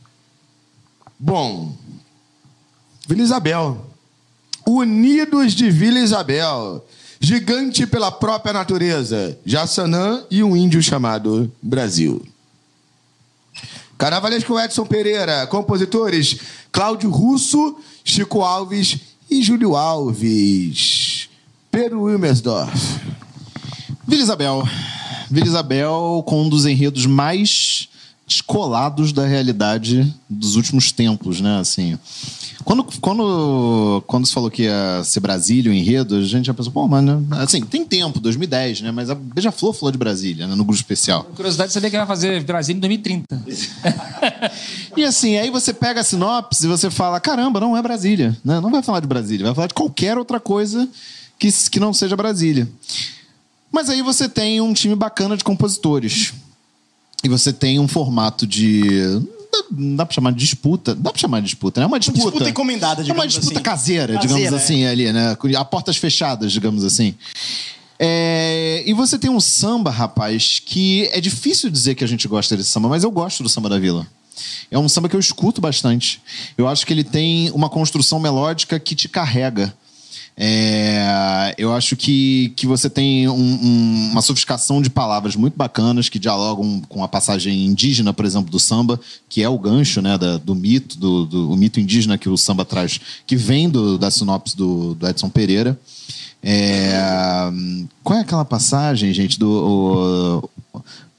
[SPEAKER 1] Bom, Vila Isabel. Unidos de Vila Isabel. Gigante pela própria natureza. Jaçanã e um índio chamado Brasil. Carnavalesco Edson Pereira. Compositores Cláudio Russo, Chico Alves e Júlio Alves. Pedro Wilmersdorf.
[SPEAKER 4] Vila Isabel. Vila Isabel com um dos enredos mais descolados da realidade dos últimos tempos, né? Assim, quando, quando, quando se falou que ia ser Brasília o enredo, a gente já pensou, pô, mano, assim, tem tempo, dois mil e dez, né? Mas a Beija-Flor falou de Brasília, né? No grupo especial.
[SPEAKER 3] Curiosidade de saber que vai fazer Brasília em dois mil e trinta.
[SPEAKER 4] E assim, aí você pega a sinopse e você fala, caramba, não é Brasília, né? Não vai falar de Brasília, vai falar de qualquer outra coisa que, que não seja Brasília. Mas aí você tem um time bacana de compositores. E você tem um formato de... Não dá pra chamar de disputa. Dá pra chamar de disputa, né? É uma disputa.
[SPEAKER 2] disputa encomendada,
[SPEAKER 4] É uma
[SPEAKER 2] digamos
[SPEAKER 4] disputa
[SPEAKER 2] assim.
[SPEAKER 4] caseira,
[SPEAKER 2] Caseira,
[SPEAKER 4] digamos
[SPEAKER 2] é.
[SPEAKER 4] assim, ali, né? A portas fechadas, digamos assim. É, e você tem um samba, rapaz, que é difícil dizer que a gente gosta desse samba, mas eu gosto do Samba da Vila. É um samba que eu escuto bastante. Eu acho que ele tem uma construção melódica que te carrega. É, eu acho que, que você tem um- um- uma sofisticação de palavras muito bacanas que dialogam com a passagem indígena, por exemplo, do samba, que é o gancho, né, da- do mito, do, do- o mito indígena que o samba traz, que vem do- da sinopse do, do Edson Pereira. É, qual é aquela passagem, gente, do... o-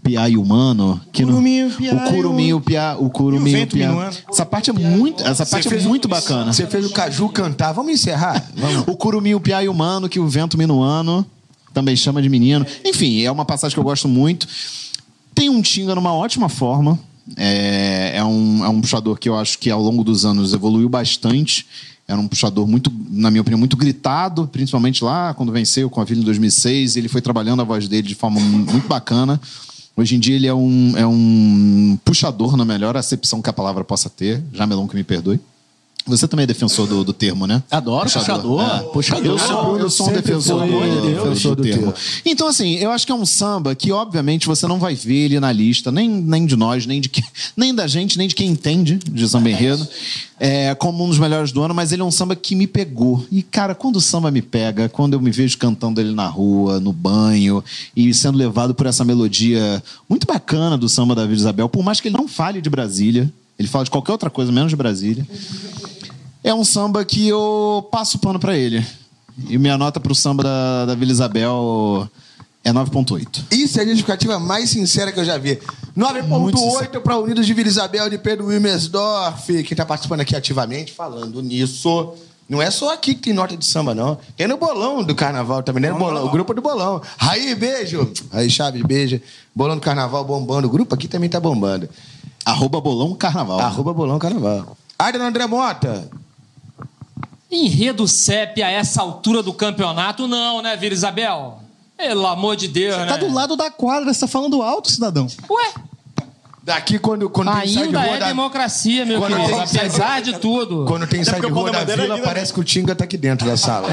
[SPEAKER 4] Piá e Humano. Que
[SPEAKER 2] Curuminho,
[SPEAKER 4] no,
[SPEAKER 2] Piá
[SPEAKER 4] o Curuminho, Piá, o Curuminho,
[SPEAKER 2] E o vento
[SPEAKER 4] Piá.
[SPEAKER 2] minuano.
[SPEAKER 4] Essa parte é muito, essa parte é muito bacana.
[SPEAKER 1] Você fez o Caju cantar. Vamos encerrar? Vamos.
[SPEAKER 4] O Curuminho, Piá e Humano, que o vento minuano também chama de menino. Enfim, é uma passagem que eu gosto muito. Tem um Tinga numa ótima forma. É, é, um, é um puxador que eu acho que ao longo dos anos evoluiu bastante. Era um puxador muito, na minha opinião, muito gritado, principalmente lá quando venceu com a Vila em dois mil e seis. Ele foi trabalhando a voz dele de forma muito bacana. Hoje em dia ele é um, é um puxador, na melhor acepção que a palavra possa ter. Jamelão, que me perdoe. Você também é defensor do, do termo, né?
[SPEAKER 5] Adoro puxador.
[SPEAKER 4] É.
[SPEAKER 5] Puxador.
[SPEAKER 4] Eu sou, eu sou um defensor,
[SPEAKER 1] fui
[SPEAKER 4] do,
[SPEAKER 1] defensor
[SPEAKER 4] do
[SPEAKER 1] do
[SPEAKER 4] termo.
[SPEAKER 1] termo.
[SPEAKER 4] Então, assim, eu acho que é um samba que, obviamente, você não vai ver ele na lista, nem, nem de nós, nem, de que, nem da gente, nem de quem entende de samba enredo, é, como um dos melhores do ano, mas ele é um samba que me pegou. E, cara, quando o samba me pega, quando eu me vejo cantando ele na rua, no banho, e sendo levado por essa melodia muito bacana do samba da Vila Isabel, por mais que ele não fale de Brasília, ele fala de qualquer outra coisa, menos de Brasília. É um samba que eu passo o pano pra ele. E minha nota pro samba da, da Vila Isabel é nove ponto oito.
[SPEAKER 1] Isso é a justificativa mais sincera que eu já vi. nove ponto oito para Unidos de Vila Isabel de Pedro Wilmersdorf, que está participando aqui ativamente, falando nisso. Não é só aqui que tem nota de samba, não. Tem no bolão do carnaval também, né? No bolão, o grupo do bolão. Raí, beijo. Raí Chaves, beijo. Bolão do carnaval bombando. O grupo aqui também tá bombando.
[SPEAKER 4] Arroba Bolão Carnaval.
[SPEAKER 1] Arroba bolão carnaval. Adriano André Mota.
[SPEAKER 3] Enredo sépia a essa altura do campeonato, não, né, Vila Isabel? Pelo amor de Deus,
[SPEAKER 2] Você
[SPEAKER 3] né?
[SPEAKER 2] tá do lado da quadra, você tá falando alto, cidadão.
[SPEAKER 3] Ué,
[SPEAKER 1] Daqui, quando, quando tem ensaio de
[SPEAKER 3] ainda
[SPEAKER 1] rua
[SPEAKER 3] é
[SPEAKER 1] da...
[SPEAKER 3] democracia, meu
[SPEAKER 1] Quando
[SPEAKER 3] querido.
[SPEAKER 1] tem ensaio-
[SPEAKER 3] Apesar de tudo.
[SPEAKER 1] Quando tem ensaio de
[SPEAKER 2] porque o
[SPEAKER 1] rua
[SPEAKER 2] Paulo
[SPEAKER 1] da
[SPEAKER 2] Bandeira
[SPEAKER 1] Vila,
[SPEAKER 2] aqui, né?
[SPEAKER 1] parece que o Tinga tá aqui dentro da sala.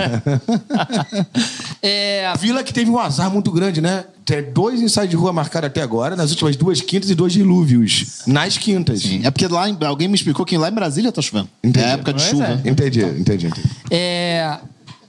[SPEAKER 1] É.
[SPEAKER 3] É,
[SPEAKER 1] A Vila que teve um azar muito grande, né? Tem dois ensaios de rua marcados até agora, nas últimas duas quintas e dois dilúvios. Nas quintas.
[SPEAKER 4] É porque lá em, alguém me explicou que lá em Brasília tá chovendo.
[SPEAKER 1] Entendi.
[SPEAKER 4] É época de
[SPEAKER 3] Pois
[SPEAKER 4] chuva.
[SPEAKER 3] é.
[SPEAKER 1] Entendi, entendi, entendi.
[SPEAKER 3] é,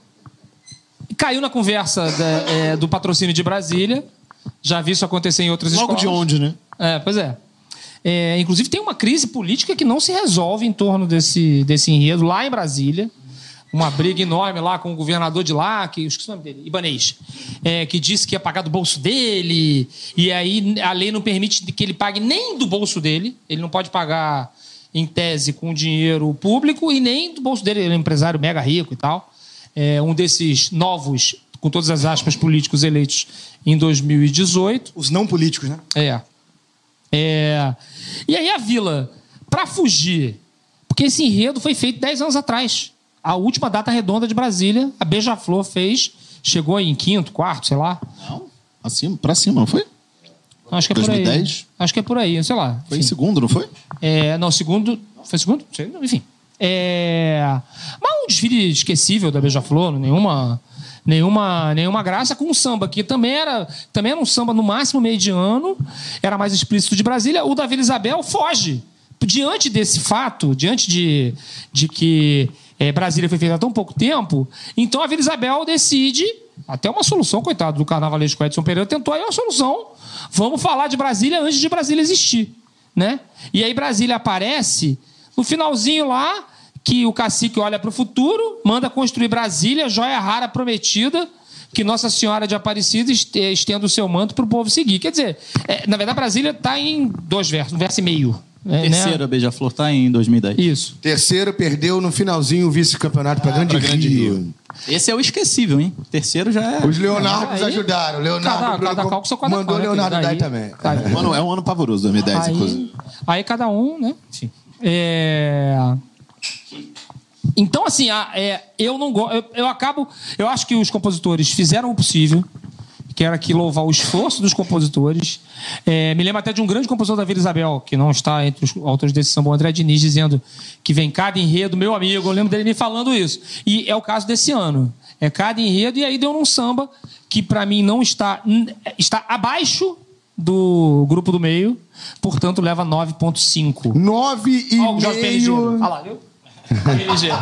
[SPEAKER 3] caiu na conversa da- é, do patrocínio de Brasília. Já vi isso acontecer em outras
[SPEAKER 4] Logo
[SPEAKER 3] escolas.
[SPEAKER 4] de onde, né?
[SPEAKER 3] É, pois é. É, inclusive, tem uma crise política que não se resolve em torno desse, desse enredo lá em Brasília. Uma briga enorme lá com o governador de lá, que eu esqueci o nome dele, Ibanez, é, que disse que ia pagar do bolso dele, e aí a lei não permite que ele pague nem do bolso dele, ele não pode pagar, em tese, com dinheiro público, e nem do bolso dele, ele é um empresário mega rico e tal. É um desses novos, com todas as aspas, políticos eleitos em dois mil e dezoito.
[SPEAKER 2] Os não políticos, né?
[SPEAKER 3] É. É. E aí a Vila, para fugir, porque esse enredo foi feito dez anos atrás. A última data redonda de Brasília, a Beija-Flor fez, chegou aí em quinto, quarto, sei lá.
[SPEAKER 4] Não. Acima, pra cima, não foi?
[SPEAKER 3] Acho que é
[SPEAKER 4] dois mil e
[SPEAKER 3] por aí.
[SPEAKER 4] dez?
[SPEAKER 3] Acho que é por aí, sei lá.
[SPEAKER 4] Foi em
[SPEAKER 3] Enfim.
[SPEAKER 4] segundo, não foi?
[SPEAKER 3] É, não, segundo. Foi segundo? Não sei, enfim. É, mas um desfile esquecível da Beija-Flor, nenhuma, nenhuma, nenhuma graça, com um samba que também era, também era um samba no máximo mediano, era mais explícito de Brasília. O da Vila Isabel foge. Diante desse fato, diante de, de que é, Brasília foi feita há tão pouco tempo, então a Vila Isabel decide, até uma solução, coitado do carnavalesco Edson Pereira, tentou aí uma solução. Vamos falar de Brasília antes de Brasília existir, né? E aí Brasília aparece no finalzinho lá, que o cacique olha para o futuro, manda construir Brasília, joia rara prometida, que Nossa Senhora de Aparecida este- estenda o seu manto para o povo seguir. Quer dizer, é, na verdade, Brasília está em dois versos, um verso e meio. É, né?
[SPEAKER 5] Terceira Beija-Flor tá em dois mil e dez.
[SPEAKER 3] Isso.
[SPEAKER 1] Terceiro, perdeu no finalzinho o vice-campeonato para Grande,
[SPEAKER 4] Grande
[SPEAKER 1] Rio.
[SPEAKER 5] Esse é o esquecível, hein? Terceiro já é...
[SPEAKER 1] Os Leonardos
[SPEAKER 3] Aí-
[SPEAKER 1] ajudaram. Leonardo
[SPEAKER 3] Cada,
[SPEAKER 1] Bruno
[SPEAKER 3] cada qual com seu cada
[SPEAKER 1] mandou
[SPEAKER 3] qual, né,
[SPEAKER 1] Leonardo
[SPEAKER 3] querido?
[SPEAKER 1] Dai
[SPEAKER 3] Aí-
[SPEAKER 1] também.
[SPEAKER 3] Tá.
[SPEAKER 4] É um ano, é um ano pavoroso, dois mil e dez, inclusive.
[SPEAKER 3] Aí, aí cada um, né? Enfim. É... Então, assim, a- é, eu não gosto. Eu, eu acabo. Eu acho que os compositores fizeram o possível. Quero aqui louvar o esforço dos compositores. É, me lembro até de um grande compositor da Vila Isabel, que não está entre os autores desse samba, o André Diniz, dizendo que vem cada enredo, meu amigo. Eu lembro dele me falando isso. E é o caso desse ano. É cada enredo, e aí deu num samba que, para mim, não está. Está abaixo do grupo do meio, portanto, leva nove ponto cinco.
[SPEAKER 1] Nove e
[SPEAKER 3] Ó, o Jorge P N G.
[SPEAKER 1] meio.
[SPEAKER 3] Olha lá, viu? P N G.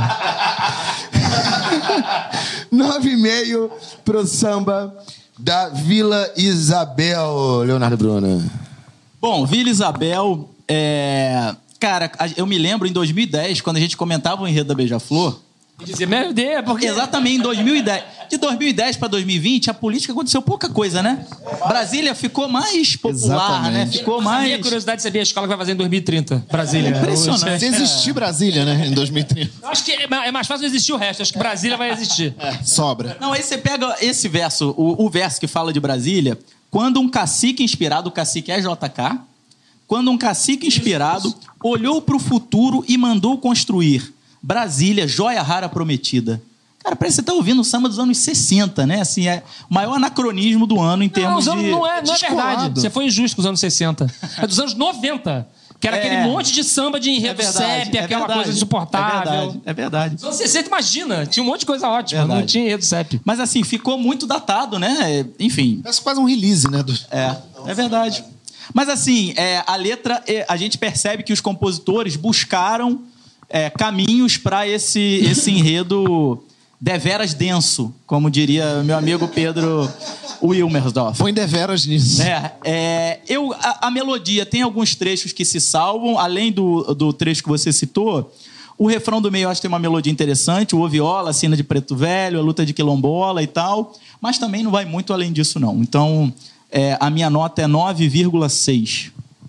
[SPEAKER 1] Nove e meio pro samba da Vila Isabel. Leonardo Bruno.
[SPEAKER 5] Bom, Vila Isabel, é... cara, a- eu me lembro em dois mil e dez, quando a gente comentava o enredo da Beija-Flor,
[SPEAKER 3] E dizer, meu Deus, porque...
[SPEAKER 5] Exatamente, em dois mil e dez. De dois mil e dez para dois mil e vinte, a política aconteceu pouca coisa, né? Brasília ficou mais popular,
[SPEAKER 4] Exatamente.
[SPEAKER 5] né? Ficou
[SPEAKER 3] A
[SPEAKER 5] mais...
[SPEAKER 3] minha curiosidade de saber a escola que vai fazer em dois mil e trinta. Brasília.
[SPEAKER 5] Impressionante.
[SPEAKER 4] Se existir Brasília, né, em dois mil e trinta.
[SPEAKER 3] Eu acho que é é mais fácil existir o resto. Acho que Brasília vai existir.
[SPEAKER 4] Sobra.
[SPEAKER 5] Não, aí você pega esse verso, o, o verso que fala de Brasília, quando um cacique inspirado, o cacique é J K, quando um cacique inspirado olhou para o futuro e mandou construir Brasília, joia rara prometida. Cara, parece que você tá ouvindo o samba dos anos sessenta, né? Assim, é o maior anacronismo do ano em
[SPEAKER 3] Não,
[SPEAKER 5] termos
[SPEAKER 3] os anos-
[SPEAKER 5] de...
[SPEAKER 3] não é, não é
[SPEAKER 4] descolado.
[SPEAKER 3] verdade. Você foi injusto com os anos sessenta. É dos anos noventa. Que era
[SPEAKER 5] É.
[SPEAKER 3] aquele monte de samba de enredo sépia, aquela coisa insuportável.
[SPEAKER 5] É verdade, é verdade.
[SPEAKER 3] Os anos sessenta, imagina, tinha um monte de coisa ótima.
[SPEAKER 5] Verdade.
[SPEAKER 3] Não tinha enredo sépia.
[SPEAKER 5] Mas assim, ficou muito datado, né? Enfim,
[SPEAKER 4] Parece quase um release, né? Do...
[SPEAKER 5] é, é verdade. Mas assim, é, a letra, é, a gente percebe que os compositores buscaram é, caminhos para esse, esse enredo deveras denso, como diria meu amigo Pedro Wilmersdorf.
[SPEAKER 4] Põe deveras nisso.
[SPEAKER 5] É, é, eu, a, a melodia tem alguns trechos que se salvam, além do, do trecho que você citou. O refrão do meio eu acho que tem uma melodia interessante, o Viola, a Sina de Preto Velho, a luta de quilombola e tal, mas também não vai muito além disso, não. Então, é, a minha nota é nove vírgula seis.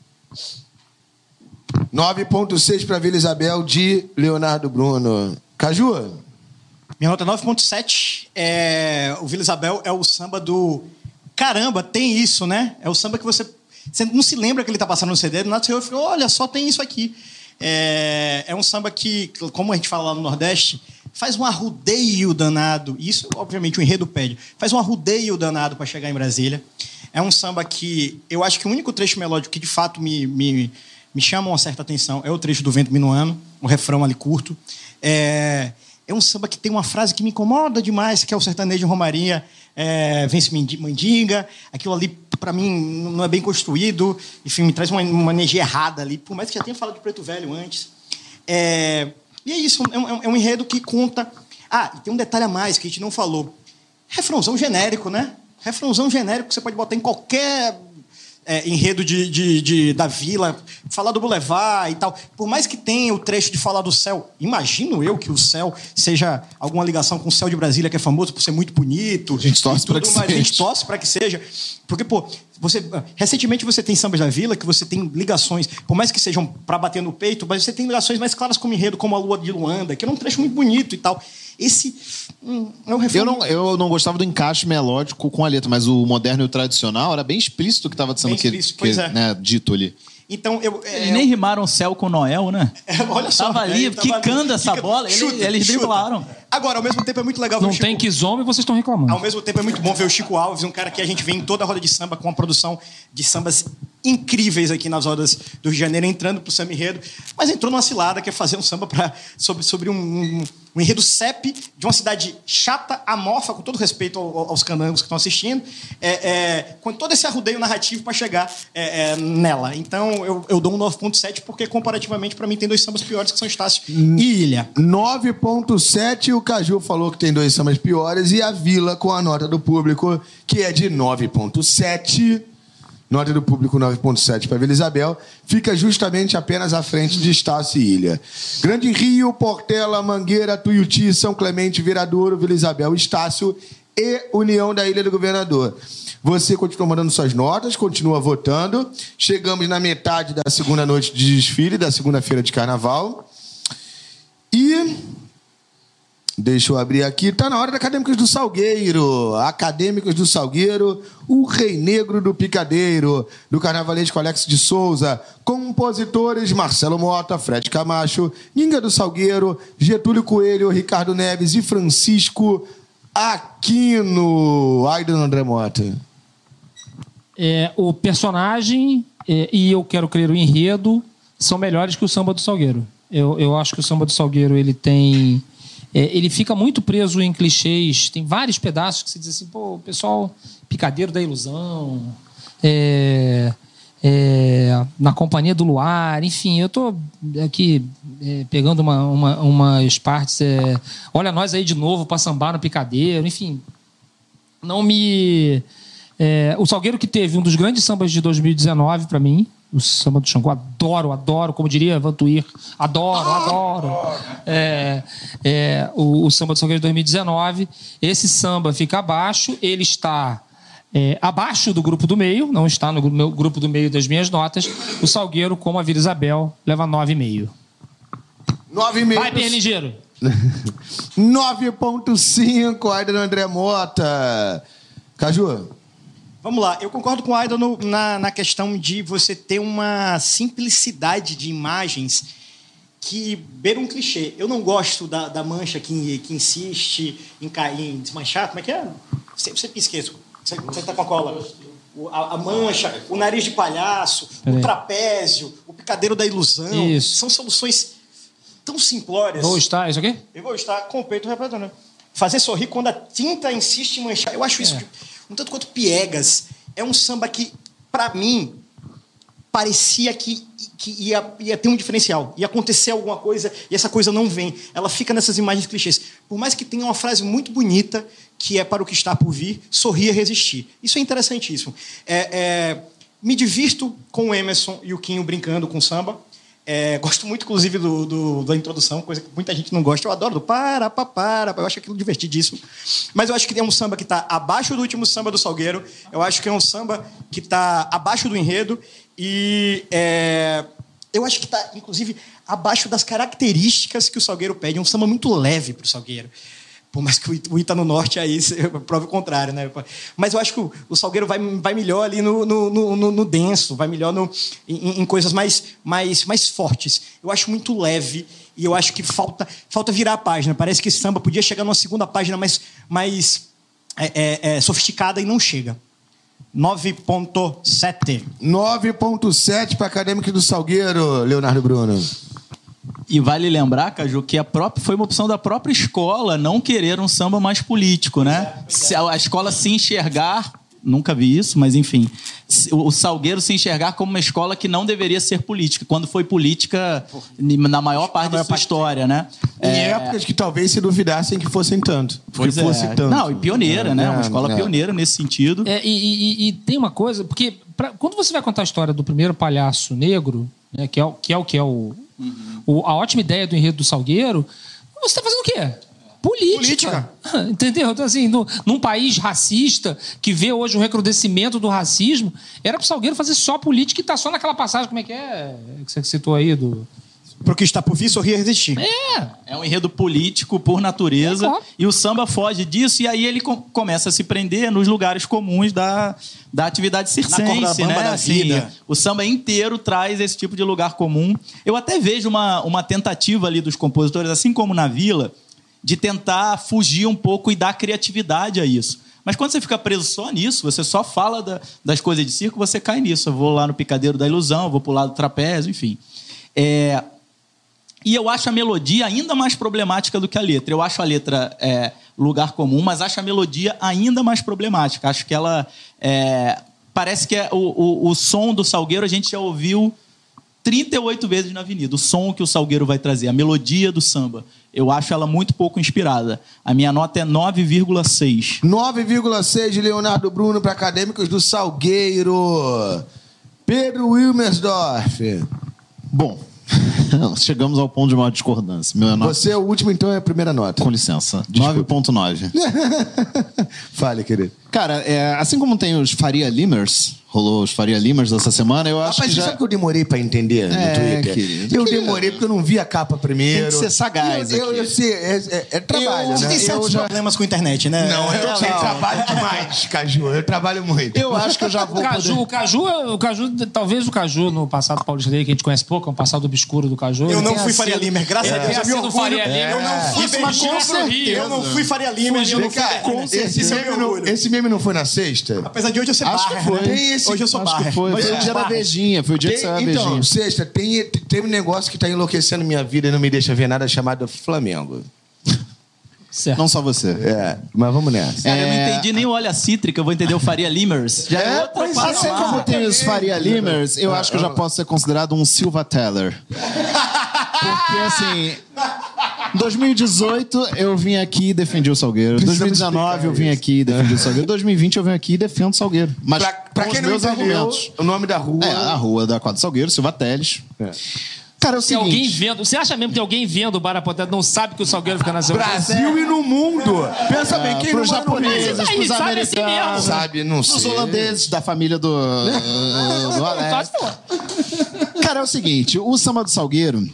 [SPEAKER 1] nove ponto seis para Vila Isabel de Leonardo Bruno. Caju?
[SPEAKER 2] Minha nota é nove ponto sete. É, o Vila Isabel é o samba do... Caramba, tem isso, né? É o samba que você... Você não se lembra que ele tá passando no C D, do nada você ouve e fala, olha, só tem isso aqui. É, é um samba que, como a gente fala lá no Nordeste, faz um arrudeio danado. Isso, obviamente, o enredo pede. Faz um arrudeio danado para chegar em Brasília. É um samba que... Eu acho que o único trecho melódico que, de fato, me, me, me chama uma certa atenção é o trecho do Vento Minuano, o refrão ali curto. É... É um samba que tem uma frase que me incomoda demais, que é o sertanejo Romaria, é, vence mandinga. Aquilo ali, para mim, não é bem construído. Enfim, me traz uma, uma energia errada ali, por mais que já tenha falado de Preto Velho antes. É, e é isso, é um, é um enredo que conta... Ah, e tem um detalhe a mais que a gente não falou. Refrãozão genérico, né? Refrãozão genérico que você pode botar em qualquer... É, enredo de, de, de, da vila, falar do Boulevard e tal. Por mais que tenha o trecho de falar do céu, imagino eu que o céu seja alguma ligação com o céu de Brasília, que é famoso por ser muito bonito.
[SPEAKER 4] A gente torce para que
[SPEAKER 2] mas a gente
[SPEAKER 4] seja.
[SPEAKER 2] torce para que seja. Porque, pô, você, recentemente você tem sambas da vila, que você tem ligações, por mais que sejam para bater no peito, mas você tem ligações mais claras como enredo, como a Lua de Luanda, que é um trecho muito bonito e tal. Esse hum, é um refrão...
[SPEAKER 4] Eu não, eu não gostava do encaixe melódico com a letra, mas o moderno e o tradicional era bem explícito o que estava sendo
[SPEAKER 2] Bem
[SPEAKER 4] que,
[SPEAKER 2] explícito,
[SPEAKER 4] que,
[SPEAKER 2] pois é.
[SPEAKER 4] né, dito ali.
[SPEAKER 2] Então, eu... é,
[SPEAKER 5] Eles nem rimaram céu com Noel, né?
[SPEAKER 2] É, olha só.
[SPEAKER 5] Tava ali,
[SPEAKER 2] né? Tava
[SPEAKER 5] quicando
[SPEAKER 2] ali,
[SPEAKER 5] essa
[SPEAKER 2] quica-
[SPEAKER 5] bola, eles-
[SPEAKER 2] chuta,
[SPEAKER 5] eles
[SPEAKER 2] chuta.
[SPEAKER 5] driblaram.
[SPEAKER 2] Agora, ao mesmo tempo, é muito legal ver
[SPEAKER 3] Não
[SPEAKER 2] o Chico...
[SPEAKER 3] tem quizombe e vocês estão reclamando.
[SPEAKER 2] Ao mesmo tempo, é muito bom ver o Chico Alves, um cara que a gente vê em toda a roda de samba, com uma produção de sambas incríveis aqui nas rodas do Rio de Janeiro, entrando pro samba enredo, mas entrou numa cilada, que é fazer um samba pra, sobre, sobre um, um, um enredo C E P de uma cidade chata, amorfa, com todo respeito ao- aos canangos que estão assistindo, é, é, com todo esse arrudeio narrativo para chegar é, é, nela. Então, eu, eu dou um nove ponto sete, porque, comparativamente, para mim, tem dois sambas piores, que são Estácio e Ilha.
[SPEAKER 1] nove ponto sete, o Caju falou que tem dois sambas piores, e a Vila com a nota do público, que é de nove ponto sete. Nota do público nove ponto sete para Vila Isabel, fica justamente apenas à frente de Estácio e Ilha. Grande Rio, Portela, Mangueira, Tuiuti, São Clemente, Viradouro, Vila Isabel, Estácio e União da Ilha do Governador. Você continua mandando suas notas, continua votando. Chegamos na metade da segunda noite de desfile, da segunda-feira de carnaval. E... deixa eu abrir aqui. Está na hora da Acadêmicos do Salgueiro. Acadêmicos do Salgueiro, o Rei Negro do Picadeiro, do Carnavalesco Alex de Souza. Compositores Marcelo Mota, Fred Camacho, Ninga do Salgueiro, Getúlio Coelho, Ricardo Neves e Francisco Aquino. Ai, dona André Mota.
[SPEAKER 3] É, o personagem é, e eu quero crer o enredo são melhores que o samba do Salgueiro. Eu, eu acho que o samba do Salgueiro ele tem... É, ele fica muito preso em clichês. Tem vários pedaços que se diz assim, pô, o pessoal picadeiro da ilusão, é, é, na companhia do luar, enfim, eu estou aqui é, pegando uma, uma, umas partes. É, olha nós aí de novo para sambar no picadeiro, enfim. Não me... É, o Salgueiro que teve um dos grandes sambas de dois mil e dezenove para mim, O samba do Xangô, adoro, adoro, como diria Vantuir, adoro, adoro. É, é, o, o samba do Salgueiro de dois mil e dezenove, esse samba fica abaixo, ele está é, abaixo do grupo do meio, não está no meu grupo do meio das minhas notas. O Salgueiro, como a Vila Isabel, leva nove vírgula cinco.
[SPEAKER 1] nove vírgula cinco.
[SPEAKER 3] Vai, Perligeiro.
[SPEAKER 1] nove vírgula cinco, Aida do André Mota. Caju.
[SPEAKER 2] Vamos lá, eu concordo com o Aida no, na, na questão de você ter uma simplicidade de imagens que beira um clichê. Eu não gosto da, da mancha que, que insiste em, em desmanchar. Como é que é? Sempre, sempre esqueço. Você, você tá com a cola. O, a, a mancha, o nariz de palhaço, o trapézio, o picadeiro da ilusão.
[SPEAKER 3] Isso.
[SPEAKER 2] São soluções tão simplórias.
[SPEAKER 3] Vou estar, isso aqui?
[SPEAKER 2] Eu vou estar com o peito repletando. Fazer sorrir quando a tinta insiste em manchar. Eu acho isso...
[SPEAKER 3] É.
[SPEAKER 2] Um tanto quanto piegas. É um samba que, pra mim, parecia que, que ia, ia ter um diferencial. Ia acontecer alguma coisa e essa coisa não vem. Ela fica nessas imagens clichês. Por mais que tenha uma frase muito bonita, que é para o que está por vir, sorrir e resistir. Isso é interessantíssimo. É, é, me divirto com o Emerson e o Quinho brincando com samba. É, gosto muito, inclusive, do, do, da introdução, coisa que muita gente não gosta. Eu adoro do para, para, para. Eu acho aquilo divertidíssimo. Mas eu acho que é um samba que está abaixo do último samba do Salgueiro. Eu acho que é um samba que está abaixo do enredo. E é, eu acho que está, inclusive, abaixo das características que o Salgueiro pede. É um samba muito leve para o Salgueiro. Por mais que o Ita no Norte aí prove o contrário, né? Mas eu acho que o, o Salgueiro vai, vai melhor ali no, no, no, no denso, vai melhor no, em, em coisas mais, mais, mais fortes. Eu acho muito leve e eu acho que falta, falta virar a página. Parece que esse samba podia chegar numa segunda página mais, mais é, é, é, sofisticada e não chega. nove vírgula sete.
[SPEAKER 1] nove vírgula sete para Acadêmico do Salgueiro, Leonardo Bruno.
[SPEAKER 5] E vale lembrar, Caju, que a própria, foi uma opção da própria escola não querer um samba mais político, né? Se a, a escola se enxergar, nunca vi isso, mas enfim, o, o Salgueiro se enxergar como uma escola que não deveria ser política, quando foi política na maior parte da sua história, né?
[SPEAKER 1] Em
[SPEAKER 5] É,
[SPEAKER 1] épocas que talvez se duvidassem que fossem tanto.
[SPEAKER 5] Pois
[SPEAKER 1] que fosse
[SPEAKER 5] é.
[SPEAKER 1] tanto.
[SPEAKER 5] Não, e pioneira, né? Uma
[SPEAKER 1] É,
[SPEAKER 5] escola
[SPEAKER 1] é.
[SPEAKER 5] pioneira nesse sentido.
[SPEAKER 3] É, e, e- e tem uma coisa, porque pra- quando você vai contar a história do primeiro palhaço negro, né, que, é, o- que é o que é o, o- a ótima ideia do enredo do Salgueiro, você está fazendo o quê? Política.
[SPEAKER 2] Política.
[SPEAKER 3] Entendeu? Então, assim, no- num país racista, que vê hoje um recrudescimento do racismo, era pro Salgueiro fazer só política e tá só naquela passagem, como é que é? Que você citou aí do...
[SPEAKER 2] Para o que está por vir, sorrir e resistir.
[SPEAKER 3] É,
[SPEAKER 5] É um enredo político por natureza.
[SPEAKER 3] É, claro.
[SPEAKER 5] E o samba foge disso, e aí ele com- começa a se prender nos lugares comuns da, da atividade circense,
[SPEAKER 2] corda bamba
[SPEAKER 5] né?
[SPEAKER 2] da
[SPEAKER 5] Assim,
[SPEAKER 2] vida.
[SPEAKER 5] o samba inteiro traz esse tipo de lugar comum. Eu até vejo uma, uma tentativa ali dos compositores, assim como na Vila, de tentar fugir um pouco e dar criatividade a isso. Mas quando você fica preso só nisso, você só fala da- das coisas de circo, você cai nisso. Eu vou lá no Picadeiro da Ilusão, eu vou pro lado do trapézio, enfim. É... E eu acho a melodia ainda mais problemática do que a letra. Eu acho a letra é, lugar comum, mas acho a melodia ainda mais problemática. Acho que ela... é, parece que é o, o, o som do Salgueiro a gente já ouviu trinta e oito vezes na Avenida. O som que o Salgueiro vai trazer, a melodia do samba. Eu acho ela muito pouco inspirada. A minha nota é nove vírgula seis.
[SPEAKER 1] nove vírgula seis de Leonardo Bruno para Acadêmicos do Salgueiro. Pedro Wilmersdorf.
[SPEAKER 4] Bom, chegamos ao ponto de maior discordância. Meu nota,
[SPEAKER 1] Você é o último, então é a primeira nota.
[SPEAKER 4] com licença, nove vírgula nove.
[SPEAKER 1] Fale, querido.
[SPEAKER 4] Cara, é, assim como tem os Faria Limers, rolou os Faria Limers essa semana, eu acho
[SPEAKER 1] Rapaz,
[SPEAKER 4] que
[SPEAKER 1] você
[SPEAKER 4] já...
[SPEAKER 1] sabe que eu demorei pra entender no
[SPEAKER 4] É,
[SPEAKER 1] Twitter?
[SPEAKER 4] querido.
[SPEAKER 1] Eu
[SPEAKER 4] Que-
[SPEAKER 1] demorei porque eu não vi a capa primeiro.
[SPEAKER 4] Tem que ser sagaz
[SPEAKER 1] Eu, eu,
[SPEAKER 4] aqui.
[SPEAKER 1] eu sei, é, é- é trabalho,
[SPEAKER 2] Você
[SPEAKER 1] né?
[SPEAKER 2] tem certos
[SPEAKER 1] Eu já-
[SPEAKER 2] problemas com a internet, né?
[SPEAKER 1] Não, eu
[SPEAKER 2] É,
[SPEAKER 1] sei,
[SPEAKER 2] não.
[SPEAKER 1] trabalho demais, Caju. Eu trabalho muito.
[SPEAKER 4] Eu acho que eu já
[SPEAKER 3] o
[SPEAKER 4] vou
[SPEAKER 3] Caju,
[SPEAKER 4] poder...
[SPEAKER 3] o Caju, o Caju, talvez o Caju, no passado paulista dele, que a gente conhece pouco, é um passado obscuro do Caju.
[SPEAKER 2] Eu
[SPEAKER 3] ele
[SPEAKER 2] não
[SPEAKER 3] tenha
[SPEAKER 2] fui Faria
[SPEAKER 3] sido-
[SPEAKER 2] Limer, graças a
[SPEAKER 3] ele
[SPEAKER 2] Deus.
[SPEAKER 3] tenha
[SPEAKER 2] Eu me
[SPEAKER 3] sido
[SPEAKER 2] orgulho.
[SPEAKER 3] Faria Limer.
[SPEAKER 2] Eu não fui
[SPEAKER 3] Isso,
[SPEAKER 2] Bentinho
[SPEAKER 3] mas com
[SPEAKER 2] pro Rio.
[SPEAKER 3] certeza.
[SPEAKER 2] Eu não fui Faria Limer. Eu não fui
[SPEAKER 1] Cara,
[SPEAKER 2] Bentinho.
[SPEAKER 1] esse,
[SPEAKER 2] Isso é
[SPEAKER 1] meme
[SPEAKER 2] meu
[SPEAKER 1] não,
[SPEAKER 2] orgulho.
[SPEAKER 1] esse meme não foi na sexta?
[SPEAKER 2] Apesar de hoje eu ser
[SPEAKER 4] Acho
[SPEAKER 2] barra,
[SPEAKER 4] que foi.
[SPEAKER 2] né?
[SPEAKER 1] Tem esse-
[SPEAKER 2] Hoje eu sou
[SPEAKER 4] Acho
[SPEAKER 2] barra.
[SPEAKER 4] que foi.
[SPEAKER 2] Hoje
[SPEAKER 4] Foi
[SPEAKER 2] eu
[SPEAKER 4] o
[SPEAKER 2] sou
[SPEAKER 4] dia da
[SPEAKER 2] barra.
[SPEAKER 4] beijinha, foi o dia que
[SPEAKER 1] Tem-
[SPEAKER 4] saiu a
[SPEAKER 1] então,
[SPEAKER 4] beijinha.
[SPEAKER 1] sexta, tem, tem um negócio que tá enlouquecendo minha vida e não me deixa ver nada chamado Flamengo.
[SPEAKER 3] Certo.
[SPEAKER 4] Não só você.
[SPEAKER 1] É, mas vamos nessa.
[SPEAKER 5] Cara, eu não
[SPEAKER 4] É.
[SPEAKER 5] entendi nem o Olha Cítrica, eu vou entender o Faria Limers. Já é, outra
[SPEAKER 1] pois é.
[SPEAKER 5] patamar.
[SPEAKER 4] Assim como tem os Faria Limers, eu acho que eu já posso ser considerado um Silva Teller. Porque, assim, em dois mil e dezoito eu vim aqui e defendi o Salgueiro. Em dois mil e dezenove eu vim aqui e defendi o Salgueiro. Em dois mil e vinte eu venho aqui e defendo o Salgueiro. Mas
[SPEAKER 1] Pra- Pra
[SPEAKER 4] com
[SPEAKER 1] quem
[SPEAKER 4] os
[SPEAKER 1] não
[SPEAKER 4] meus
[SPEAKER 1] entendeu,
[SPEAKER 4] argumentos.
[SPEAKER 1] o nome da rua...
[SPEAKER 4] É, a rua da Quadra Salgueiro, Silva Teles. Cara, é o
[SPEAKER 3] Tem alguém
[SPEAKER 4] seguinte...
[SPEAKER 3] vendo. Você acha mesmo que alguém vendo o Bar Apoteose não sabe que o Salgueiro fica na Silva?
[SPEAKER 1] Brasil e no mundo. Pensa bem, quem não
[SPEAKER 4] Pros
[SPEAKER 1] mora no Rio?
[SPEAKER 4] japoneses,
[SPEAKER 3] Mas
[SPEAKER 4] pros
[SPEAKER 3] isso aí, sabe assim
[SPEAKER 4] americanos,
[SPEAKER 3] mesmo.
[SPEAKER 1] Sabe, não
[SPEAKER 4] pros
[SPEAKER 1] sei.
[SPEAKER 4] holandeses da família do, do Alex. Cara, é o seguinte, o Samba do Salgueiro,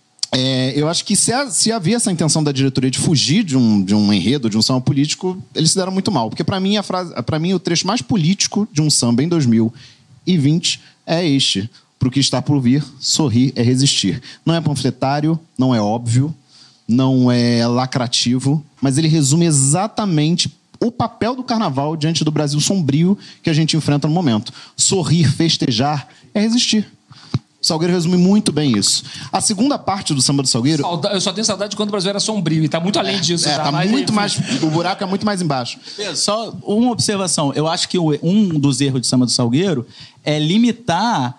[SPEAKER 4] é, eu acho que se, a- se havia essa intenção da diretoria de fugir de um, de um enredo, de um samba político, eles se deram muito mal. Porque para mim, a frase, para mim, o trecho mais político de um samba em dois mil e vinte é este. Pro que está por vir, sorrir é resistir. Não é panfletário, não é óbvio, não é lacrativo, mas ele resume exatamente o papel do carnaval diante do Brasil sombrio que a gente enfrenta no momento. Sorrir, festejar é resistir. O Salgueiro resume muito bem isso. A segunda parte do Samba do Salgueiro...
[SPEAKER 3] Sauda- Eu só tenho saudade de quando o Brasil era sombrio e tá muito além disso.
[SPEAKER 4] É,
[SPEAKER 3] já,
[SPEAKER 4] tá
[SPEAKER 3] mas,
[SPEAKER 4] muito
[SPEAKER 3] enfim.
[SPEAKER 4] mais... O buraco é muito mais embaixo.
[SPEAKER 5] Pedro, só uma observação. Eu acho que o- um dos erros de Samba do Salgueiro é limitar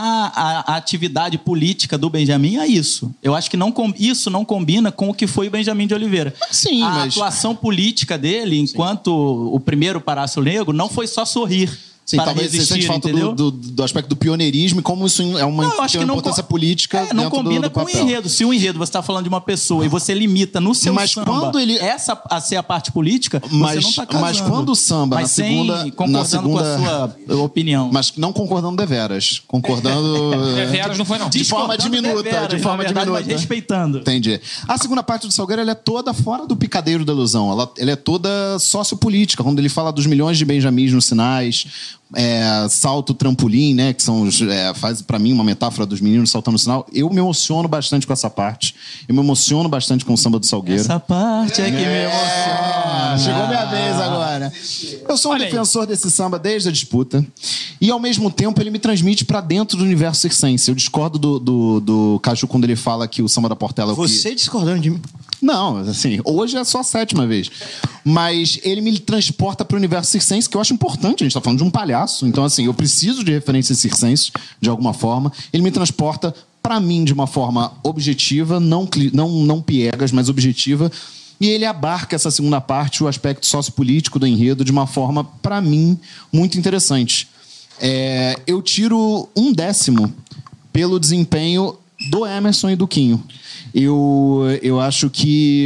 [SPEAKER 5] a, a- a atividade política do Benjamin a isso. Eu acho que não, com- isso não combina com o que foi o Benjamin de Oliveira.
[SPEAKER 4] Sim,
[SPEAKER 5] a
[SPEAKER 4] mas-
[SPEAKER 5] atuação política dele, enquanto o primeiro Palácio Negro, não foi só sorrir.
[SPEAKER 4] Sim,
[SPEAKER 5] para
[SPEAKER 4] talvez você
[SPEAKER 5] resistir,
[SPEAKER 4] sente falta
[SPEAKER 5] entendeu?
[SPEAKER 4] do, do, do aspecto do pioneirismo e como isso é uma,
[SPEAKER 5] Não, eu acho
[SPEAKER 4] tem
[SPEAKER 5] que
[SPEAKER 4] uma
[SPEAKER 5] não
[SPEAKER 4] importância
[SPEAKER 5] co-
[SPEAKER 4] política
[SPEAKER 5] É, não
[SPEAKER 4] dentro do-
[SPEAKER 5] combina
[SPEAKER 4] do
[SPEAKER 5] com o
[SPEAKER 4] papel.
[SPEAKER 5] enredo. Se o enredo você está falando de uma pessoa e você limita no seu
[SPEAKER 4] Mas
[SPEAKER 5] samba
[SPEAKER 4] quando ele-
[SPEAKER 5] essa a ser a parte política,
[SPEAKER 4] Mas-
[SPEAKER 5] você não está casando.
[SPEAKER 4] mas quando o samba,
[SPEAKER 5] mas
[SPEAKER 4] na
[SPEAKER 5] sem
[SPEAKER 4] segunda-
[SPEAKER 5] concordando
[SPEAKER 4] na segunda-
[SPEAKER 5] com a sua opinião.
[SPEAKER 4] Mas não concordando deveras. Concordando...
[SPEAKER 3] Deveras não foi, não.
[SPEAKER 4] De forma
[SPEAKER 5] Discordando
[SPEAKER 4] diminuta,
[SPEAKER 5] deveras,
[SPEAKER 4] de forma
[SPEAKER 5] na verdade,
[SPEAKER 4] diminuta.
[SPEAKER 5] mas respeitando.
[SPEAKER 4] Entendi. A segunda parte do Salgueiro ela é toda fora do picadeiro da ilusão. Ela, ela é toda sociopolítica, quando ele fala dos milhões de benjamins nos sinais, é, salto trampolim, né? Que são os, é, faz para mim uma metáfora dos meninos saltando no sinal. Eu me emociono bastante com essa parte. Eu me emociono bastante com o Samba do Salgueiro.
[SPEAKER 5] Essa parte é que me emociona.
[SPEAKER 4] Ah, chegou minha vez agora. Eu sou um
[SPEAKER 3] Olha aí.
[SPEAKER 4] defensor desse samba desde a disputa. E, ao mesmo tempo, ele me transmite pra dentro do universo circense. Eu discordo do, do, do Caju quando ele fala que o samba da Portela é o que...
[SPEAKER 2] Você discordando de mim.
[SPEAKER 4] Não, assim, hoje é só a sétima vez. Mas ele me transporta para o universo circense, que eu acho importante. A gente está falando de um palhaço. Então, assim, eu preciso de referências circenses, de alguma forma. Ele me transporta, para mim, de uma forma objetiva, não, cli- não, não piegas, mas objetiva. E ele abarca essa segunda parte, o aspecto sociopolítico do enredo, de uma forma, para mim, muito interessante. É, eu tiro um décimo pelo desempenho do Emerson e do Quinho. Eu, eu acho que...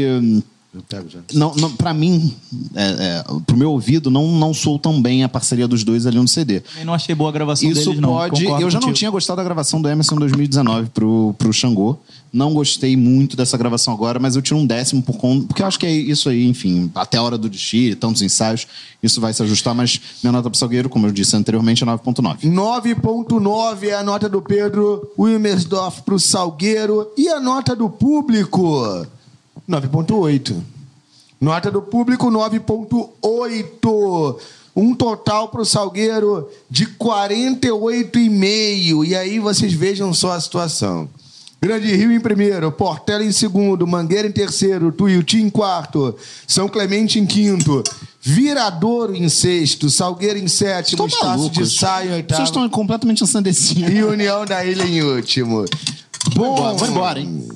[SPEAKER 4] Não, não, para mim, é, é, pro meu ouvido, não, não soou tão bem a parceria dos dois ali no C D.
[SPEAKER 5] Eu não achei boa a gravação
[SPEAKER 4] Isso
[SPEAKER 5] deles, não.
[SPEAKER 4] pode...
[SPEAKER 5] Concordo
[SPEAKER 4] Eu já não
[SPEAKER 5] contigo.
[SPEAKER 4] tinha gostado da gravação do Emerson em dois mil e dezenove pro, pro Xangô. Não gostei muito dessa gravação agora, mas eu tiro um décimo por conta... Porque eu acho que é isso aí, enfim, até a hora do desfile, tantos ensaios, isso vai se ajustar, mas minha nota pro Salgueiro, como eu disse anteriormente, é nove ponto nove.
[SPEAKER 1] nove ponto nove é a nota do Pedro Wilmersdorf pro Salgueiro. E a nota do público? nove ponto oito. Nota do público, nove ponto oito. Um total pro Salgueiro de quarenta e oito vírgula cinco. E aí vocês vejam só a situação. Grande Rio em primeiro, Portela em segundo, Mangueira em terceiro, Tuiuti em quarto, São Clemente em quinto, Viradouro em sexto, Salgueiro em sétimo,
[SPEAKER 4] Estão
[SPEAKER 1] Estácio de
[SPEAKER 4] malucos.
[SPEAKER 1] Sá em oitavo
[SPEAKER 4] Vocês estão completamente ensandecidos.
[SPEAKER 1] e União da Ilha em último. Bom,
[SPEAKER 4] Vou embora, hein?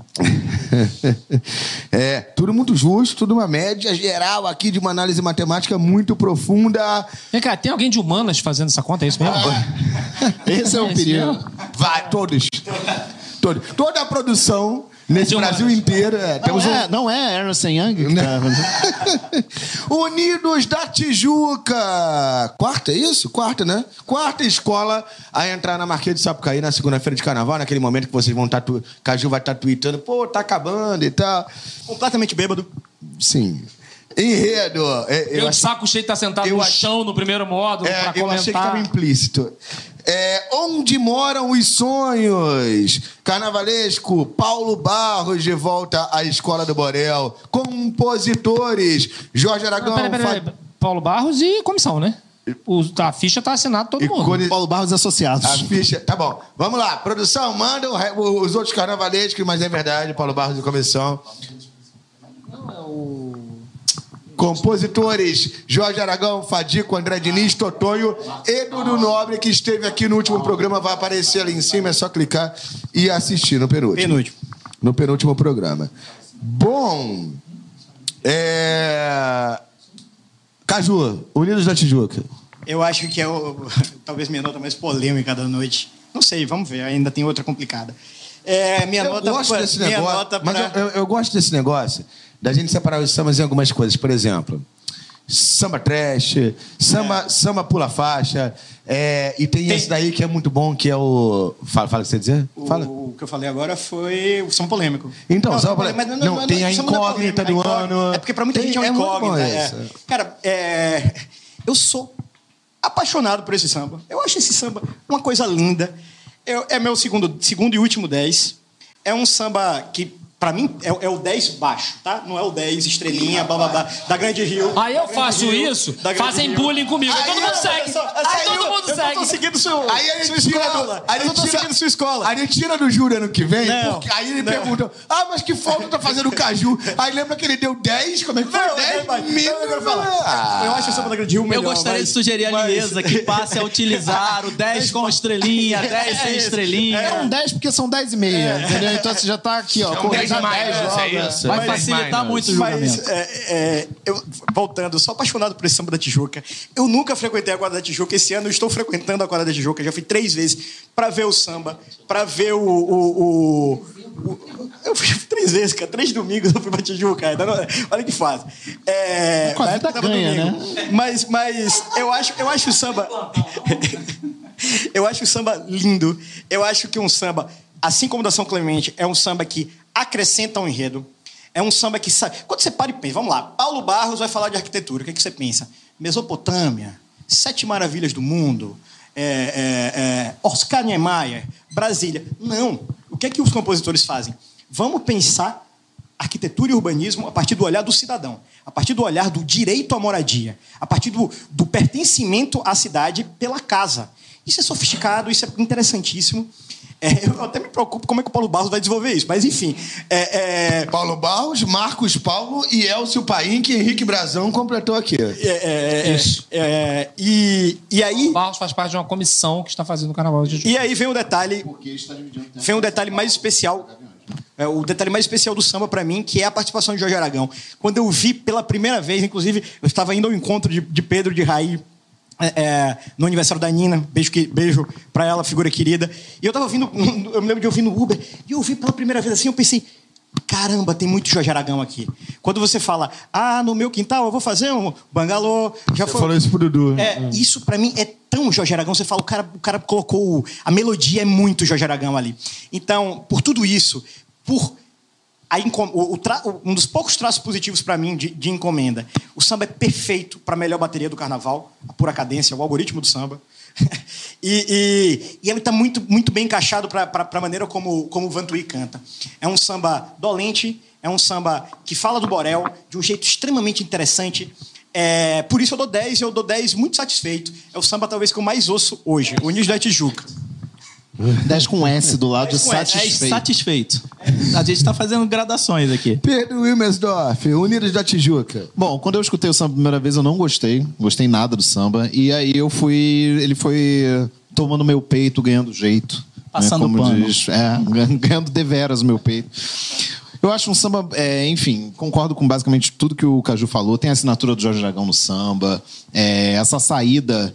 [SPEAKER 1] É, tudo muito justo, tudo uma média geral aqui de uma análise matemática muito profunda.
[SPEAKER 3] Vem cá, tem alguém de humanas fazendo essa conta? É isso mesmo?
[SPEAKER 4] Esse é o
[SPEAKER 3] É isso
[SPEAKER 4] perigo.
[SPEAKER 3] mesmo?
[SPEAKER 1] Vai, todos. todos. Toda a produção nesse
[SPEAKER 3] De
[SPEAKER 1] Brasil
[SPEAKER 3] humanas.
[SPEAKER 1] inteiro. É,
[SPEAKER 4] Não
[SPEAKER 1] temos um-
[SPEAKER 4] é, não é Ernest Young? que tá-
[SPEAKER 1] Unidos da Tijuca. Quarta, é isso? Quarta, né? Quarta escola a entrar na Marquês de Sapucaí na segunda-feira de carnaval, naquele momento que vocês vão estar... Tu... Caju vai estar tweetando, pô, tá acabando e tal.
[SPEAKER 2] Completamente bêbado.
[SPEAKER 1] Sim. Enredo. É, eu
[SPEAKER 3] Eu de
[SPEAKER 1] acho-
[SPEAKER 3] saco cheio de estar sentado
[SPEAKER 1] eu
[SPEAKER 3] no
[SPEAKER 1] ach-
[SPEAKER 3] chão no primeiro módulo
[SPEAKER 1] É,
[SPEAKER 3] pra
[SPEAKER 1] eu
[SPEAKER 3] comentar.
[SPEAKER 1] achei que estava implícito. É, onde moram os sonhos? Carnavalesco, Paulo Barros de volta à Escola do Borel. Compositores, Jorge Aragão.
[SPEAKER 3] Peraí, peraí, peraí.
[SPEAKER 1] Fa-
[SPEAKER 3] Paulo Barros e comissão, né? O, a ficha tá assinada todo
[SPEAKER 1] E
[SPEAKER 3] mundo.
[SPEAKER 1] Cone-
[SPEAKER 4] Paulo Barros Associados.
[SPEAKER 1] A ficha. Tá bom. Vamos lá. Produção, manda o re- os outros carnavalescos, mas é verdade, Paulo Barros de comissão. Compositores, Jorge Aragão, Fadico, André Diniz, Totonho e Dudu Nobre, que esteve aqui no último programa, vai aparecer ali em cima, é só clicar e assistir no penúltimo.
[SPEAKER 2] Penúltimo.
[SPEAKER 1] No penúltimo programa. Bom, é... Caju, Unidos da Tijuca.
[SPEAKER 2] Eu acho que é o, talvez minha nota mais polêmica da noite. Não sei, vamos ver, ainda tem outra complicada. É, minha
[SPEAKER 1] eu
[SPEAKER 2] nota,
[SPEAKER 1] gosto desse
[SPEAKER 2] minha
[SPEAKER 1] negócio,
[SPEAKER 2] nota
[SPEAKER 1] mas
[SPEAKER 2] pra...
[SPEAKER 1] eu, eu, eu gosto desse negócio da gente separar os sambas em algumas coisas. Por exemplo, samba trash, samba, é. samba pula faixa, é, e tem, tem esse daí que é muito bom, que é o... Fala, fala o que você dizer? Fala.
[SPEAKER 2] O, o que eu falei agora foi o samba polêmico.
[SPEAKER 1] Então,
[SPEAKER 2] não,
[SPEAKER 1] samba polêmico. Não, não, não, tem a incógnita do ano.
[SPEAKER 2] É porque pra muita
[SPEAKER 1] tem,
[SPEAKER 2] gente é uma
[SPEAKER 1] é
[SPEAKER 2] incógnita. É. Cara, é, eu sou apaixonado por esse samba. Eu acho esse samba uma coisa linda. Eu, é meu segundo, segundo e último dez. É um samba que, pra mim, é, é o dez baixo, tá? Não é o dez estrelinha, blá, blá, blá, da Grande Rio.
[SPEAKER 3] Aí eu faço Rio, isso, fazem Rio. Bullying comigo. Aí, aí todo mundo segue. Só, aí, aí todo mundo
[SPEAKER 2] eu
[SPEAKER 3] segue.
[SPEAKER 2] Eu tô seguindo seu, aí a sua escola. Aí eu tô seguindo sua escola.
[SPEAKER 1] Aí ele tira do Júlio ano que vem,
[SPEAKER 2] não,
[SPEAKER 1] porque aí ele
[SPEAKER 2] não.
[SPEAKER 1] pergunta, ah, mas que falta tá fazendo o Caju? Aí lembra que ele deu dez? Como é que foi?
[SPEAKER 2] Não,
[SPEAKER 1] dez
[SPEAKER 2] não,
[SPEAKER 1] mil?
[SPEAKER 2] Eu, ah. eu acho o samba da Grande Rio melhor.
[SPEAKER 5] Eu gostaria
[SPEAKER 2] mas,
[SPEAKER 5] de sugerir a Liesa mas... que passe a utilizar o dez com estrelinha, dez sem estrelinha.
[SPEAKER 4] É um dez porque são dez e meia, entendeu? Então você já tá aqui, ó.
[SPEAKER 3] É um dez mais, é isso.
[SPEAKER 5] Vai facilitar muito o julgamento.
[SPEAKER 2] Mas, é, é, eu, voltando, eu sou apaixonado por esse samba da Tijuca. Eu nunca frequentei a quadra da Tijuca. Esse ano eu estou frequentando a quadra da Tijuca. Já fui três vezes para ver o samba, para ver o, o, o, o... Eu fui três vezes, cara. Três domingos eu fui pra Tijuca. Olha que fácil. É,
[SPEAKER 4] a vida ganha, né?
[SPEAKER 2] Mas, mas eu, acho, eu acho o samba... eu acho o samba lindo. Eu acho que um samba, assim como o da São Clemente, é um samba que acrescenta um enredo. É um samba que... Quando você para e pensa, vamos lá, Paulo Barros vai falar de arquitetura, o que, é que você pensa? Mesopotâmia, Sete Maravilhas do Mundo, é, é, é, Oscar Niemeyer, Brasília. Não. O que é que os compositores fazem? Vamos pensar arquitetura e urbanismo a partir do olhar do cidadão, a partir do olhar do direito à moradia, a partir do, do pertencimento à cidade pela casa. Isso é sofisticado, isso é interessantíssimo. É, eu até me preocupo como é que o Paulo Barros vai desenvolver isso, mas enfim. É, é...
[SPEAKER 1] Paulo Barros, Marcos Paulo e Elcio Paim, que Henrique Brazão completou aqui.
[SPEAKER 2] É, é, isso. É, e, e aí...
[SPEAKER 3] Paulo Barros faz parte de uma comissão que está fazendo o Carnaval de Tijuca.
[SPEAKER 2] E aí vem o detalhe... Vem um detalhe mais especial... É, o detalhe mais especial do samba para mim, que é a participação de Jorge Aragão. Quando eu vi pela primeira vez, inclusive, eu estava indo ao encontro de, de Pedro de Raí, É, é, no aniversário da Nina, beijo, que, beijo pra ela, figura querida. E eu tava ouvindo, eu me lembro de ouvir no Uber, e eu ouvi pela primeira vez assim, eu pensei, caramba, tem muito Jorge Aragão aqui. Quando você fala, ah, no meu quintal eu vou fazer um bangalô. Já
[SPEAKER 1] você
[SPEAKER 2] foi...
[SPEAKER 1] falou isso pro Dudu.
[SPEAKER 2] É, isso pra mim é tão Jorge Aragão, você fala, o cara, o cara colocou, a melodia é muito Jorge Aragão ali. Então, por tudo isso, por... A encom... o, o tra... um dos poucos traços positivos para mim de, de encomenda. O samba é perfeito para a melhor bateria do carnaval, a pura cadência, o algoritmo do samba. e, e, e ele está muito, muito bem encaixado para a maneira como, como o Vantuí canta. É um samba dolente, é um samba que fala do Borel de um jeito extremamente interessante. É... Por isso eu dou dez, e eu dou dez muito satisfeito. É o samba talvez que eu mais ouço hoje, o Unidos da Tijuca.
[SPEAKER 4] dez com S do lado de satisfeito.
[SPEAKER 5] É satisfeito. A gente está fazendo gradações aqui.
[SPEAKER 1] Pedro Wilmersdorf, Unidos da Tijuca.
[SPEAKER 4] Bom, quando eu escutei o samba a primeira vez, eu não gostei. Gostei nada do samba. E aí eu fui... Ele foi tomando meu peito, ganhando jeito.
[SPEAKER 5] Passando
[SPEAKER 4] né,
[SPEAKER 5] pano.
[SPEAKER 4] Diz, é, ganhando deveras o meu peito. Eu acho um samba... É, enfim, concordo com basicamente tudo que o Caju falou. Tem a assinatura do Jorge Aragão no samba. É, essa saída...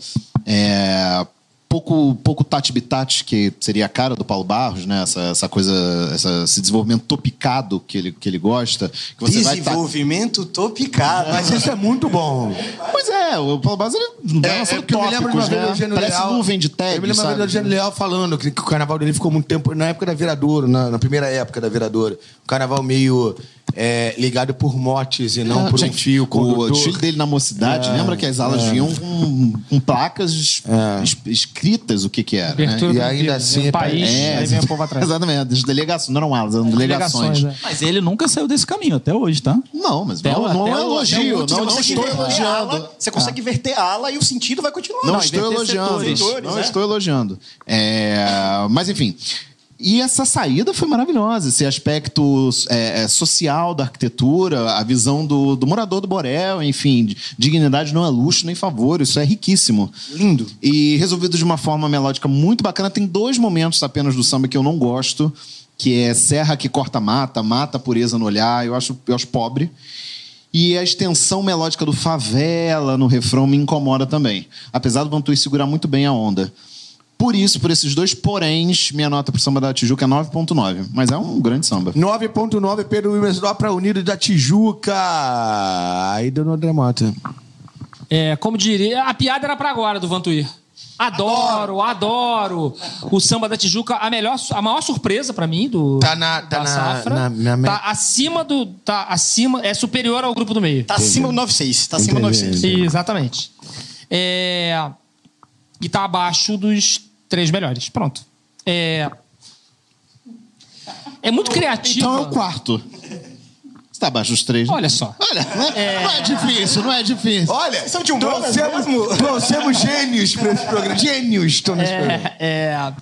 [SPEAKER 4] É, pouco, pouco tati-bitati, que seria a cara do Paulo Barros, né? Essa, essa coisa, essa, esse desenvolvimento topicado que ele, que ele gosta. Que você
[SPEAKER 2] desenvolvimento vai tá... topicado.
[SPEAKER 1] Mas isso é muito bom.
[SPEAKER 4] Pois é, o Paulo Barros, ele vai
[SPEAKER 1] é,
[SPEAKER 4] lançando
[SPEAKER 1] é porque
[SPEAKER 4] tópicos,
[SPEAKER 1] eu me lembro de uma vez
[SPEAKER 4] né?
[SPEAKER 1] do Eugênio
[SPEAKER 4] Parece
[SPEAKER 1] Leal.
[SPEAKER 4] nuvem de tag,
[SPEAKER 1] Eu me lembro
[SPEAKER 4] sabe?
[SPEAKER 1] do Eugênio Leal falando que, que o carnaval dele ficou muito tempo, na época da Viradouro, na, na primeira época da Viradouro. O carnaval meio é, ligado por motes e não
[SPEAKER 4] é,
[SPEAKER 1] por um fio condutor.
[SPEAKER 4] O desfile dele na Mocidade, é, lembra que as alas é. vinham com, com placas é. es, escritas o que que era, né?
[SPEAKER 1] E ainda assim...
[SPEAKER 3] É país,
[SPEAKER 4] é,
[SPEAKER 3] aí vem o povo atrás.
[SPEAKER 4] Exatamente, as delegações, não eram alas, eram delegações.
[SPEAKER 3] delegações é.
[SPEAKER 5] Mas ele nunca saiu desse caminho até hoje, tá?
[SPEAKER 4] Não, mas
[SPEAKER 5] até
[SPEAKER 4] não, não é
[SPEAKER 5] o,
[SPEAKER 4] elogio,
[SPEAKER 2] você
[SPEAKER 4] não, não estou elogiando.
[SPEAKER 2] Ala, você consegue ah. verter a ala e o sentido vai continuar.
[SPEAKER 4] Não,
[SPEAKER 2] não
[SPEAKER 4] estou elogiando,
[SPEAKER 2] setores,
[SPEAKER 4] não
[SPEAKER 2] né?
[SPEAKER 4] estou elogiando. É, mas enfim... E essa saída foi maravilhosa, esse aspecto é, social da arquitetura, a visão do, do morador do Borel, enfim, dignidade não é luxo nem favor, isso é riquíssimo.
[SPEAKER 2] Lindo.
[SPEAKER 4] E resolvido de uma forma melódica muito bacana. Tem dois momentos apenas do samba que eu não gosto, que é serra que corta mata, mata a pureza no olhar, eu acho, eu acho pobre. E a extensão melódica do Favela no refrão me incomoda também. Apesar do Vantuir segurar muito bem a onda. Por isso, por esses dois poréns, minha nota pro Samba da Tijuca é nove ponto nove. Mas é um grande samba.
[SPEAKER 1] nove ponto nove, Pedro Williams para Unido da Tijuca. Aí, dona André Mota.
[SPEAKER 3] É, como diria, a piada era pra agora do Vantuir. Adoro, adoro. O Samba da Tijuca, a melhor, a maior surpresa pra mim do
[SPEAKER 1] Tá na- tá
[SPEAKER 3] da
[SPEAKER 1] na-
[SPEAKER 3] safra.
[SPEAKER 1] na- na-
[SPEAKER 3] Tá acima do, tá acima, é superior ao grupo do meio.
[SPEAKER 2] Tá acima do nove seis. Tá acima do nove seis.
[SPEAKER 3] Sim, exatamente. É, e tá abaixo dos três melhores. Pronto. É, é muito criativo.
[SPEAKER 4] Então é o quarto. Você tá abaixo dos três. né?
[SPEAKER 3] Olha só.
[SPEAKER 4] Olha, não é, não é difícil, não é difícil.
[SPEAKER 1] Olha,
[SPEAKER 2] São de um bom
[SPEAKER 1] trouxemos, trouxemos gênios para esse programa. Gênios estão nesse programa.
[SPEAKER 3] É, é, a,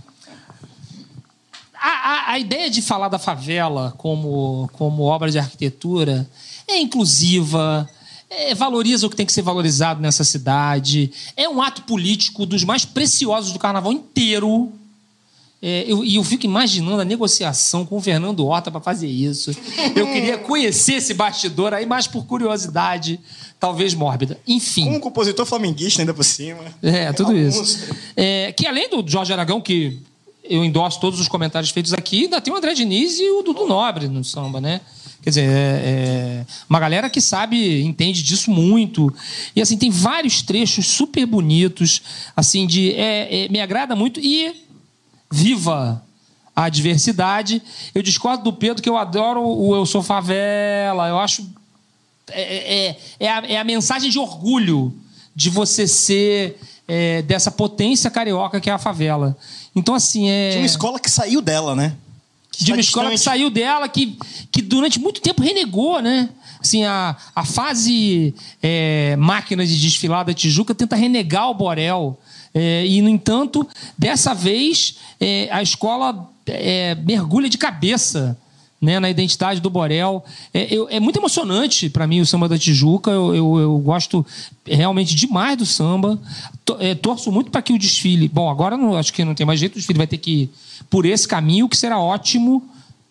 [SPEAKER 3] a, a ideia de falar da favela como, como obra de arquitetura é inclusiva, é, valoriza o que tem que ser valorizado nessa cidade, é um ato político dos mais preciosos do carnaval inteiro. É, eu, e eu fico imaginando a negociação com o Fernando Horta para fazer isso. Eu queria conhecer esse bastidor aí, mais por curiosidade, talvez mórbida. Enfim.
[SPEAKER 2] Com um compositor flamenguista ainda por cima.
[SPEAKER 3] É, tudo
[SPEAKER 2] Alguns.
[SPEAKER 3] isso. É, que além do Jorge Aragão, que eu endosso todos os comentários feitos aqui, ainda tem o André Diniz e o Dudu Nobre no samba, né? Quer dizer, é, é uma galera que sabe, entende disso muito. E, assim, tem vários trechos super bonitos, assim, de... É, é, me agrada muito e viva a diversidade. Eu discordo do Pedro que eu adoro o Eu Sou Favela. Eu acho... É, é, é, a, é a mensagem de orgulho de você ser é, dessa potência carioca que é a favela. Então, assim, é...
[SPEAKER 2] De uma escola que saiu dela, né? Que
[SPEAKER 3] de uma
[SPEAKER 2] está
[SPEAKER 3] escola que
[SPEAKER 2] distante.
[SPEAKER 3] saiu dela, que, que durante muito tempo renegou, né? Assim, a, a fase é, máquina de desfilar da Tijuca tenta renegar o Borel. É, e, no entanto, dessa vez, é, a escola é, mergulha de cabeça, né, na identidade do Borel. É, eu, é muito emocionante para mim o Samba da Tijuca. Eu, eu, eu gosto realmente demais do samba. To, é, torço muito para que o desfile... Bom, agora não, acho que não tem mais jeito. O desfile vai ter que ir por esse caminho, que será ótimo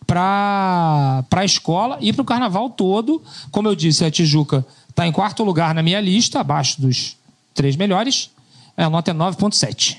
[SPEAKER 3] para a escola e para o carnaval todo. Como eu disse, a Tijuca está em quarto lugar na minha lista, abaixo dos três melhores. A nota é nove ponto sete.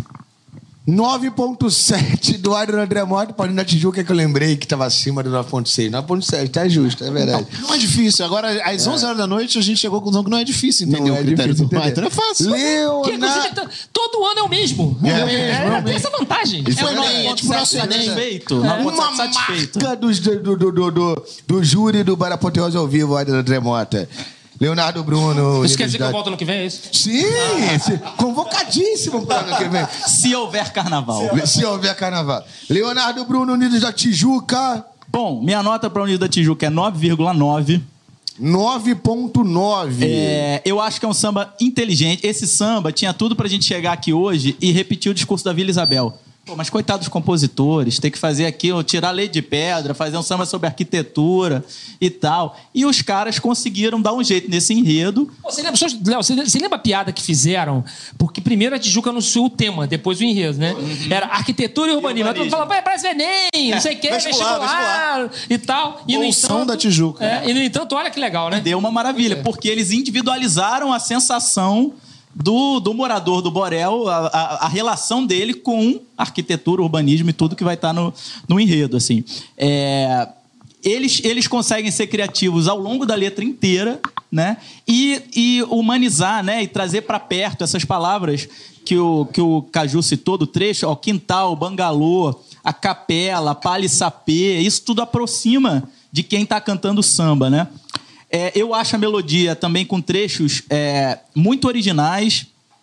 [SPEAKER 1] nove ponto sete do Iron André Mota para Unido da Tijuca, que eu lembrei que estava acima do nove ponto seis. nove ponto sete, tá justo, é verdade.
[SPEAKER 4] Não é difícil. Agora, às onze horas da noite, a gente chegou à conclusão que não é difícil entender
[SPEAKER 1] Não
[SPEAKER 4] o
[SPEAKER 1] é
[SPEAKER 4] critério
[SPEAKER 1] difícil
[SPEAKER 4] do
[SPEAKER 1] entender.
[SPEAKER 4] Python. É fácil.
[SPEAKER 3] Que, inclusive,
[SPEAKER 1] Leonardo...
[SPEAKER 3] t- todo ano é o mesmo.
[SPEAKER 1] É,
[SPEAKER 3] É,
[SPEAKER 1] mesmo,
[SPEAKER 3] é,
[SPEAKER 1] é
[SPEAKER 3] tem essa vantagem.
[SPEAKER 4] Isso
[SPEAKER 3] É o
[SPEAKER 4] é
[SPEAKER 3] nove
[SPEAKER 4] Enem, é
[SPEAKER 3] ponto
[SPEAKER 4] tipo nosso
[SPEAKER 3] sete.
[SPEAKER 4] Enem.
[SPEAKER 5] Satisfeito. Não pode
[SPEAKER 1] Uma
[SPEAKER 5] ser satisfeito.
[SPEAKER 1] marca dos, do, do, do, do, do júri do Barapoteose ao vivo, Iron André Mota. Leonardo Bruno...
[SPEAKER 3] Isso quer dizer que eu
[SPEAKER 1] Universidade-
[SPEAKER 3] volto ano que vem, é isso?
[SPEAKER 1] Sim, sim, convocadíssimo para o ano que vem.
[SPEAKER 5] Se houver carnaval.
[SPEAKER 1] Se houver carnaval. Leonardo Bruno, Unidos da Tijuca,
[SPEAKER 5] Bom, minha nota para a Unido da Tijuca é nove vírgula nove.
[SPEAKER 1] nove ponto nove.
[SPEAKER 5] É, eu acho que é um samba inteligente. Esse samba tinha tudo pra gente chegar aqui hoje e repetir o discurso da Vila Isabel. Pô, mas coitados dos compositores, tem que fazer aqui, ó, tirar lei de pedra, fazer um samba sobre arquitetura e tal. E os caras conseguiram dar um jeito nesse enredo.
[SPEAKER 3] Pô, Você lembra, só- Léo, você você lembra a piada que fizeram? Porque primeiro a Tijuca anunciou o tema, depois o enredo, né? Era arquitetura e urbanismo. Aí todo mundo falava, vai, parece Enem, não sei o quê,
[SPEAKER 2] Vestibular,
[SPEAKER 3] vestibular e tal. E, no
[SPEAKER 4] Bolsão
[SPEAKER 3] entanto,
[SPEAKER 4] da Tijuca.
[SPEAKER 3] É, e, no entanto, olha que legal, né?
[SPEAKER 5] Deu uma maravilha, porque eles individualizaram a sensação do, do morador do Borel, a, a, a relação dele com arquitetura, urbanismo e tudo que vai estar no, no enredo, assim. É, eles, eles conseguem ser criativos ao longo da letra inteira, né? E, e humanizar, né? E trazer para perto essas palavras que o, que o Caju citou do trecho, ó, quintal, bangalô, a capela, palha e sapê, isso tudo aproxima de quem está cantando samba, né? É, eu acho a melodia também com trechos é, muito originais.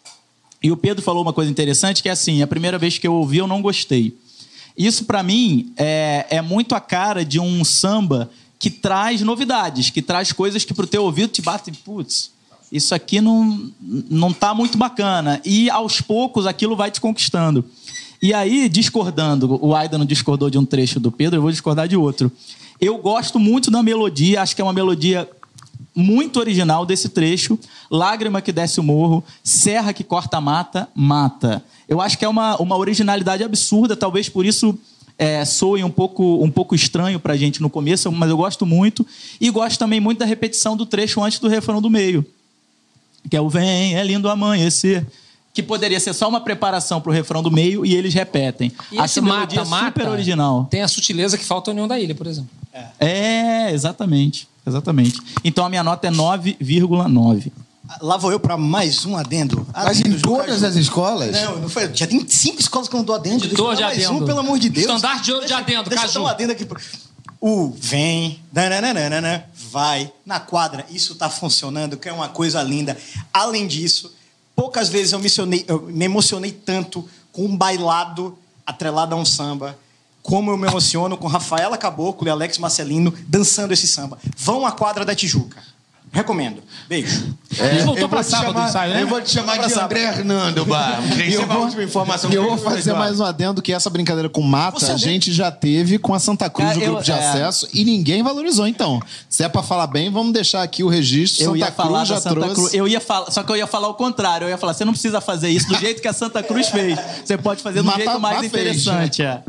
[SPEAKER 5] E o Pedro falou uma coisa interessante, que é assim, a primeira vez que eu ouvi eu não gostei. Isso, para mim, é, é muito a cara de um samba que traz novidades, que traz coisas que pro teu ouvido te batem, putz, isso aqui não, não tá muito bacana. E, aos poucos, aquilo vai te conquistando. E aí, discordando, o Aida não discordou de um trecho do Pedro, eu vou discordar de outro. Eu gosto muito da melodia, acho que é uma melodia muito original desse trecho. Lágrima que desce o morro, serra que corta a mata, mata. Eu acho que é uma, uma originalidade absurda, talvez por isso é, soem um pouco, um pouco estranho pra gente no começo, mas eu gosto muito. E gosto também muito da repetição do trecho antes do refrão do meio. Que é o vem, é lindo amanhecer. Que poderia ser só uma preparação pro refrão do meio e eles repetem.
[SPEAKER 3] E
[SPEAKER 5] Acho
[SPEAKER 3] esse
[SPEAKER 5] a melodia
[SPEAKER 3] mata,
[SPEAKER 5] super
[SPEAKER 3] mata,
[SPEAKER 5] original.
[SPEAKER 3] tem a sutileza que falta a União da Ilha, por exemplo.
[SPEAKER 5] É, exatamente. Exatamente. Então a minha nota é nove vírgula nove.
[SPEAKER 2] Lá vou eu para mais um adendo.
[SPEAKER 1] Mas em
[SPEAKER 2] Adendo,
[SPEAKER 1] todas
[SPEAKER 2] Caju.
[SPEAKER 1] as escolas?
[SPEAKER 2] Não, não foi. Já tem cinco escolas que eu não dou adendo. Deixa eu
[SPEAKER 3] Dor
[SPEAKER 2] dar
[SPEAKER 3] de
[SPEAKER 2] mais
[SPEAKER 3] adendo.
[SPEAKER 2] um, pelo amor de Deus.
[SPEAKER 3] Estandarte de ouro de
[SPEAKER 2] Deixa-
[SPEAKER 3] adendo,
[SPEAKER 2] Deixa eu
[SPEAKER 3] Caju.
[SPEAKER 2] dar um adendo aqui. pro- O vem, nananana, vai na quadra. Isso tá funcionando, que é uma coisa linda. Além disso, poucas vezes eu, missionei, eu me emocionei tanto com um bailado atrelado a um samba, como eu me emociono com Rafaela Caboclo e Alex Marcelino dançando esse samba. Vão à quadra da Tijuca. Recomendo. Beijo.
[SPEAKER 3] Ele voltou
[SPEAKER 1] eu
[SPEAKER 3] pra
[SPEAKER 1] vou te
[SPEAKER 3] sábado,
[SPEAKER 1] chamar,
[SPEAKER 3] ensaio, né?
[SPEAKER 1] Eu vou te chamar de André Hernando, Bar.
[SPEAKER 4] E eu vou, e eu vou fazer mais um adendo que essa brincadeira com mata
[SPEAKER 2] Você
[SPEAKER 4] a gente já teve com a Santa Cruz,
[SPEAKER 5] Cara,
[SPEAKER 4] o grupo
[SPEAKER 5] eu-
[SPEAKER 4] de
[SPEAKER 5] é.
[SPEAKER 4] acesso, e ninguém valorizou. Então, se é pra falar bem, vamos deixar aqui o registro.
[SPEAKER 5] Eu
[SPEAKER 4] Santa
[SPEAKER 5] ia falar
[SPEAKER 4] Cruz
[SPEAKER 5] da
[SPEAKER 4] já
[SPEAKER 5] Santa
[SPEAKER 4] trouxe.
[SPEAKER 5] Cruz. Eu ia falar, só que eu ia falar o contrário. Eu ia falar, você não precisa fazer isso do jeito que a Santa Cruz fez. Você pode fazer do
[SPEAKER 4] Mas
[SPEAKER 5] jeito
[SPEAKER 4] tá-
[SPEAKER 5] mais
[SPEAKER 4] mas fez,
[SPEAKER 5] interessante. É.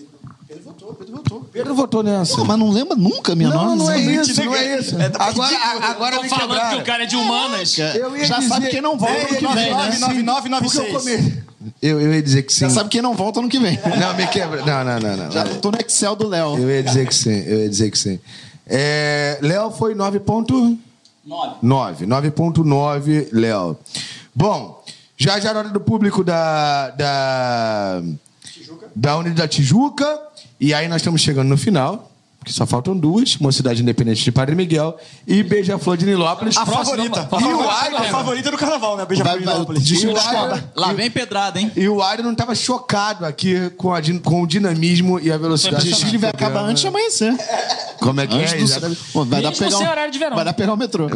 [SPEAKER 1] Pedro votou nessa.
[SPEAKER 4] Pô, mas não lembra nunca minha
[SPEAKER 1] Não,
[SPEAKER 4] nota?
[SPEAKER 1] não é
[SPEAKER 2] Não
[SPEAKER 1] isso,
[SPEAKER 2] te
[SPEAKER 1] não é isso.
[SPEAKER 2] É, tá
[SPEAKER 1] Agora, a- agora
[SPEAKER 3] Tô
[SPEAKER 1] me
[SPEAKER 3] falando
[SPEAKER 1] quebraram.
[SPEAKER 3] que o cara é de humanas.
[SPEAKER 1] Eu ia
[SPEAKER 4] Já
[SPEAKER 1] dizer-
[SPEAKER 4] sabe quem não volta no que vem, né?
[SPEAKER 2] nove nove nove
[SPEAKER 1] Porque eu
[SPEAKER 2] seis.
[SPEAKER 1] come- Eu, eu ia dizer que sim.
[SPEAKER 4] Já sabe quem não volta no que vem.
[SPEAKER 1] Não, me quebra. Não, não, não, não.
[SPEAKER 4] Já tô no Excel do Léo.
[SPEAKER 1] Eu ia dizer que sim, eu ia dizer que sim. É, Léo foi nove ponto nove. nove ponto nove, Léo. Bom, já já na hora do público da, da, da Unidade da Tijuca. E aí nós estamos chegando no final, que só faltam duas. Mocidade Independente de Padre Miguel e Beija-Flor de Nilópolis.
[SPEAKER 2] A
[SPEAKER 3] Próxima,
[SPEAKER 2] favorita.
[SPEAKER 3] por
[SPEAKER 2] E o
[SPEAKER 3] favor,
[SPEAKER 2] Aire, a
[SPEAKER 3] Aire.
[SPEAKER 2] favorita do carnaval, né? Beija-Flor
[SPEAKER 4] Vai,
[SPEAKER 2] de
[SPEAKER 4] vai,
[SPEAKER 2] Nilópolis.
[SPEAKER 4] deixa eu
[SPEAKER 1] E o
[SPEAKER 4] descobrir.
[SPEAKER 1] Aire-
[SPEAKER 5] Lá vem pedrada, hein?
[SPEAKER 1] E o Aire não estava chocado aqui com, a din- com o dinamismo e a
[SPEAKER 4] O
[SPEAKER 1] velocidade.
[SPEAKER 4] desfile vai acabar antes de amanhecer.
[SPEAKER 1] Como é que
[SPEAKER 4] Antes
[SPEAKER 1] é?
[SPEAKER 4] do...
[SPEAKER 1] Exatamente.
[SPEAKER 4] Pô, vai dar
[SPEAKER 3] Mesmo
[SPEAKER 4] pra pegar
[SPEAKER 3] sem
[SPEAKER 4] um...
[SPEAKER 3] horário de verão.
[SPEAKER 4] Vai dar pra pegar o metrô.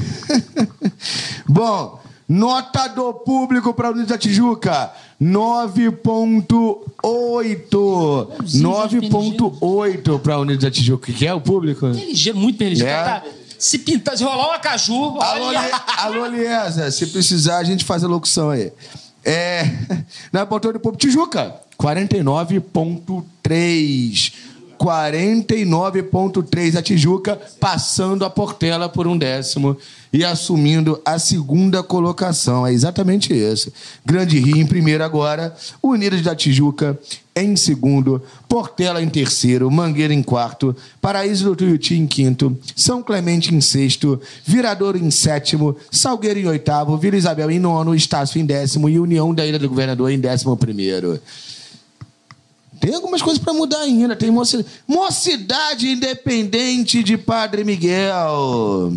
[SPEAKER 1] Bom, nota do público para a Unidade da Tijuca: nove ponto oito. nove ponto oito para a Unidade da Tijuca. O que é o público?
[SPEAKER 3] Ligeiro, muito bem ligeiro.
[SPEAKER 1] É.
[SPEAKER 3] Tá, se pintar, se rolar uma caju,
[SPEAKER 1] Alô,
[SPEAKER 3] olha.
[SPEAKER 1] Li- Alô, Liesa, se precisar, a gente faz a locução aí. É, na pontuação do público, Tijuca, quarenta e nove ponto três. quarenta e nove ponto três a Tijuca, passando a Portela por um décimo e assumindo a segunda colocação. É exatamente isso. Grande Rio em primeiro agora, Unidas da Tijuca em segundo, Portela em terceiro, Mangueira em quarto, Paraíso do Tuiuti em quinto, São Clemente em sexto, Viradouro em sétimo, Salgueiro em oitavo, Vila Isabel em nono, Estácio em décimo e União da Ilha do Governador em décimo primeiro. Tem algumas coisas para mudar ainda. Tem mocidade, mocidade Independente de Padre Miguel.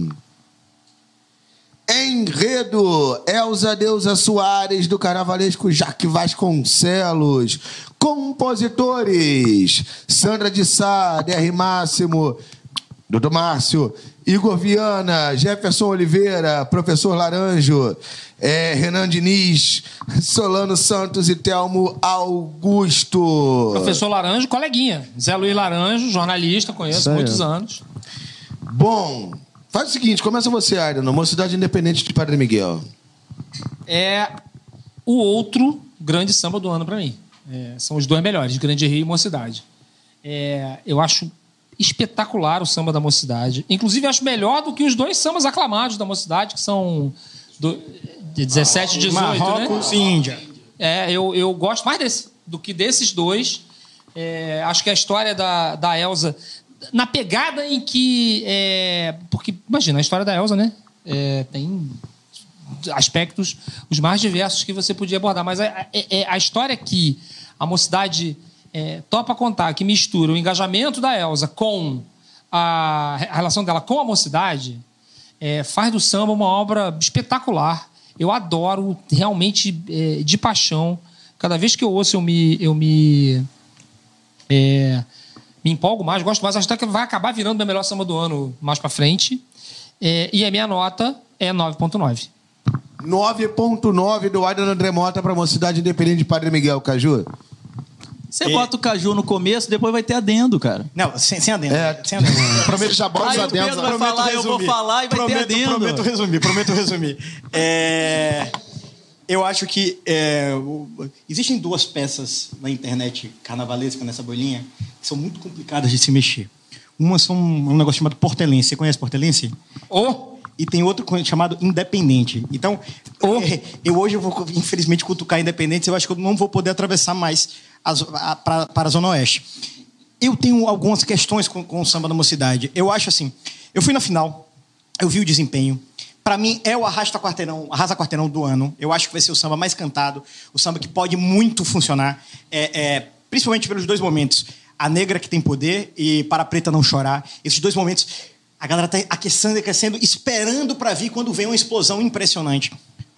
[SPEAKER 1] Enredo, Elza Deusa Soares, do carnavalesco Jaque Vasconcelos. Compositores, Sandra de Sá, D R Máximo, doutor Márcio, Igor Viana, Jefferson Oliveira, Professor Laranjo, é, Renan Diniz, Solano Santos e Telmo Augusto.
[SPEAKER 3] Professor Laranjo, coleguinha. Zé Luiz Laranjo, jornalista, conheço
[SPEAKER 1] Isso
[SPEAKER 3] há
[SPEAKER 1] aí.
[SPEAKER 3] muitos anos.
[SPEAKER 1] Bom, faz o seguinte, começa você, Aida, Mocidade Independente de Padre Miguel.
[SPEAKER 3] É o outro grande samba do ano para mim. É, são os dois melhores, Grande Rio e Mocidade. É, eu acho espetacular o samba da Mocidade. Inclusive, acho melhor do que os dois sambas aclamados da Mocidade, que são do, de dezessete e dezoito,
[SPEAKER 2] Marrocos
[SPEAKER 3] né?
[SPEAKER 2] e Índia.
[SPEAKER 3] É, eu, eu gosto mais desse do que desses dois. É, acho que a história da, da Elza, na pegada em que... É, porque, imagina, a história da Elza, né? É, tem aspectos os mais diversos que você podia abordar. Mas a, a, a história que a Mocidade é, topa contar, que mistura o engajamento da Elza com a, a relação dela com a Mocidade, é, faz do samba uma obra espetacular. Eu adoro, realmente, é, de paixão. Cada vez que eu ouço, eu me... Eu me é, me empolgo mais, gosto mais. Acho até que vai acabar virando meu melhor samba do ano mais pra frente. É, e a minha nota é nove ponto nove.
[SPEAKER 1] nove ponto nove do Aida André Mota para Mocidade Independente de Padre Miguel, Caju.
[SPEAKER 5] Você bota o caju no começo, depois vai ter adendo, cara.
[SPEAKER 2] Não, sem, sem adendo.
[SPEAKER 1] É.
[SPEAKER 2] Sem adendo.
[SPEAKER 4] Prometo já bota os
[SPEAKER 5] Aí o
[SPEAKER 4] adendos.
[SPEAKER 5] Pedro vai
[SPEAKER 4] Prometo
[SPEAKER 5] falar, eu vou
[SPEAKER 2] resumir.
[SPEAKER 5] falar e vai
[SPEAKER 2] prometo,
[SPEAKER 5] ter adendo.
[SPEAKER 2] Prometo resumir, prometo resumir. É... Eu acho que é, o, existem duas peças na internet carnavalesca, nessa bolinha, que são muito complicadas de se mexer. Uma são um negócio chamado Portelense. Você conhece Portelense?
[SPEAKER 3] Oh.
[SPEAKER 2] E tem outro chamado Independente. Então, oh. é, eu hoje eu vou, infelizmente, cutucar Independente. Eu acho que eu não vou poder atravessar mais para a Zona Oeste. Eu tenho algumas questões com, com o samba da mocidade. Eu acho assim, eu fui na final, eu vi o desempenho. Para mim, é o Arrasta Quarteirão, Arrasa Quarteirão do ano. Eu acho que vai ser o samba mais cantado, o samba que pode muito funcionar, é, é, principalmente pelos dois momentos. A negra que tem poder e para a preta não chorar. Esses dois momentos, a galera está aquecendo, aquecendo, esperando para vir quando vem uma explosão impressionante.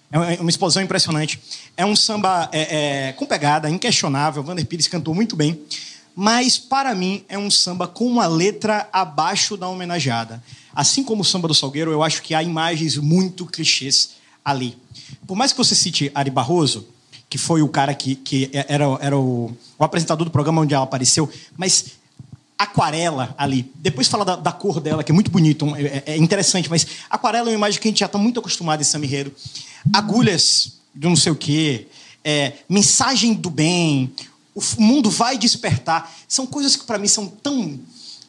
[SPEAKER 2] É uma explosão impressionante. É um samba é, é, com pegada, inquestionável. O Vander Pires cantou muito bem. Mas, para mim, é um samba com uma letra abaixo da homenageada. Assim como o samba do Salgueiro, eu acho que há imagens muito clichês ali. Por mais que você cite Ari Barroso, que foi o cara que, que era, era o, o apresentador do programa onde ela apareceu, mas Aquarela ali, depois fala da, da cor dela, que é muito bonito, é, é interessante, mas Aquarela é uma imagem que a gente já está muito acostumado em samba enredo. Agulhas de não sei o quê, é, mensagem do bem, o mundo vai despertar. São coisas que, para mim, são tão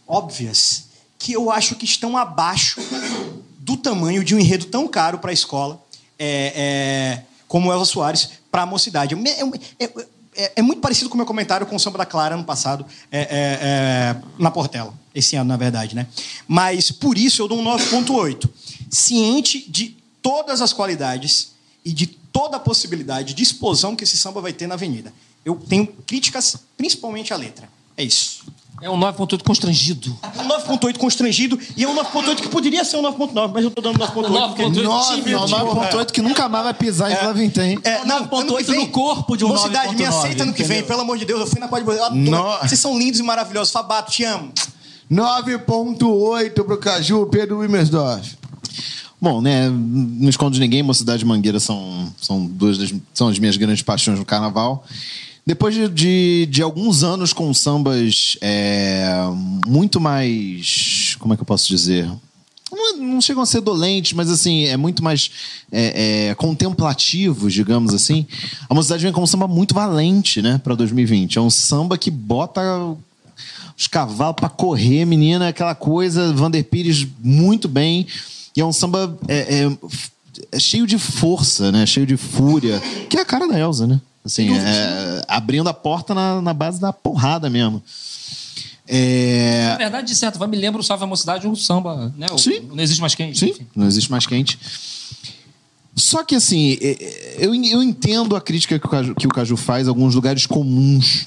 [SPEAKER 2] óbvias que eu acho que estão abaixo do tamanho de um enredo tão caro para a escola, é, é, como Elza Soares, para a mocidade. É, é, é, é muito parecido com o meu comentário com o samba da Clara ano passado, é, é, é, na Portela. Esse ano, na verdade, né? Mas, por isso, eu dou um nove ponto oito. Ciente de todas as qualidades e de toda a possibilidade de explosão que esse samba vai ter na avenida. Eu tenho críticas, principalmente à letra. É isso.
[SPEAKER 3] É um nove ponto oito constrangido.
[SPEAKER 2] É um nove ponto oito constrangido e é um nove ponto oito que poderia ser um nove ponto nove, mas eu tô dando nove ponto oito.
[SPEAKER 3] nove ponto oito
[SPEAKER 4] nove ponto oito que nunca mais vai pisar em Vila Vintém.
[SPEAKER 2] É, não,
[SPEAKER 5] nove ponto oito no corpo de um nove ponto nove.
[SPEAKER 2] Mocidade, me aceita ano que vem, pelo amor de Deus. Eu fui na Pode Boa. Vocês são lindos e maravilhosos. Fabato, te amo.
[SPEAKER 1] nove ponto oito pro Caju, Pedro Wimersdorf.
[SPEAKER 4] Bom, né, não escondo de ninguém, Mocidade e Mangueira são, são duas das, são as minhas grandes paixões no carnaval. Depois de, de, de alguns anos com sambas é, muito mais... Como é que eu posso dizer? Não, não chegam a ser dolentes, mas assim, é muito mais é, é, contemplativos, digamos assim. A Mocidade vem com um samba muito valente, né, para dois mil e vinte. É um samba que bota os cavalos para correr, menina, aquela coisa. Vander Pires muito bem. E é um samba é, é, é cheio de força, né? Cheio de fúria. Que é a cara da Elza, né? Assim, é, abrindo a porta na, na base da porrada mesmo. É...
[SPEAKER 3] Na verdade, de certa forma, me lembra o Salve a Mocidade, um samba, né? O,
[SPEAKER 4] Sim.
[SPEAKER 3] Não Existe Mais Quente.
[SPEAKER 4] Sim,
[SPEAKER 3] enfim.
[SPEAKER 4] Não Existe Mais Quente. Só que, assim, eu, eu entendo a crítica que o, Caju, que o Caju faz a alguns lugares comuns,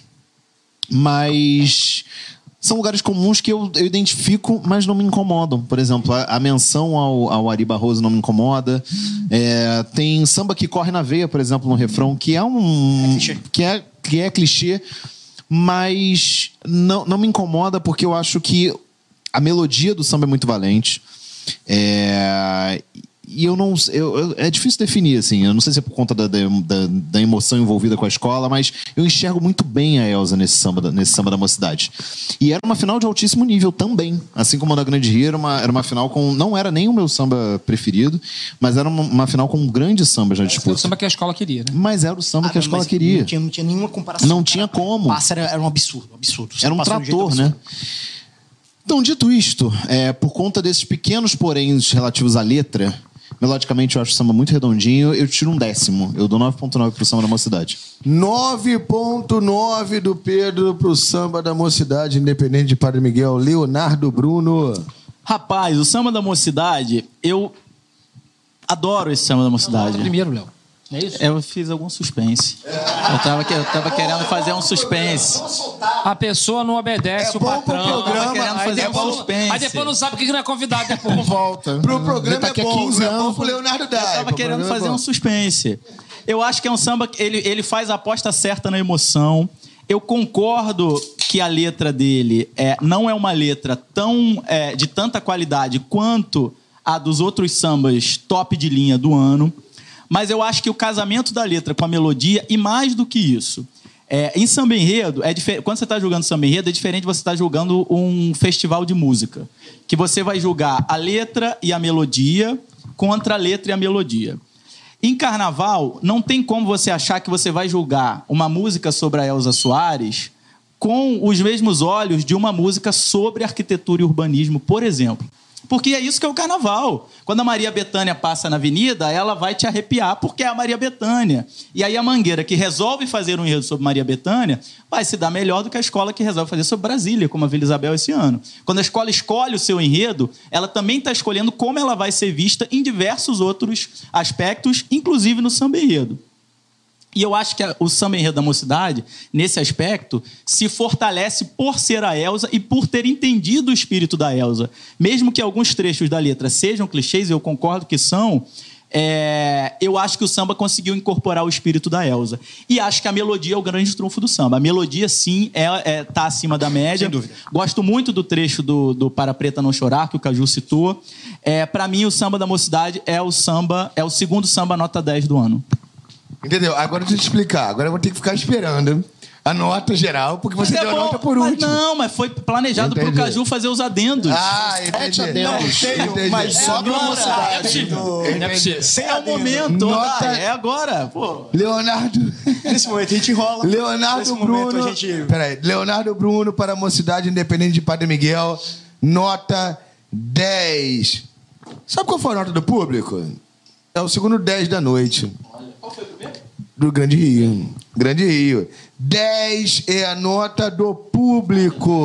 [SPEAKER 4] mas são lugares comuns que eu, eu identifico, mas não me incomodam. Por exemplo, a, a menção ao, ao Ari Barroso não me incomoda. É, tem samba que corre na veia, por exemplo, no refrão, que é um...
[SPEAKER 2] É clichê.
[SPEAKER 4] Que é, que é clichê, mas não, não me incomoda porque eu acho que a melodia do samba é muito valente. É... E eu não... Eu, eu, é difícil definir, assim. Eu não sei se é por conta da, da, da emoção envolvida com a escola, mas eu enxergo muito bem a Elza nesse samba, nesse samba da Mocidade. E era uma final de altíssimo nível também. Assim como a da Grande Rio, era uma, era uma final com... Não era nem o meu samba preferido, mas era uma, uma final com um grande samba já disputa.
[SPEAKER 3] Era o samba que a escola queria, né?
[SPEAKER 4] Mas era o samba
[SPEAKER 2] Ah,
[SPEAKER 4] que a
[SPEAKER 2] não,
[SPEAKER 4] escola
[SPEAKER 2] mas
[SPEAKER 4] queria.
[SPEAKER 2] Não tinha, não tinha nenhuma comparação.
[SPEAKER 4] Não tinha como.
[SPEAKER 2] Passa era, era um absurdo, um absurdo.
[SPEAKER 4] Era um
[SPEAKER 2] Passou de um jeito
[SPEAKER 4] trator, né?
[SPEAKER 2] absurdo.
[SPEAKER 4] Então, dito isto, é, por conta desses pequenos poréns relativos à letra, melodicamente eu acho o samba muito redondinho, eu tiro um décimo. Eu dou nove ponto nove pro samba da Mocidade.
[SPEAKER 1] nove ponto nove do Pedro pro samba da Mocidade, independente de Padre Miguel. Leonardo Bruno.
[SPEAKER 5] Rapaz, o samba da Mocidade, eu adoro esse samba da Mocidade.
[SPEAKER 3] Primeiro, Léo. Não é isso?
[SPEAKER 5] Eu fiz algum suspense. Eu tava, eu tava querendo fazer um suspense.
[SPEAKER 3] A pessoa não obedece
[SPEAKER 1] É
[SPEAKER 3] o
[SPEAKER 1] bom pro
[SPEAKER 3] patrão.
[SPEAKER 1] programa,
[SPEAKER 5] Tava querendo
[SPEAKER 3] Aí
[SPEAKER 5] fazer um
[SPEAKER 3] depois,
[SPEAKER 5] suspense.
[SPEAKER 3] aí depois não sabe porque que não é convidado depois.
[SPEAKER 4] Volta.
[SPEAKER 1] Pro programa
[SPEAKER 4] Daqui
[SPEAKER 1] é
[SPEAKER 4] a
[SPEAKER 1] bom,
[SPEAKER 4] quinze
[SPEAKER 1] é bom
[SPEAKER 4] anos.
[SPEAKER 1] pro Leonardo Dai.
[SPEAKER 5] Eu tava
[SPEAKER 1] pro
[SPEAKER 5] querendo
[SPEAKER 1] programa é
[SPEAKER 5] fazer
[SPEAKER 1] bom.
[SPEAKER 5] um suspense. Eu acho que é um samba que ele, ele faz a aposta certa na emoção. Eu concordo que a letra dele é, não é uma letra tão é, de tanta qualidade quanto a dos outros sambas top de linha do ano. Mas eu acho que o casamento da letra com a melodia, e mais do que isso, é, em samba enredo, é difer- quando você está julgando samba enredo, é diferente de você estar tá julgando um festival de música. Que você vai julgar a letra e a melodia contra a letra e a melodia. Em carnaval, não tem como você achar que você vai julgar uma música sobre a Elza Soares com os mesmos olhos de uma música sobre arquitetura e urbanismo, por exemplo. Porque é isso que é o carnaval. Quando a Maria Bethânia passa na avenida, ela vai te arrepiar, porque é a Maria Bethânia. E aí a Mangueira, que resolve fazer um enredo sobre Maria Bethânia, vai se dar melhor do que a escola que resolve fazer sobre Brasília, como a Vila Isabel esse ano. Quando a escola escolhe o seu enredo, ela também está escolhendo como ela vai ser vista em diversos outros aspectos, inclusive no samba enredo. E eu acho que o samba enredo da Mocidade, nesse aspecto, se fortalece por ser a Elza e por ter entendido o espírito da Elza. Mesmo que alguns trechos da letra sejam clichês, e eu concordo que são, é, eu acho que o samba conseguiu incorporar o espírito da Elza. E acho que a melodia é o grande trunfo do samba. A melodia, sim, está é, é, tá acima da média.
[SPEAKER 2] Sem dúvida.
[SPEAKER 5] Gosto muito do trecho do, do Para Preta Não Chorar, que o Caju citou. É, para mim, o samba da Mocidade é o, samba, é o segundo samba nota dez do ano.
[SPEAKER 1] Entendeu? Agora deixa eu te explicar. Agora eu vou ter que ficar esperando a nota geral, porque você
[SPEAKER 5] Mas
[SPEAKER 1] deu
[SPEAKER 5] é
[SPEAKER 1] a
[SPEAKER 5] bom,
[SPEAKER 1] nota por
[SPEAKER 5] mas
[SPEAKER 1] último.
[SPEAKER 5] não, mas foi planejado
[SPEAKER 1] Entendi.
[SPEAKER 5] pro Caju fazer os adendos.
[SPEAKER 1] Ah, entendi.
[SPEAKER 4] adendos.
[SPEAKER 1] Entendi.
[SPEAKER 2] Mas só
[SPEAKER 5] agora,
[SPEAKER 2] pra Mocidade.
[SPEAKER 3] é possível. Não é possível.
[SPEAKER 2] Sem
[SPEAKER 5] É o
[SPEAKER 2] adendo.
[SPEAKER 5] momento,
[SPEAKER 1] Nota-
[SPEAKER 5] vai, é agora. Pô.
[SPEAKER 1] Leonardo...
[SPEAKER 2] Nesse momento a gente enrola.
[SPEAKER 1] Leonardo
[SPEAKER 2] Nesse
[SPEAKER 1] Bruno...
[SPEAKER 2] momento a gente...
[SPEAKER 1] Peraí. Leonardo Bruno para a Mocidade Independente de Padre Miguel. Nota dez. Sabe qual foi a nota do público? É o segundo dez da noite.
[SPEAKER 5] Qual foi o primeiro?
[SPEAKER 1] Do Grande Rio. Grande Rio. dez é a nota do público.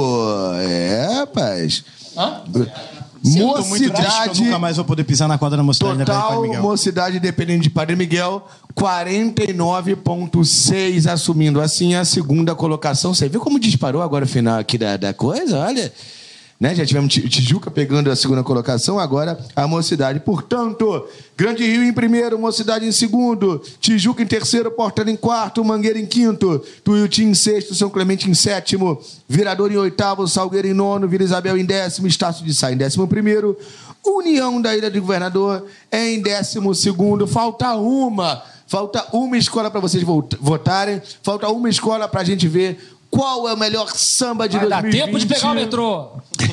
[SPEAKER 1] É, rapaz.
[SPEAKER 3] Hã?
[SPEAKER 2] Sinto muito triste que eu
[SPEAKER 1] Mocidade
[SPEAKER 2] nunca mais vou poder pisar na quadra da Mocidade da Praia do
[SPEAKER 1] total,
[SPEAKER 2] Padre Miguel.
[SPEAKER 1] Mocidade Independente de Padre Miguel, quarenta e nove vírgula seis, assumindo assim a segunda colocação. Você viu como disparou agora o final aqui da, da coisa? Olha... Né? Já tivemos Tijuca pegando a segunda colocação, agora a Mocidade. Portanto, Grande Rio em primeiro, Mocidade em segundo, Tijuca em terceiro, Portela em quarto, Mangueira em quinto, Tuiuti em sexto, São Clemente em sétimo, Virador em oitavo, Salgueiro em nono, Vila Isabel em décimo, Estácio de Sá em décimo primeiro, União da Ilha do Governador é em décimo segundo. Falta uma, falta uma escola para vocês votarem, falta uma escola para a gente ver qual é o melhor samba de
[SPEAKER 3] Vai
[SPEAKER 1] dois mil e vinte.
[SPEAKER 3] dar tempo de pegar o metrô.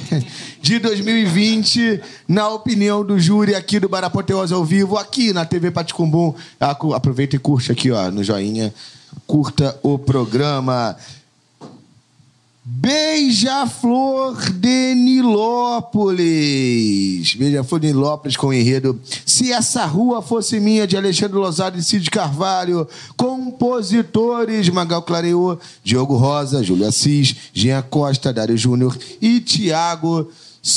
[SPEAKER 1] De dois mil e vinte, na opinião do júri aqui do Barapoteose ao vivo, aqui na T V Paticumbum. Aproveita e curte aqui, ó, no joinha. Curta o programa. Beija-Flor de Nilópolis. Beija-Flor de Nilópolis com o enredo Se Essa Rua Fosse Minha, de Alexandre Lozado e Cid Carvalho. Compositores Magal Clareou, Diogo Rosa, Júlio Assis, Jean Costa, Dário Júnior e Tiago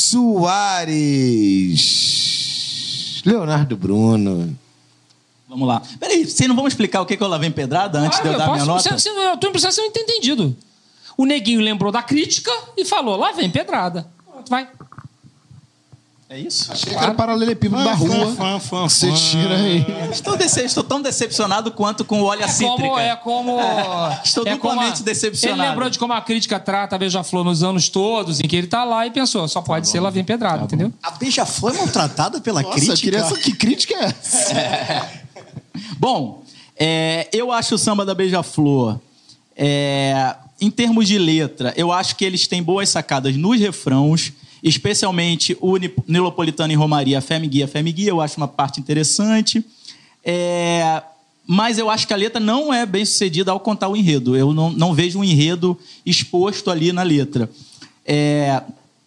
[SPEAKER 1] Soares. Leonardo Bruno.
[SPEAKER 5] Vamos lá. Peraí, vocês não vão explicar o que que eu lavei pedrada antes
[SPEAKER 3] Ah,
[SPEAKER 5] de eu
[SPEAKER 3] eu
[SPEAKER 5] dar
[SPEAKER 3] posso-
[SPEAKER 5] minha nota?
[SPEAKER 3] Você, você, eu tô impressão de ter entendido. O neguinho lembrou da crítica e falou, lá vem pedrada. Pronto, vai.
[SPEAKER 5] É isso?
[SPEAKER 4] Achei que era paralelepípedo da rua.
[SPEAKER 2] Fã, fã,
[SPEAKER 4] Você
[SPEAKER 2] fã.
[SPEAKER 4] tira aí.
[SPEAKER 5] Estou, dece... Estou tão decepcionado quanto com o óleo
[SPEAKER 3] É
[SPEAKER 5] cítrica.
[SPEAKER 3] como... É como
[SPEAKER 5] Estou
[SPEAKER 3] é como
[SPEAKER 5] duplamente
[SPEAKER 3] a-
[SPEAKER 5] decepcionado.
[SPEAKER 3] Ele lembrou de como a crítica trata a Beija-Flor nos anos todos, em que ele tá lá e pensou, só pode ser lá vem pedrada, entendeu?
[SPEAKER 2] A Beija-Flor é maltratada pela
[SPEAKER 4] Nossa,
[SPEAKER 2] crítica.
[SPEAKER 4] eu queria essa... Que crítica é essa?
[SPEAKER 5] Bom, é, eu acho o samba da Beija-Flor, é, em termos de letra, eu acho que eles têm boas sacadas nos refrãos, especialmente o Ni- Nilopolitano em Romaria, Fé me guia, Fé me guia, eu acho uma parte interessante. É, mas eu acho que a letra não é bem sucedida ao contar o enredo. Eu não, não vejo um enredo exposto ali na letra. É,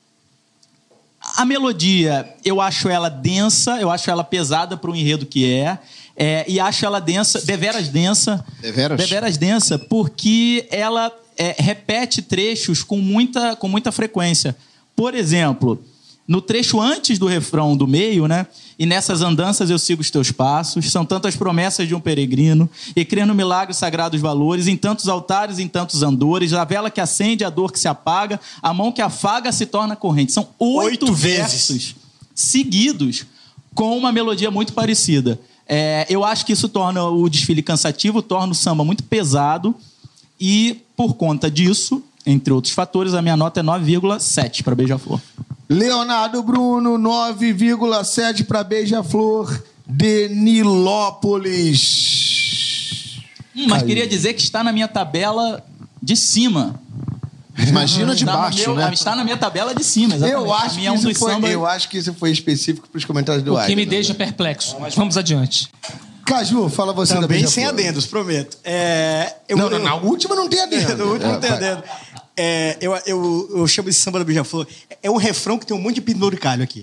[SPEAKER 5] a melodia, eu acho ela densa, eu acho ela pesada para o enredo que é. É, e acho ela densa, deveras densa.
[SPEAKER 4] Deveras?
[SPEAKER 5] Deveras densa, porque ela é, repete trechos com muita, com muita frequência. Por exemplo, no trecho antes do refrão do meio, né? E nessas andanças eu sigo os teus passos, são tantas promessas de um peregrino, e crer no milagre sagrados valores, em tantos altares, em tantos andores, a vela que acende, a dor que se apaga, a mão que afaga se torna corrente. São oito,
[SPEAKER 2] Oito vezes.
[SPEAKER 5] versos seguidos com uma melodia muito parecida. É, eu acho que isso torna o desfile cansativo, torna o samba muito pesado e, por conta disso, entre outros fatores, a minha nota é nove vírgula sete para Beija-Flor.
[SPEAKER 1] Leonardo Bruno, nove vírgula sete para Beija-Flor de Nilópolis.
[SPEAKER 5] Hum, mas queria dizer que está na minha tabela de cima.
[SPEAKER 4] Imagina de
[SPEAKER 5] Está no
[SPEAKER 4] baixo,
[SPEAKER 5] meu-
[SPEAKER 4] né?
[SPEAKER 5] Está na minha tabela de cima, exatamente.
[SPEAKER 1] Eu
[SPEAKER 5] Pra
[SPEAKER 1] acho,
[SPEAKER 5] mim
[SPEAKER 1] que
[SPEAKER 5] é um
[SPEAKER 1] isso
[SPEAKER 5] dos
[SPEAKER 1] foi,
[SPEAKER 5] sambas-
[SPEAKER 1] eu acho que isso foi específico para os comentários do
[SPEAKER 3] O que me
[SPEAKER 1] Agno.
[SPEAKER 3] deixa perplexo. Mas vamos adiante.
[SPEAKER 1] Caju, fala você da
[SPEAKER 2] Também sem
[SPEAKER 1] Beija-Flor.
[SPEAKER 2] adendos, prometo. É, eu,
[SPEAKER 1] Não, não,
[SPEAKER 2] eu-
[SPEAKER 1] na última não tem adendo.
[SPEAKER 2] No último
[SPEAKER 1] É,
[SPEAKER 2] não tem
[SPEAKER 1] vai.
[SPEAKER 2] adendo. É, eu, eu, eu chamo esse samba da Beija-Flor. É um refrão que tem um monte de penduricalho aqui.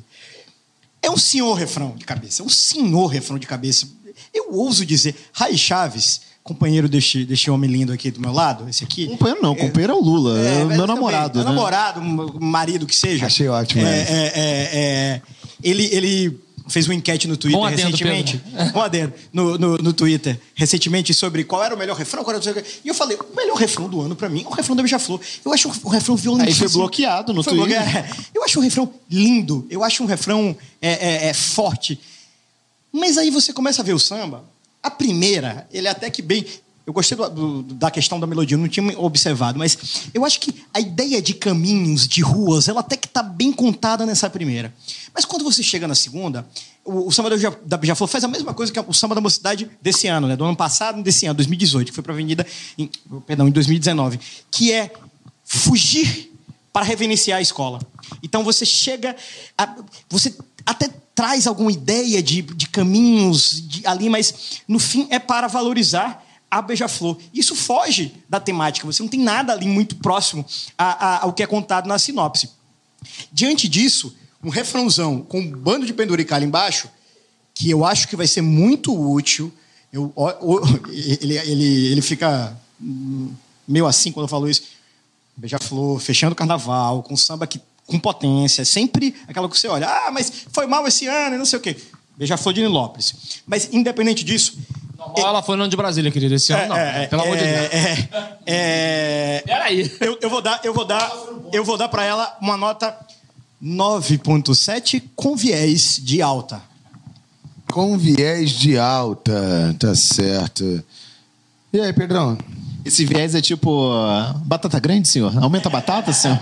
[SPEAKER 2] É um senhor refrão de cabeça. É um senhor refrão de cabeça. Eu ouso dizer. Rai Chaves, companheiro deste, deste homem lindo aqui do meu lado, esse aqui.
[SPEAKER 4] Companheiro não, companheiro é o Lula, é, o
[SPEAKER 2] mas
[SPEAKER 4] meu
[SPEAKER 2] também,
[SPEAKER 4] namorado.
[SPEAKER 2] é
[SPEAKER 4] né?
[SPEAKER 2] namorado, um marido que seja.
[SPEAKER 1] Achei ótimo,
[SPEAKER 2] É,
[SPEAKER 1] é.
[SPEAKER 2] é, é, é, ele, ele fez uma enquete no Twitter
[SPEAKER 3] Bom adendo,
[SPEAKER 2] recentemente. Bom adendo, no, no, no Twitter, recentemente, sobre qual era o melhor refrão. Qual era o... E eu falei, o melhor refrão do ano pra mim é o refrão da Beija-Flor. Eu acho um refrão violentíssimo.
[SPEAKER 4] Aí foi bloqueado no
[SPEAKER 2] Foi
[SPEAKER 4] Twitter.
[SPEAKER 2] bloqueado. Eu acho um refrão lindo. Eu acho um refrão é, é, é, forte. Mas aí você começa a ver o samba. A primeira, ele é até que bem... Eu gostei do, do, da questão da melodia, eu não tinha observado, mas eu acho que a ideia de caminhos, de ruas, ela até que está bem contada nessa primeira. Mas quando você chega na segunda, o, o samba da, Beija- da Beija-Flor faz a mesma coisa que o samba da Mocidade desse ano, né? Do ano passado e desse ano, dois mil e dezoito, que foi para a Avenida, em, perdão, em dois mil e dezenove, que é fugir para reverenciar a escola. Então você chega, a, você até traz alguma ideia de, de caminhos de, ali, mas no fim é para valorizar a Beija-Flor. Isso foge da temática, você não tem nada ali muito próximo a, a, ao que é contado na sinopse. Diante disso, um refrãozão com um bando de penduricalho embaixo, que eu acho que vai ser muito útil. Eu, o- o- ele, ele, ele fica hum, meio assim quando eu falo isso. Beija-Flor, fechando o carnaval, com samba que, com potência, sempre aquela que você olha, ah, mas foi mal esse ano e não sei o quê. Beija-Flor de Nilópolis. Mas, independente disso...
[SPEAKER 3] Normal, ela foi no ano de Brasília, querido. Esse ano, não. Pelo amor de Deus.
[SPEAKER 2] É, é,
[SPEAKER 3] Peraí.
[SPEAKER 2] eu, eu vou dar, eu vou dar, eu vou dar para ela uma nota nove ponto sete com viés de alta.
[SPEAKER 1] Com viés de alta, tá certo. E aí, Pedrão?
[SPEAKER 4] Esse viés é tipo... uh, batata grande, senhor? Aumenta a batata, senhor?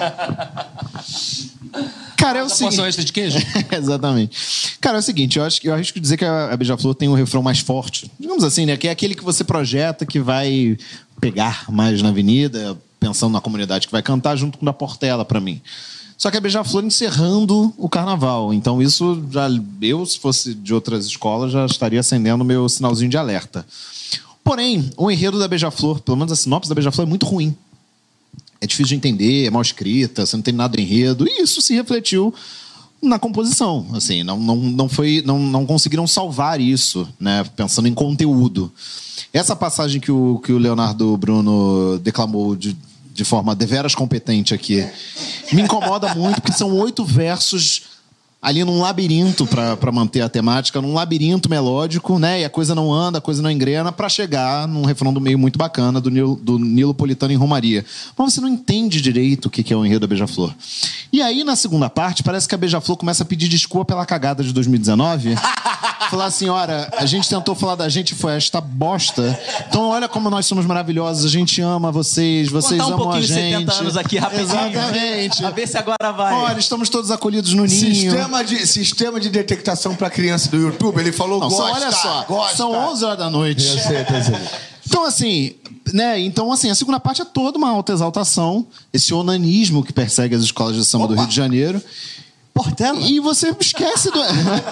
[SPEAKER 4] Cara, é o
[SPEAKER 3] Essa
[SPEAKER 4] seguinte...
[SPEAKER 3] porção extra de queijo?
[SPEAKER 4] Exatamente. Cara, é o seguinte, eu acho que eu arrisco dizer que a a Beija-Flor tem um refrão mais forte. Digamos assim, né? Que é aquele que você projeta que vai pegar mais na avenida, pensando na comunidade que vai cantar, junto com o da Portela, pra mim. Só que a Beija-Flor encerrando o carnaval. Então, isso já. Eu, se fosse de outras escolas, já estaria acendendo o meu sinalzinho de alerta. Porém, o enredo da Beija-Flor, pelo menos a sinopse da Beija-Flor, é muito ruim. É difícil de entender, é mal escrita, você não tem nada de enredo. E isso se refletiu na composição. Assim, não, não, não, foi, não, não conseguiram salvar isso, né? Pensando em conteúdo. Essa passagem que o, que o Leonardo Bruno declamou de, de forma deveras competente aqui me incomoda muito, porque são oito versos ali num labirinto para manter a temática, num labirinto melódico, né? E a coisa não anda, a coisa não engrena, para chegar num refrão do meio muito bacana do Nilo, do Nilo Politano em Romaria. Mas você não entende direito o que é o enredo da Beija-Flor. E aí, na segunda parte, parece que a Beija-Flor começa a pedir desculpa pela cagada de dois mil e dezenove. Falar assim, olha, a gente tentou falar da gente, foi esta bosta. Então, olha como nós somos maravilhosos, a gente ama vocês, vocês
[SPEAKER 5] Contar um
[SPEAKER 4] amam a
[SPEAKER 5] pouquinho de
[SPEAKER 4] gente.
[SPEAKER 5] setenta anos aqui rapidinho.
[SPEAKER 4] Exatamente.
[SPEAKER 5] A ver se agora vai.
[SPEAKER 4] Olha, estamos todos acolhidos no ninho.
[SPEAKER 1] Sistema de, sistema de detectação para criança do YouTube, ele falou
[SPEAKER 4] Não,
[SPEAKER 1] gosta,
[SPEAKER 4] são, olha só,
[SPEAKER 1] gosta.
[SPEAKER 4] são onze horas da noite.
[SPEAKER 1] Eu sei, eu sei.
[SPEAKER 4] Então, assim, né? Então, assim, a segunda parte é toda uma autoexaltação, esse onanismo que persegue as escolas de samba do
[SPEAKER 2] Opa.
[SPEAKER 4] Rio de Janeiro.
[SPEAKER 2] Portela.
[SPEAKER 4] E você esquece do.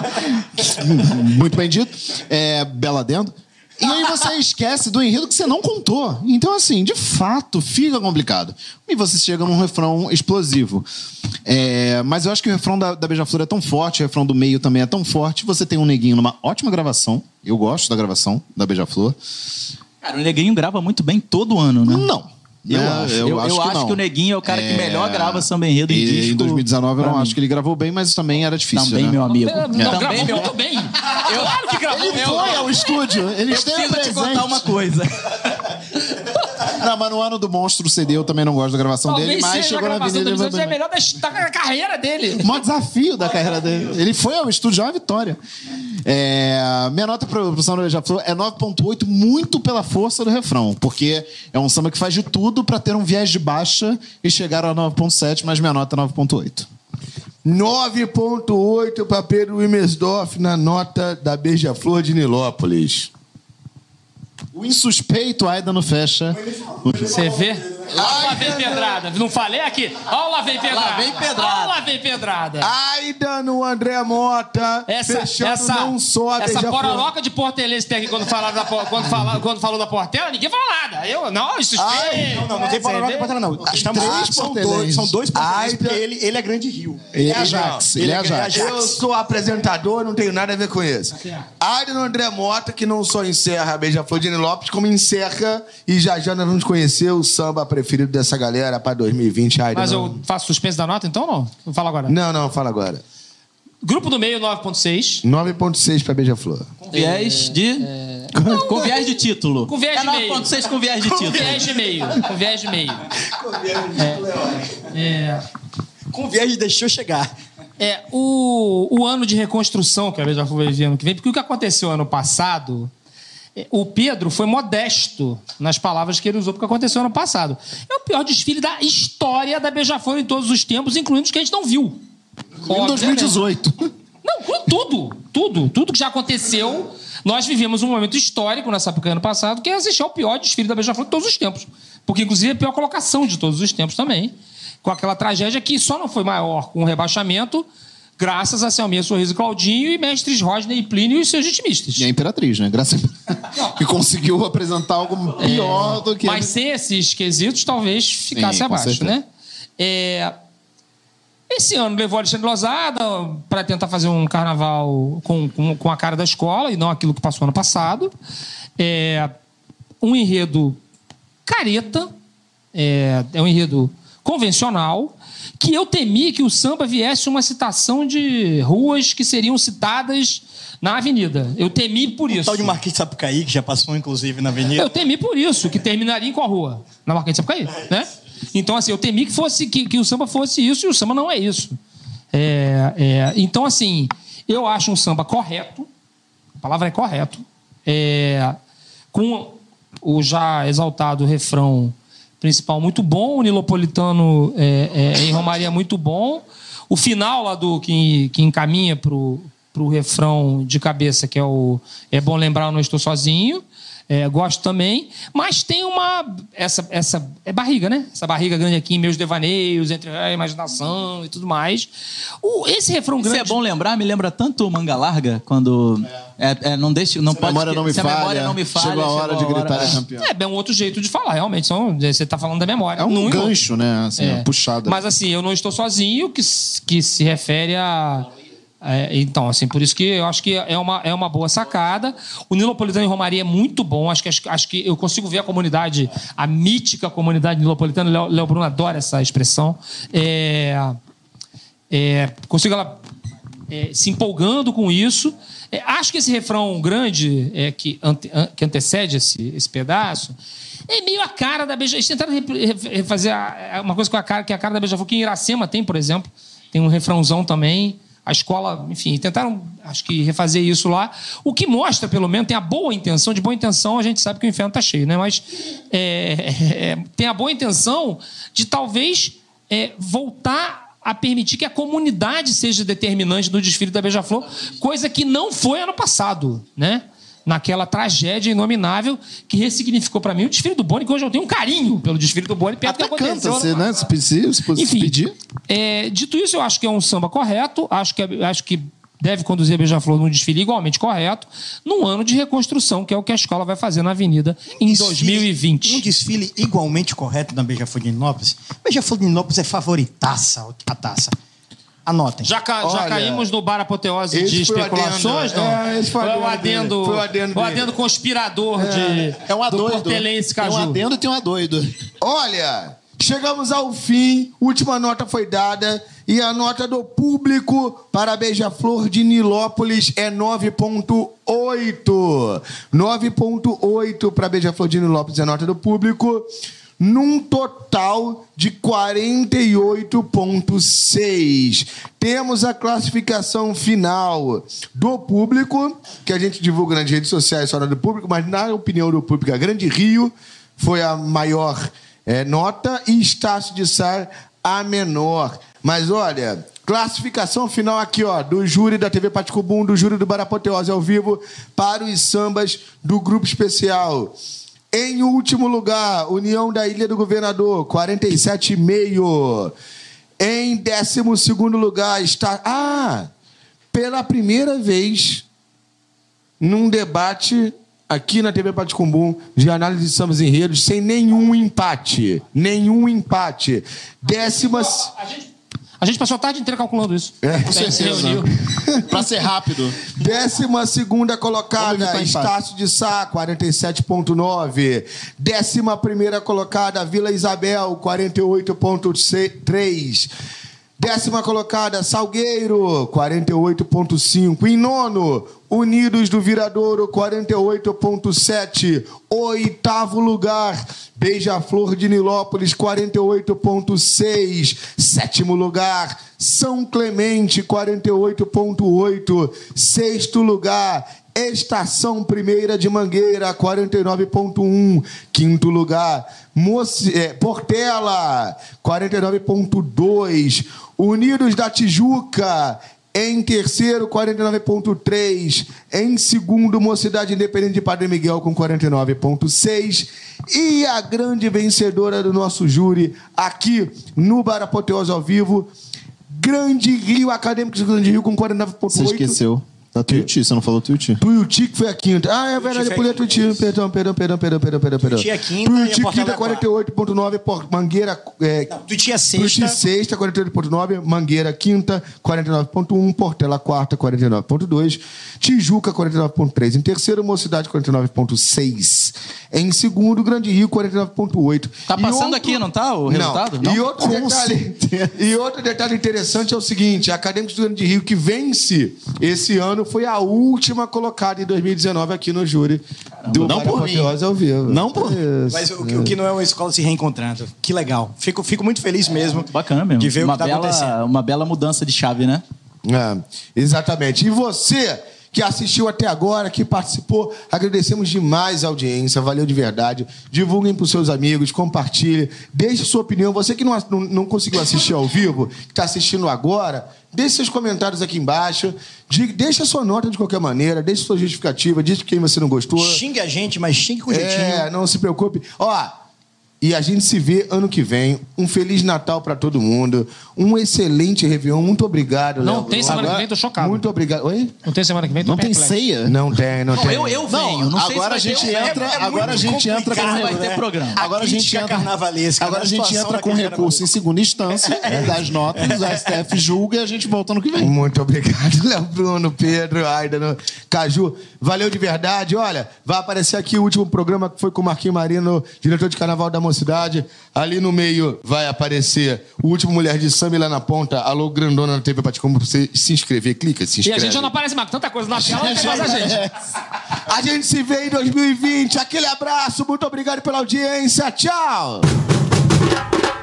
[SPEAKER 4] Muito bem dito. É, bela adendo. E aí você esquece do enredo que você não contou. Então, assim, de fato, fica complicado. E você chega num refrão explosivo. É, mas eu acho que o refrão da, da Beija-Flor é tão forte, o refrão do meio também é tão forte. Você tem um neguinho numa ótima gravação. Eu gosto da gravação da Beija-Flor.
[SPEAKER 5] Cara, o Neguinho grava muito bem todo ano, né?
[SPEAKER 4] Não.
[SPEAKER 5] Eu
[SPEAKER 4] É,
[SPEAKER 5] acho. Eu, eu acho, que,
[SPEAKER 4] não.
[SPEAKER 5] o Neguinho é o cara que melhor grava samba enredo em
[SPEAKER 4] E
[SPEAKER 5] disco.
[SPEAKER 4] em dois mil e dezenove eu
[SPEAKER 5] pra
[SPEAKER 4] não
[SPEAKER 5] mim.
[SPEAKER 4] acho que ele gravou bem, mas também era difícil,
[SPEAKER 5] Também,
[SPEAKER 4] né?
[SPEAKER 5] meu amigo.
[SPEAKER 3] Não,
[SPEAKER 5] Também,
[SPEAKER 3] gravou
[SPEAKER 5] meu...
[SPEAKER 3] muito bem. Claro que gravou.
[SPEAKER 4] Ele foi ao estúdio, ele
[SPEAKER 5] Eu
[SPEAKER 4] esteve
[SPEAKER 5] preciso te
[SPEAKER 4] presente.
[SPEAKER 5] contar uma coisa.
[SPEAKER 4] Não, mas no ano do Monstro C D eu também não gosto da gravação
[SPEAKER 3] Talvez
[SPEAKER 4] dele, mas
[SPEAKER 3] seja a
[SPEAKER 4] chegou na
[SPEAKER 3] gravação
[SPEAKER 4] Avenida...
[SPEAKER 3] do episódio é a melhor da, da carreira dele.
[SPEAKER 4] O maior desafio da carreira dele. Ele foi ao estúdio, já é uma vitória. É, minha nota para o samba da Beija-Flor é nove ponto oito, muito pela força do refrão, porque é um samba que faz de tudo para ter um viés de baixa e chegar a nove ponto sete, mas minha nota é nove ponto oito.
[SPEAKER 1] nove ponto oito para Pedro Wimersdorf na nota da Beija-Flor de Nilópolis.
[SPEAKER 4] O insuspeito ainda não fecha.
[SPEAKER 3] Você vê? Ó, lá vem pedrada. Não falei aqui? Ó, lá vem pedrada.
[SPEAKER 5] Lá vem pedrada.
[SPEAKER 3] Ó, lá vem pedrada.
[SPEAKER 1] Ainda no André Mota,
[SPEAKER 3] Essa,
[SPEAKER 1] fechando
[SPEAKER 3] essa,
[SPEAKER 1] não só a
[SPEAKER 3] essa
[SPEAKER 1] Beija-Flor.
[SPEAKER 3] pororoca de Portelense tem aqui quando, falaram da, por- quando, fala, quando falou da Portela, ninguém falou nada. Eu, não, isso
[SPEAKER 1] Ai,
[SPEAKER 2] Não, não, não tem pororoca pra não. Estamos,
[SPEAKER 1] três
[SPEAKER 2] são
[SPEAKER 1] portelenses.
[SPEAKER 2] dois, são dois portelenses,
[SPEAKER 1] Ai,
[SPEAKER 2] porque ele, ele é Grande Rio.
[SPEAKER 4] Ele é Ajax. Ele é Ajax.
[SPEAKER 1] Eu sou apresentador, não tenho nada a ver com isso. Ainda no André Mota, que não só encerra a Beija-Flor de Nilo Lopes, como encerra e já já nós vamos conhecer o samba preferido dessa galera pra dois mil e vinte. Ainda
[SPEAKER 3] Mas
[SPEAKER 1] não...
[SPEAKER 3] eu faço suspense da nota, então ou não? Vou falar agora.
[SPEAKER 1] Não, não, fala agora.
[SPEAKER 3] Grupo do meio, nove ponto seis.
[SPEAKER 1] nove ponto seis pra Beija-Flor.
[SPEAKER 5] Com viés de... Com viés de título.
[SPEAKER 3] Com viés de
[SPEAKER 5] é
[SPEAKER 3] meio.
[SPEAKER 5] nove ponto seis com viés de
[SPEAKER 3] Com
[SPEAKER 5] título.
[SPEAKER 3] viés de meio. Com viés de meio. É. É.
[SPEAKER 2] Com viés deixou chegar.
[SPEAKER 3] É, o, o ano de reconstrução que a Beija-Flor vai viver ano que vem, porque o que aconteceu ano passado, é, o Pedro foi modesto nas palavras que ele usou, porque aconteceu ano passado. É o pior desfile da história da Beija-Flor em todos os tempos, incluindo os que a gente não viu.
[SPEAKER 4] Em dois mil e dezoito.
[SPEAKER 3] Não, com tudo, tudo, tudo que já aconteceu. Nós vivemos um momento histórico nessa época ano passado, que é assistir ao pior desfile da Beija-Flor de todos os tempos. Porque, inclusive, é a pior colocação de todos os tempos também. Com aquela tragédia que só não foi maior com o rebaixamento, graças a Selminha, Sorriso e Claudinho e mestres Rodney e Plínio e os seus vitimistas.
[SPEAKER 4] E a Imperatriz, né? Graças a... que conseguiu apresentar algo pior do que...
[SPEAKER 3] Mas sem esses quesitos, talvez ficasse
[SPEAKER 4] Sim, com
[SPEAKER 3] abaixo,
[SPEAKER 4] certeza.
[SPEAKER 3] né? É... Esse ano levou Alexandre Lozada para tentar fazer um carnaval com, com, com a cara da escola e não aquilo que passou ano passado. É... Um enredo careta, é, é um enredo convencional, que eu temi que o samba viesse uma citação de ruas que seriam citadas na avenida. Eu temi por
[SPEAKER 2] O
[SPEAKER 3] isso.
[SPEAKER 2] tal de Marquês de Sapucaí, que já passou, inclusive, na avenida.
[SPEAKER 3] Eu temi por isso, que terminaria em qual rua? Na Marquês de Sapucaí, né? Então, assim, eu temi que, fosse, que, que o samba fosse isso, e o samba não é isso. É, é, então, assim, eu acho um samba correto, a palavra é correto, é, com o já exaltado refrão principal muito bom, o Nilopolitano é, é, em Romaria muito bom, o final lá do que, que encaminha pro, pro refrão de cabeça, que é o É Bom Lembrar, Eu Não Estou Sozinho, é, gosto também, mas tem uma essa, essa é barriga, né? Essa barriga grande aqui em Meus Devaneios, entre a imaginação e tudo mais. O, esse refrão
[SPEAKER 5] Isso
[SPEAKER 3] grande...
[SPEAKER 5] é bom lembrar, me lembra tanto Manga Larga, quando... É, é, não deixe, não
[SPEAKER 4] Se a
[SPEAKER 5] pode
[SPEAKER 4] memória
[SPEAKER 5] esque-
[SPEAKER 4] não me
[SPEAKER 5] se a
[SPEAKER 4] falha,
[SPEAKER 5] memória não me falha,
[SPEAKER 4] chegou a hora de
[SPEAKER 5] chegou a
[SPEAKER 4] gritar
[SPEAKER 5] hora-
[SPEAKER 4] é campeão.
[SPEAKER 3] É, é um outro jeito de falar, realmente. São, você está falando da memória.
[SPEAKER 4] É um
[SPEAKER 3] Não,
[SPEAKER 4] gancho, né? Assim,
[SPEAKER 3] É.
[SPEAKER 4] uma puxada.
[SPEAKER 3] Mas assim, eu não estou sozinho, que, s- que se refere a... é, então, assim, por isso que eu acho que é uma, é uma boa sacada. O Nilopolitano em Romaria é muito bom. Acho que, acho, acho que eu consigo ver a comunidade, a mítica comunidade nilopolitana. Léo, Léo Bruno adora essa expressão. É, é, consigo ela é, se empolgando com isso. É, acho que esse refrão grande é, que, ante, an, que antecede esse, esse pedaço é meio a cara da Beija-Flor. Eles tentaram re- re- fazer a- uma coisa com a cara, que é a cara da Beija-Flor, que em Iracema tem, por exemplo. Tem um refrãozão também. A escola, enfim, tentaram, acho que, refazer isso lá. O que mostra, pelo menos, tem a boa intenção. De boa intenção, a gente sabe que o inferno está cheio, né? Mas é, é, tem a boa intenção de talvez é, voltar a permitir que a comunidade seja determinante no desfile da Beija-Flor, coisa que não foi ano passado, né? Naquela tragédia inominável que ressignificou para mim o desfile do Boni, que hoje eu tenho um carinho pelo desfile do Boni, perto
[SPEAKER 4] Até
[SPEAKER 3] do que aconteceu.
[SPEAKER 4] canta,
[SPEAKER 3] ano
[SPEAKER 4] se, né? Se, se, se, se
[SPEAKER 3] Enfim,
[SPEAKER 4] pedir.
[SPEAKER 3] é, dito isso, eu acho que é um samba correto, acho que, é- acho que deve conduzir a Beija-Flor num desfile igualmente correto, num ano de reconstrução, que é o que a escola vai fazer na Avenida em dois mil e vinte.
[SPEAKER 2] Um desfile igualmente correto na Beija-Flor de Nilópolis. Beija-Flor de Nilópolis é favoritaça a taça. Anotem.
[SPEAKER 3] Já, ca- já
[SPEAKER 1] Olha,
[SPEAKER 3] caímos no bar apoteose
[SPEAKER 1] esse
[SPEAKER 3] de
[SPEAKER 1] foi o
[SPEAKER 3] especulações,
[SPEAKER 1] adendo.
[SPEAKER 3] não?
[SPEAKER 1] É, esse foi o
[SPEAKER 3] o
[SPEAKER 1] adendo
[SPEAKER 3] adendo,
[SPEAKER 1] dele. Foi o adendo
[SPEAKER 3] o
[SPEAKER 1] dele.
[SPEAKER 3] adendo conspirador de,
[SPEAKER 4] É um
[SPEAKER 3] do
[SPEAKER 4] adoido.
[SPEAKER 3] portelense
[SPEAKER 4] Tem
[SPEAKER 3] Caju.
[SPEAKER 4] um adendo e tem um adoido.
[SPEAKER 1] Olha, chegamos ao fim, última nota foi dada e a nota do público para a Beija-Flor de Nilópolis é nove ponto oito. nove ponto oito para a Beija-Flor de Nilópolis é a nota do público, num total de quarenta e oito ponto seis. Temos a classificação final do público, que a gente divulga nas redes sociais só do público, mas na opinião do público, a Grande Rio foi a maior é, nota e Estácio de Sá a menor. Mas olha, classificação final aqui, ó, do júri da T V Paticubum, do júri do Bar Apoteose ao vivo para os sambas do grupo especial. Em último lugar, União da Ilha do Governador, quarenta e sete vírgula cinco. Em décimo segundo lugar está... Ah, pela primeira vez, num debate aqui na T V Paticumbum, de análise de sambas e enredos, sem nenhum empate. Nenhum empate. Décima...
[SPEAKER 3] A gente, a gente passou a tarde inteira calculando isso.
[SPEAKER 1] É,
[SPEAKER 4] Com certeza. Pra ser rápido.
[SPEAKER 1] Décima segunda colocada,
[SPEAKER 4] Vamos evitar
[SPEAKER 1] Estácio de Sá, quarenta e sete vírgula nove. Décima primeira colocada, Vila Isabel, quarenta e oito vírgula três. Décima colocada, Salgueiro, quarenta e oito vírgula cinco. Em nono, Unidos do Viradouro, quarenta e oito vírgula sete. Oitavo lugar, Beija-Flor de Nilópolis, quarenta e oito vírgula seis. Sétimo lugar, São Clemente, quarenta e oito vírgula oito. Sexto lugar, Estação Primeira de Mangueira, quarenta e nove vírgula um. Quinto lugar, Moci... é, Portela, quarenta e nove vírgula dois. Unidos da Tijuca, em terceiro, quarenta e nove vírgula três. Em segundo, Mocidade Independente de Padre Miguel, com quarenta e nove vírgula seis. E a grande vencedora do nosso júri, aqui no Bar Apoteose ao vivo, Grande Rio, Acadêmicos do Grande Rio, com quarenta e nove vírgula oito.
[SPEAKER 4] Você esqueceu. Da Tuiuti, você não falou Tuiuti?
[SPEAKER 1] Tuiuti, que foi a quinta. Ah, é verdade, eu pulei a Tuiuti. Perdão, perdão, perdão, perdão, perdão, perdão.
[SPEAKER 2] Tuiuti é quinta e a
[SPEAKER 1] Tuiuti,
[SPEAKER 2] Portela
[SPEAKER 1] quinta,
[SPEAKER 2] é
[SPEAKER 1] quarenta e oito vírgula nove. Mangueira... É,
[SPEAKER 2] Não, Tuiuti é sexta.
[SPEAKER 1] Tuiuti, sexta, quarenta e oito vírgula nove. Mangueira, quinta, quarenta e nove vírgula um. Portela, quarta, quarenta e nove vírgula dois. Tijuca, quarenta e nove vírgula três. Em terceiro, Mocidade, quarenta e nove vírgula seis. Em segundo, Grande Rio, quarenta e nove vírgula oito.
[SPEAKER 5] Tá
[SPEAKER 1] E
[SPEAKER 5] passando
[SPEAKER 1] outro-
[SPEAKER 5] aqui, não tá, o resultado?
[SPEAKER 1] Não.
[SPEAKER 5] Não?
[SPEAKER 1] E outro,
[SPEAKER 4] Com
[SPEAKER 1] detalhe, e outro detalhe interessante é o seguinte: a Acadêmicos do Grande Rio, que vence esse ano, foi a última colocada em dois mil e dezenove aqui no júri do
[SPEAKER 4] não
[SPEAKER 1] Bar
[SPEAKER 4] por mim.
[SPEAKER 1] Apoteose ao vivo.
[SPEAKER 4] Não por-
[SPEAKER 1] Isso.
[SPEAKER 2] Mas o, que- o que não é uma escola se reencontrando. Que legal. Fico, fico muito feliz mesmo.
[SPEAKER 5] Muito bacana mesmo.
[SPEAKER 2] De ver
[SPEAKER 5] uma
[SPEAKER 2] o que tá acontecendo.
[SPEAKER 5] bela, uma bela mudança de chave, né?
[SPEAKER 1] É, exatamente. E você que assistiu até agora, que participou, agradecemos demais a audiência, valeu de verdade. Divulguem para os seus amigos, compartilhem, deixe sua opinião. Você que não, não, não conseguiu assistir ao vivo, que está assistindo agora, deixe seus comentários aqui embaixo, diga, deixe a sua nota de qualquer maneira, deixe sua justificativa, diz quem você não gostou.
[SPEAKER 2] Xingue a gente, mas xingue com jeitinho.
[SPEAKER 1] É, não se preocupe. Ó, e a gente se vê ano que vem. Um Feliz Natal para todo mundo. Um excelente Réveillon. Muito obrigado,
[SPEAKER 3] Não
[SPEAKER 1] Léo
[SPEAKER 3] tem
[SPEAKER 1] Bruno.
[SPEAKER 3] semana que vem, tô chocado.
[SPEAKER 1] Muito obrigado. Oi?
[SPEAKER 3] Não tem semana que vem? tô
[SPEAKER 4] Não tem
[SPEAKER 3] perplexo.
[SPEAKER 4] ceia?
[SPEAKER 1] Não tem, não,
[SPEAKER 5] Não,
[SPEAKER 1] tem.
[SPEAKER 5] eu, eu venho. Não, sei
[SPEAKER 4] agora a
[SPEAKER 5] se vai
[SPEAKER 4] gente
[SPEAKER 5] ter um-
[SPEAKER 4] entra,
[SPEAKER 2] é- é
[SPEAKER 4] agora a
[SPEAKER 2] muito
[SPEAKER 4] gente entra com
[SPEAKER 2] complicado,
[SPEAKER 5] vai ter
[SPEAKER 2] né?
[SPEAKER 5] programa.
[SPEAKER 4] Agora a
[SPEAKER 2] A
[SPEAKER 4] gente
[SPEAKER 2] crítica
[SPEAKER 4] entra
[SPEAKER 2] carnavalesca,
[SPEAKER 4] Agora
[SPEAKER 2] né?
[SPEAKER 4] a gente
[SPEAKER 2] situação
[SPEAKER 4] entra com
[SPEAKER 2] daquele
[SPEAKER 4] recurso em segunda instância das notas, o S T F julga e a gente volta no que vem.
[SPEAKER 1] Muito obrigado, Léo Bruno, Pedro, Aida, Caju. Valeu de verdade. Olha, vai aparecer aqui o último programa que foi com o Marquinhos Marino, diretor de Carnaval da Mocidade. Ali no meio vai aparecer o último Mulher de Samba e lá na ponta, alô grandona na T V Paticumbum, pra você se inscrever. Clica, se
[SPEAKER 3] E
[SPEAKER 1] inscreve.
[SPEAKER 3] a gente já não aparece mais com tanta coisa na tela, não tem mais a gente.
[SPEAKER 1] A gente se vê em dois mil e vinte. Aquele abraço, muito obrigado pela audiência. Tchau!